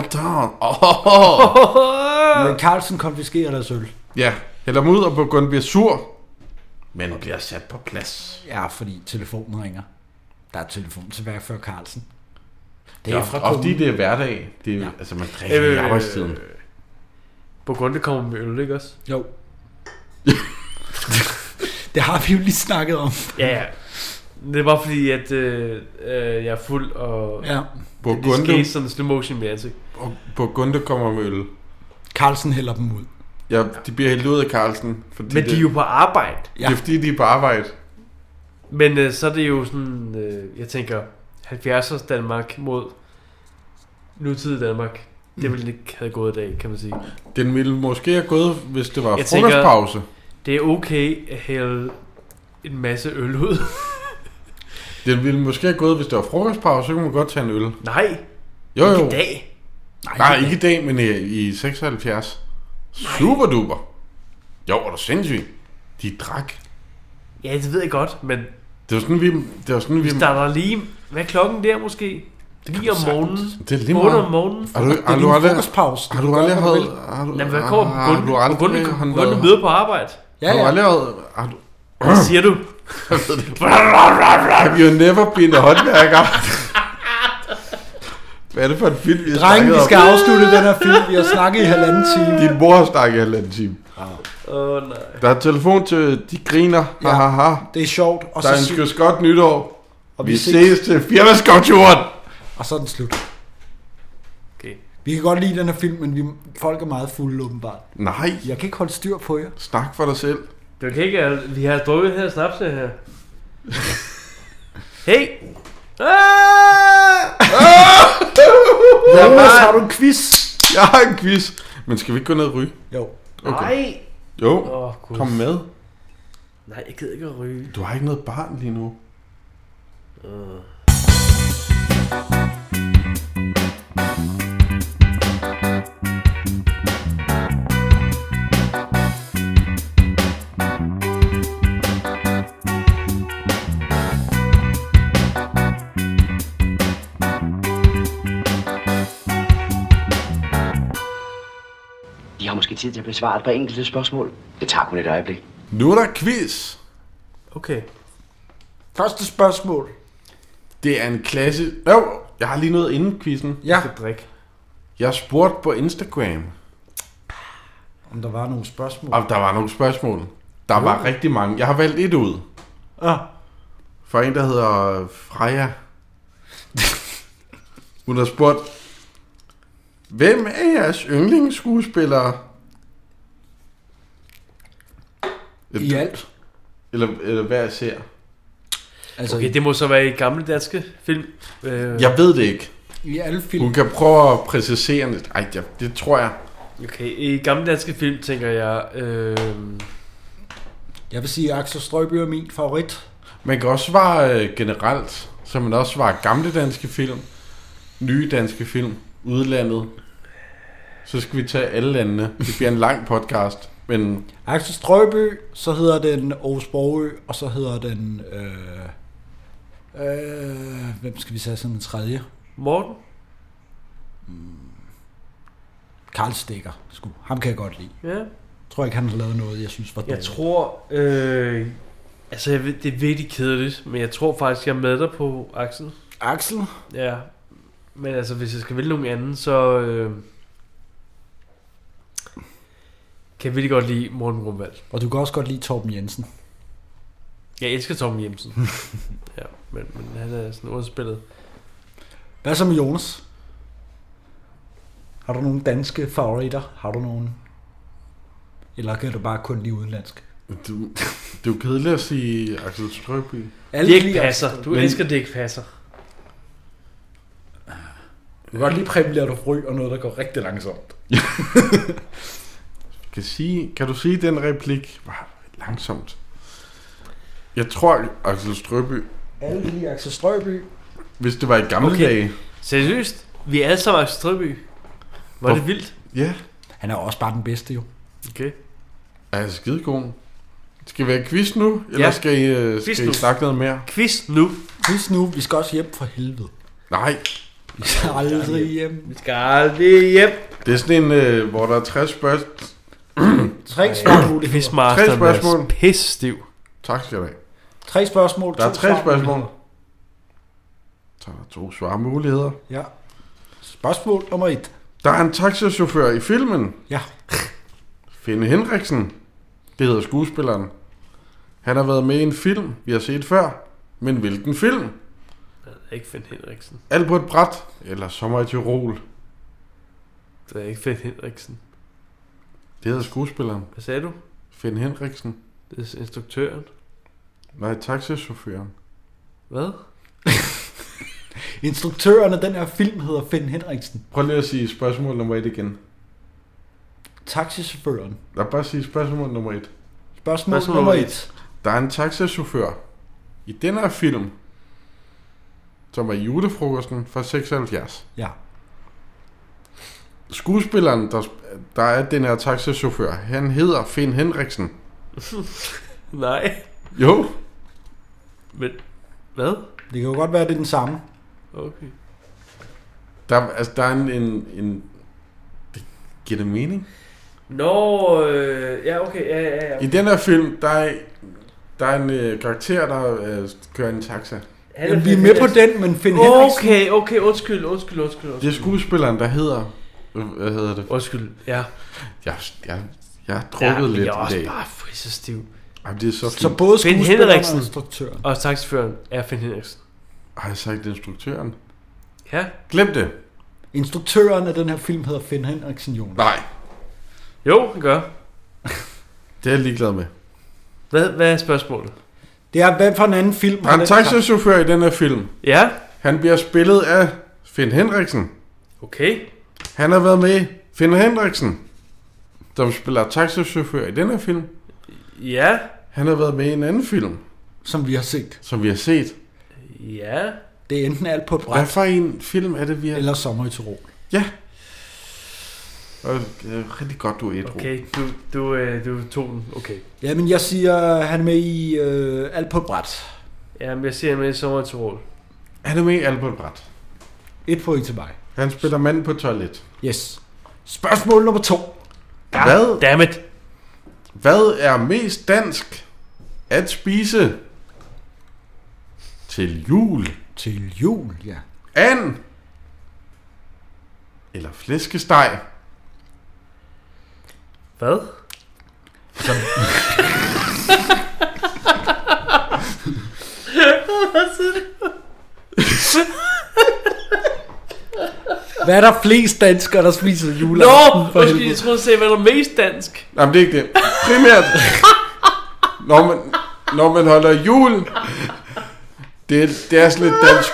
Men Carlsen konfiskerer deres øl. Ja, hælder dem ud, og Burgunde bliver sur, men bliver sat på plads. Ja, fordi telefonen ringer. Der er telefon tilbage før Carlsen. Det er fra fordi det er hverdag. Det er, altså, man drikker i arbejdstiden. Burgunde kommer med øl, ikke også? Jo. Det har vi jo lige snakket om. Ja. Det var fordi, at jeg er fuld, og det skete sådan en slow motion med ansigt. Burgunde kommer med øl. Carlsen hælder dem ud. Ja, de bliver hældt ud af Carlsen. Fordi men de er jo på arbejde. Ja. Det er fordi, de er på arbejde. Men så er det jo sådan, jeg tænker, 70'ers Danmark mod nutidig Danmark. Det ville ikke have gået i dag, kan man sige. Den ville måske have gået, hvis det var frokostpause. Tænker, det er okay at hælde en masse øl ud. Den ville måske have gået, hvis det var frokostpause, så kunne man godt tage en øl. Nej. Jo. Ikke i dag. Nej, ikke i dag, men i 76. Super duper. Jo, er du sindssygt. De drak. Ja, det ved jeg godt, men... Det var sådan, vi starter lige... Hvad er klokken der måske? 9 om morgenen. Det er lige 8 om morgenen. Har du aldrig... frokostpause. Har du aldrig haft... Jamen, hvad kommer Burgunde møder på arbejde? Ja. Har du aldrig haft... Hvad siger du? Have you never been a håndværker? Hvad er det for en film, vi har snakket om? Drenge, vi skal afslutte den her film. Vi har snakket i 1,5 time. Din mor har snakket i 1,5 time. Nej. Der er telefon til de griner. Ja, det er sjovt. Og der ønskes godt nytår. Og vi ses til firmaskovturen. Og så er den slut. Okay. Vi kan godt lide den her film, men folk er meget fulde åbenbart. Nej. Jeg kan ikke holde styr på jer. Snak for dig selv. Det kan ikke, vi har drukket her snaps her. Hey! Jonas, har du en quiz? Jeg har en quiz. Men skal vi ikke gå ned og ryge? Jo. Okay. Nej. Jo, kom med. Nej, jeg gider ikke at ryge. Du har ikke noget barn lige nu. De har måske tid til at besvare et par enkelte spørgsmål. Det tager kun et øjeblik. Nu er der quiz. Okay. Første spørgsmål. Det er en klasse... jeg har lige noget inden quizzen. Ja. Jeg spurgte på Instagram. Om der var nogle spørgsmål. Der var rigtig mange. Jeg har valgt et ud. fra en, der hedder Freja. Hun har spurgt, hvem er jeres yndlingsskuespillere? I alt? Eller hvad jeg ser? Altså, okay, det må så være i gamle danske film. Jeg ved det ikke. I alle film. Hun kan prøve at præcisere det. Ej, det tror jeg. Okay, i gamle danske film tænker jeg... Jeg vil sige, Axel Strøby er min favorit. Man kan også svare generelt, så man også svarer gamle danske film, nye danske film, udlandet. Så skal vi tage alle landene. Det bliver en lang podcast. Men Axel Strøby, så hedder den Aarhus Borgø, og så hedder den... hvem skal vi sige som en tredje? Morten? Karl Stikker. Ham kan jeg godt lide. Ja. Jeg tror ikke, han har lavet noget, jeg synes var dårligt. Jeg tror... altså, det er virkelig kedeligt, men jeg tror faktisk, jeg er med dig på Axel. Axel? Ja. Men altså, hvis jeg skal vælge nogen anden, så... kan jeg virkelig godt lide Morten Grunwald. Og du kan også godt lide Torben Jensen. Jeg elsker Torben Jensen. Ja, men han er sådan underspillet. Hvad så med Jonas? Har du nogle danske favoritter? Har du nogen? Eller kan du bare kun lide udenlandsk? Det er jo kedeligt at sige Axel Strøby. Det ikke passer. Du elsker det ikke passer. Du kan godt lige præmie, at du ryger noget, der går rigtig langsomt. Kan du sige den replik? Langsomt. Jeg tror Axel Strøby. Alle lige Axel Strøby. Hvis det var i gamle dage. Seriøst? Vi er alle sammen Axel Strøby. Var det vildt? Ja. Han er også bare den bedste jo. Okay. Er jeg skidegod? Skal vi have quiz nu? Eller skal I snakke noget mere? Quiz nu. Quiz nu. Vi skal også hjem for helvede. Nej. Vi skal aldrig hjem. Vi skal aldrig hjem. Det er sådan en, hvor der er 60 spørgsmål. 3 spørgsmål. Tre spørgsmål. Pissestiv. Tak skal du have. 3 spørgsmål. Der er 3 spørgsmål. Så er der 2 svarmuligheder. Ja. Spørgsmål nummer 1. Der er en taxichauffør i filmen. Ja. Finn Henriksen. Det hedder skuespilleren. Han har været med i en film, vi har set før. Men hvilken film? Det er ikke Finn Henriksen. Alt på et bræt. Eller Sommer i Tyrol. Det er ikke Finn Henriksen. Det hedder skuespilleren. Hvad sagde du? Finn Henriksen. Det er instruktøren. Nej, taxichaufføren. Hvad? Instruktøren af den her film hedder Finn Henriksen. Prøv lige at sige spørgsmål nummer 1 igen. Taxichaufføren. Lad bare sige spørgsmål nummer 1. Spørgsmål nummer 1. Der er en taxichauffør i den her film, som var julefrokosten fra 76. Ja. Skuespilleren, der er den her taxichauffør, han hedder Finn Henriksen. Nej. Jo. Men, hvad? Det kan jo godt være, det er den samme. Okay. Der er en det giver det mening? Ja, okay, ja. I den her film, der er en karakter, der kører en taxa. Jamen, vi er med på den, men Finn Henriksen... Okay, undskyld. Det er skuespilleren, der hedder... Hvad hedder det? Undskyld, ja. Jeg har drukket lidt i dag. Jeg er også bare frissestiv. Jamen, det er så både Finn Henriksen og instruktøren. Og taxiføren er Finn Henriksen. Har jeg sagt instruktøren? Ja. Glem det. Instruktøren af den her film hedder Finn Henriksen, Jonas. Nej. Jo, det gør. Det er jeg ligeglad med. Hvad er spørgsmålet? Det er, hvem for en anden film? Der er en taxichauffør i den her film. Ja. Han bliver spillet af Finn Henriksen. Okay. Han har været med Finn Henriksen, som spiller taxichauffør i den her film. Ja. Han har været med i en anden film. Som vi har set. Ja. Det er enten Alt på et bræt. Hvad for en film er det, vi har... Eller Sommer i Tyrol. Ja. Det er rigtig godt, du er ædru. Okay, du tog den. Okay. Jamen, jeg siger, han er med i Alt på et bræt. Jamen, jeg siger, han er med i Sommer i Tyrol. Han er med i Alt på et bræt. 1 point til mig. Han spiller mand på toilet. Yes. Spørgsmål nummer 2. Dammit. Hvad er mest dansk at spise til jul? Til jul, ja. And eller flæskesteg? Hvad? Hvad er der flest danskere, der spiser juleaften? Nå, måske jeg troede, hvad er der mest dansk? Jamen, det er ikke det. Primært, når man holder jul, det er sådan lidt dansk.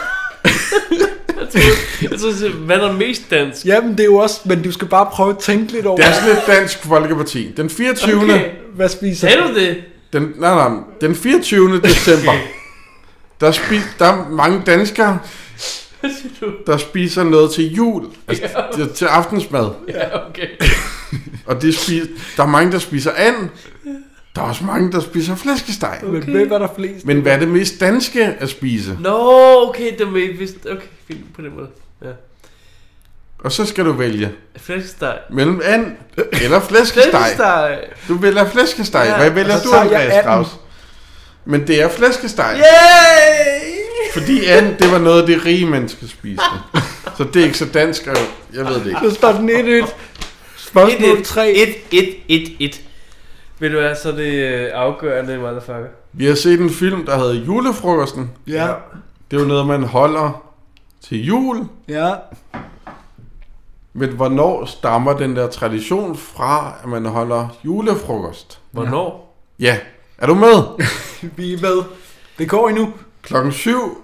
Jeg tror, hvad er der mest dansk? Jamen, det er jo også, men du skal bare prøve at tænke lidt over. Det er sådan lidt Dansk Folkeparti. Den 24. Okay. Hvad spiser du det? Den 24. december, der er mange danskere, der spiser noget til jul, altså til aftensmad. Ja, okay. Og der er mange, der spiser and. Der er også mange, der spiser flæskesteg. Okay. Men hvem er der flest? Men hvad er det mest danske at spise? Nå, okay, det er vist. Okay, fint på den måde. Ja. Og så skal du vælge. Flæskesteg. Mellem and eller flæskesteg. Du vælger flæskesteg. Ja. Hvad vælger du, Andreas Strauss? Men det er flæskesteg. Yay! Fordi and, det var noget, det rige mennesker spiste. Så det er ikke så dansk, og jeg ved det ikke. Så står den 1-1. Spørgsmål 3. 1. Vil du være så det afgørende, motherfucker? Vi har set en film, der hedder Julefrokosten. Ja. Det er jo noget, man holder til jul. Ja. Men hvornår stammer den der tradition fra, at man holder julefrokost? Hvornår? Ja. Er du med? Vi er med. Det går endnu. 7:00.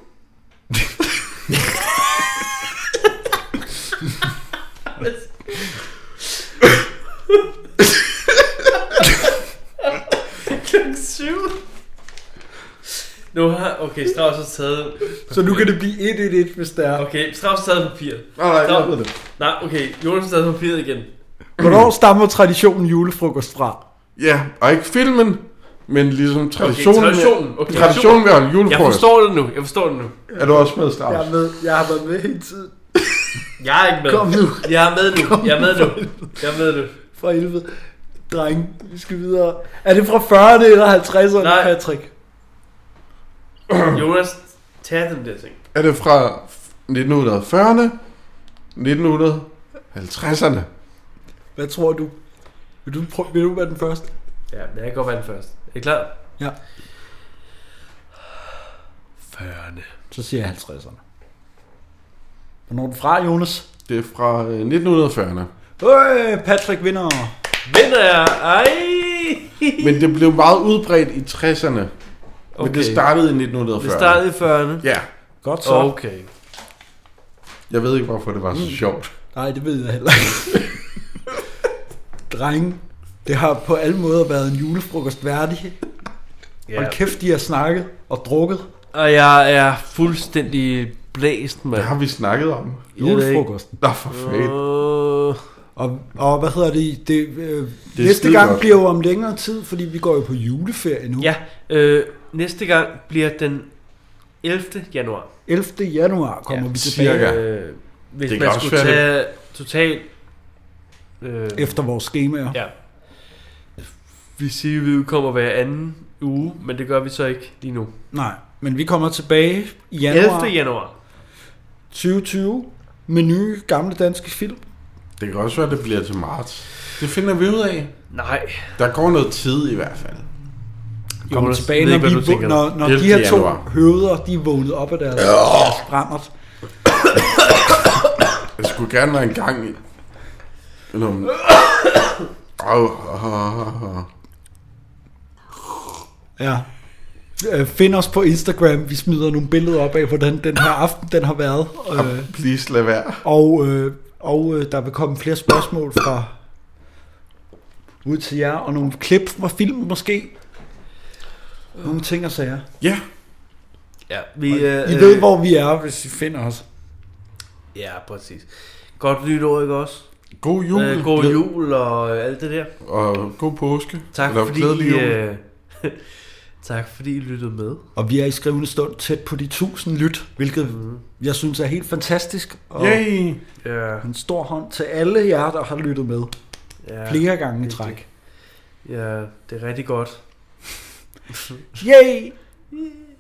Nu har... Okay, Strauss har taget... Så nu kan det blive 1-1, hvis det er. Okay, Strauss har taget papiret. Nej, jeg ved det. Nej, okay, Jonas har taget papiret igen. Hvornår stammer traditionen julefrokost fra? Ja, og ikke filmen, men ligesom traditionen. Okay, traditionen ved at holde julefrokost. Jeg forstår det nu. Er du også med, Strauss? Jeg er med. Jeg har været med hele tiden. Jeg er ikke med. Kom nu. Jeg er med nu. For helvede. Dreng, vi skal videre. Er det fra 40'erne eller 50'erne, Nej. Patrick? Jonas, tag dem der ting. Er det fra 1940'erne? 1950'erne? Hvad tror du? Vil du være den første? Ja, jeg kan godt være den første. Er I klar? Ja. 40'erne. Så siger jeg 50'erne. Hvornår er den fra, Jonas? Det er fra 1940'erne. Patrick vinder. Vinder jeg? Ej! Men det blev meget udbredt i 60'erne. Okay. Men det startede i 1940'erne. Det startede i 40'erne? Ja. Godt så. Okay. Jeg ved ikke, hvorfor det var så sjovt. Nej, det ved jeg heller ikke. Drenge, det har på alle måder været en julefrokost værdig. Ja. Hold kæft, de har snakket og drukket. Og jeg er fuldstændig blæst, mand. Hvad har vi snakket om? Julefrokosten. Nå, for fanden. Og hvad hedder det? Næste gang godt. Bliver jo om længere tid, fordi vi går jo på juleferie nu. Ja, næste gang bliver den 11. januar. 11. januar kommer vi tilbage. Hvis det man skulle tage totalt... efter vores skemaer. Ja. Vi siger, at vi kommer hver anden uge, men det gør vi så ikke lige nu. Nej, men vi kommer tilbage i januar. 11. januar. 2020 med nye, gamle danske film. Det kan også være, det bliver til marts. Det finder vi ud af. Nej. Der går noget tid i hvert fald. Kommer tilbage, når de her to høveder, de er vågnet op af deres brændert. Jeg skulle gerne være en gang i. Ja. Find os på Instagram. Vi smider nogle billeder op af, hvordan den her aften den har været. Please lad være. Og der vil komme flere spørgsmål fra ud til jer, og nogle klip fra filmen måske. Nogle ting og sager. Ja. Ja, I ved, hvor vi er, hvis I finder os. Ja, præcis. Godt nytår, ikke også? God jul. God jul og alt det der. Og god påske. Tak fordi I lyttede med. Og vi er i skrivende stund tæt på de 1000 lyt, hvilket jeg synes er helt fantastisk. Og en stor hånd til alle jer, der har lyttet med. Ja, flere gange i træk. Ja, det er rigtig godt. Yay!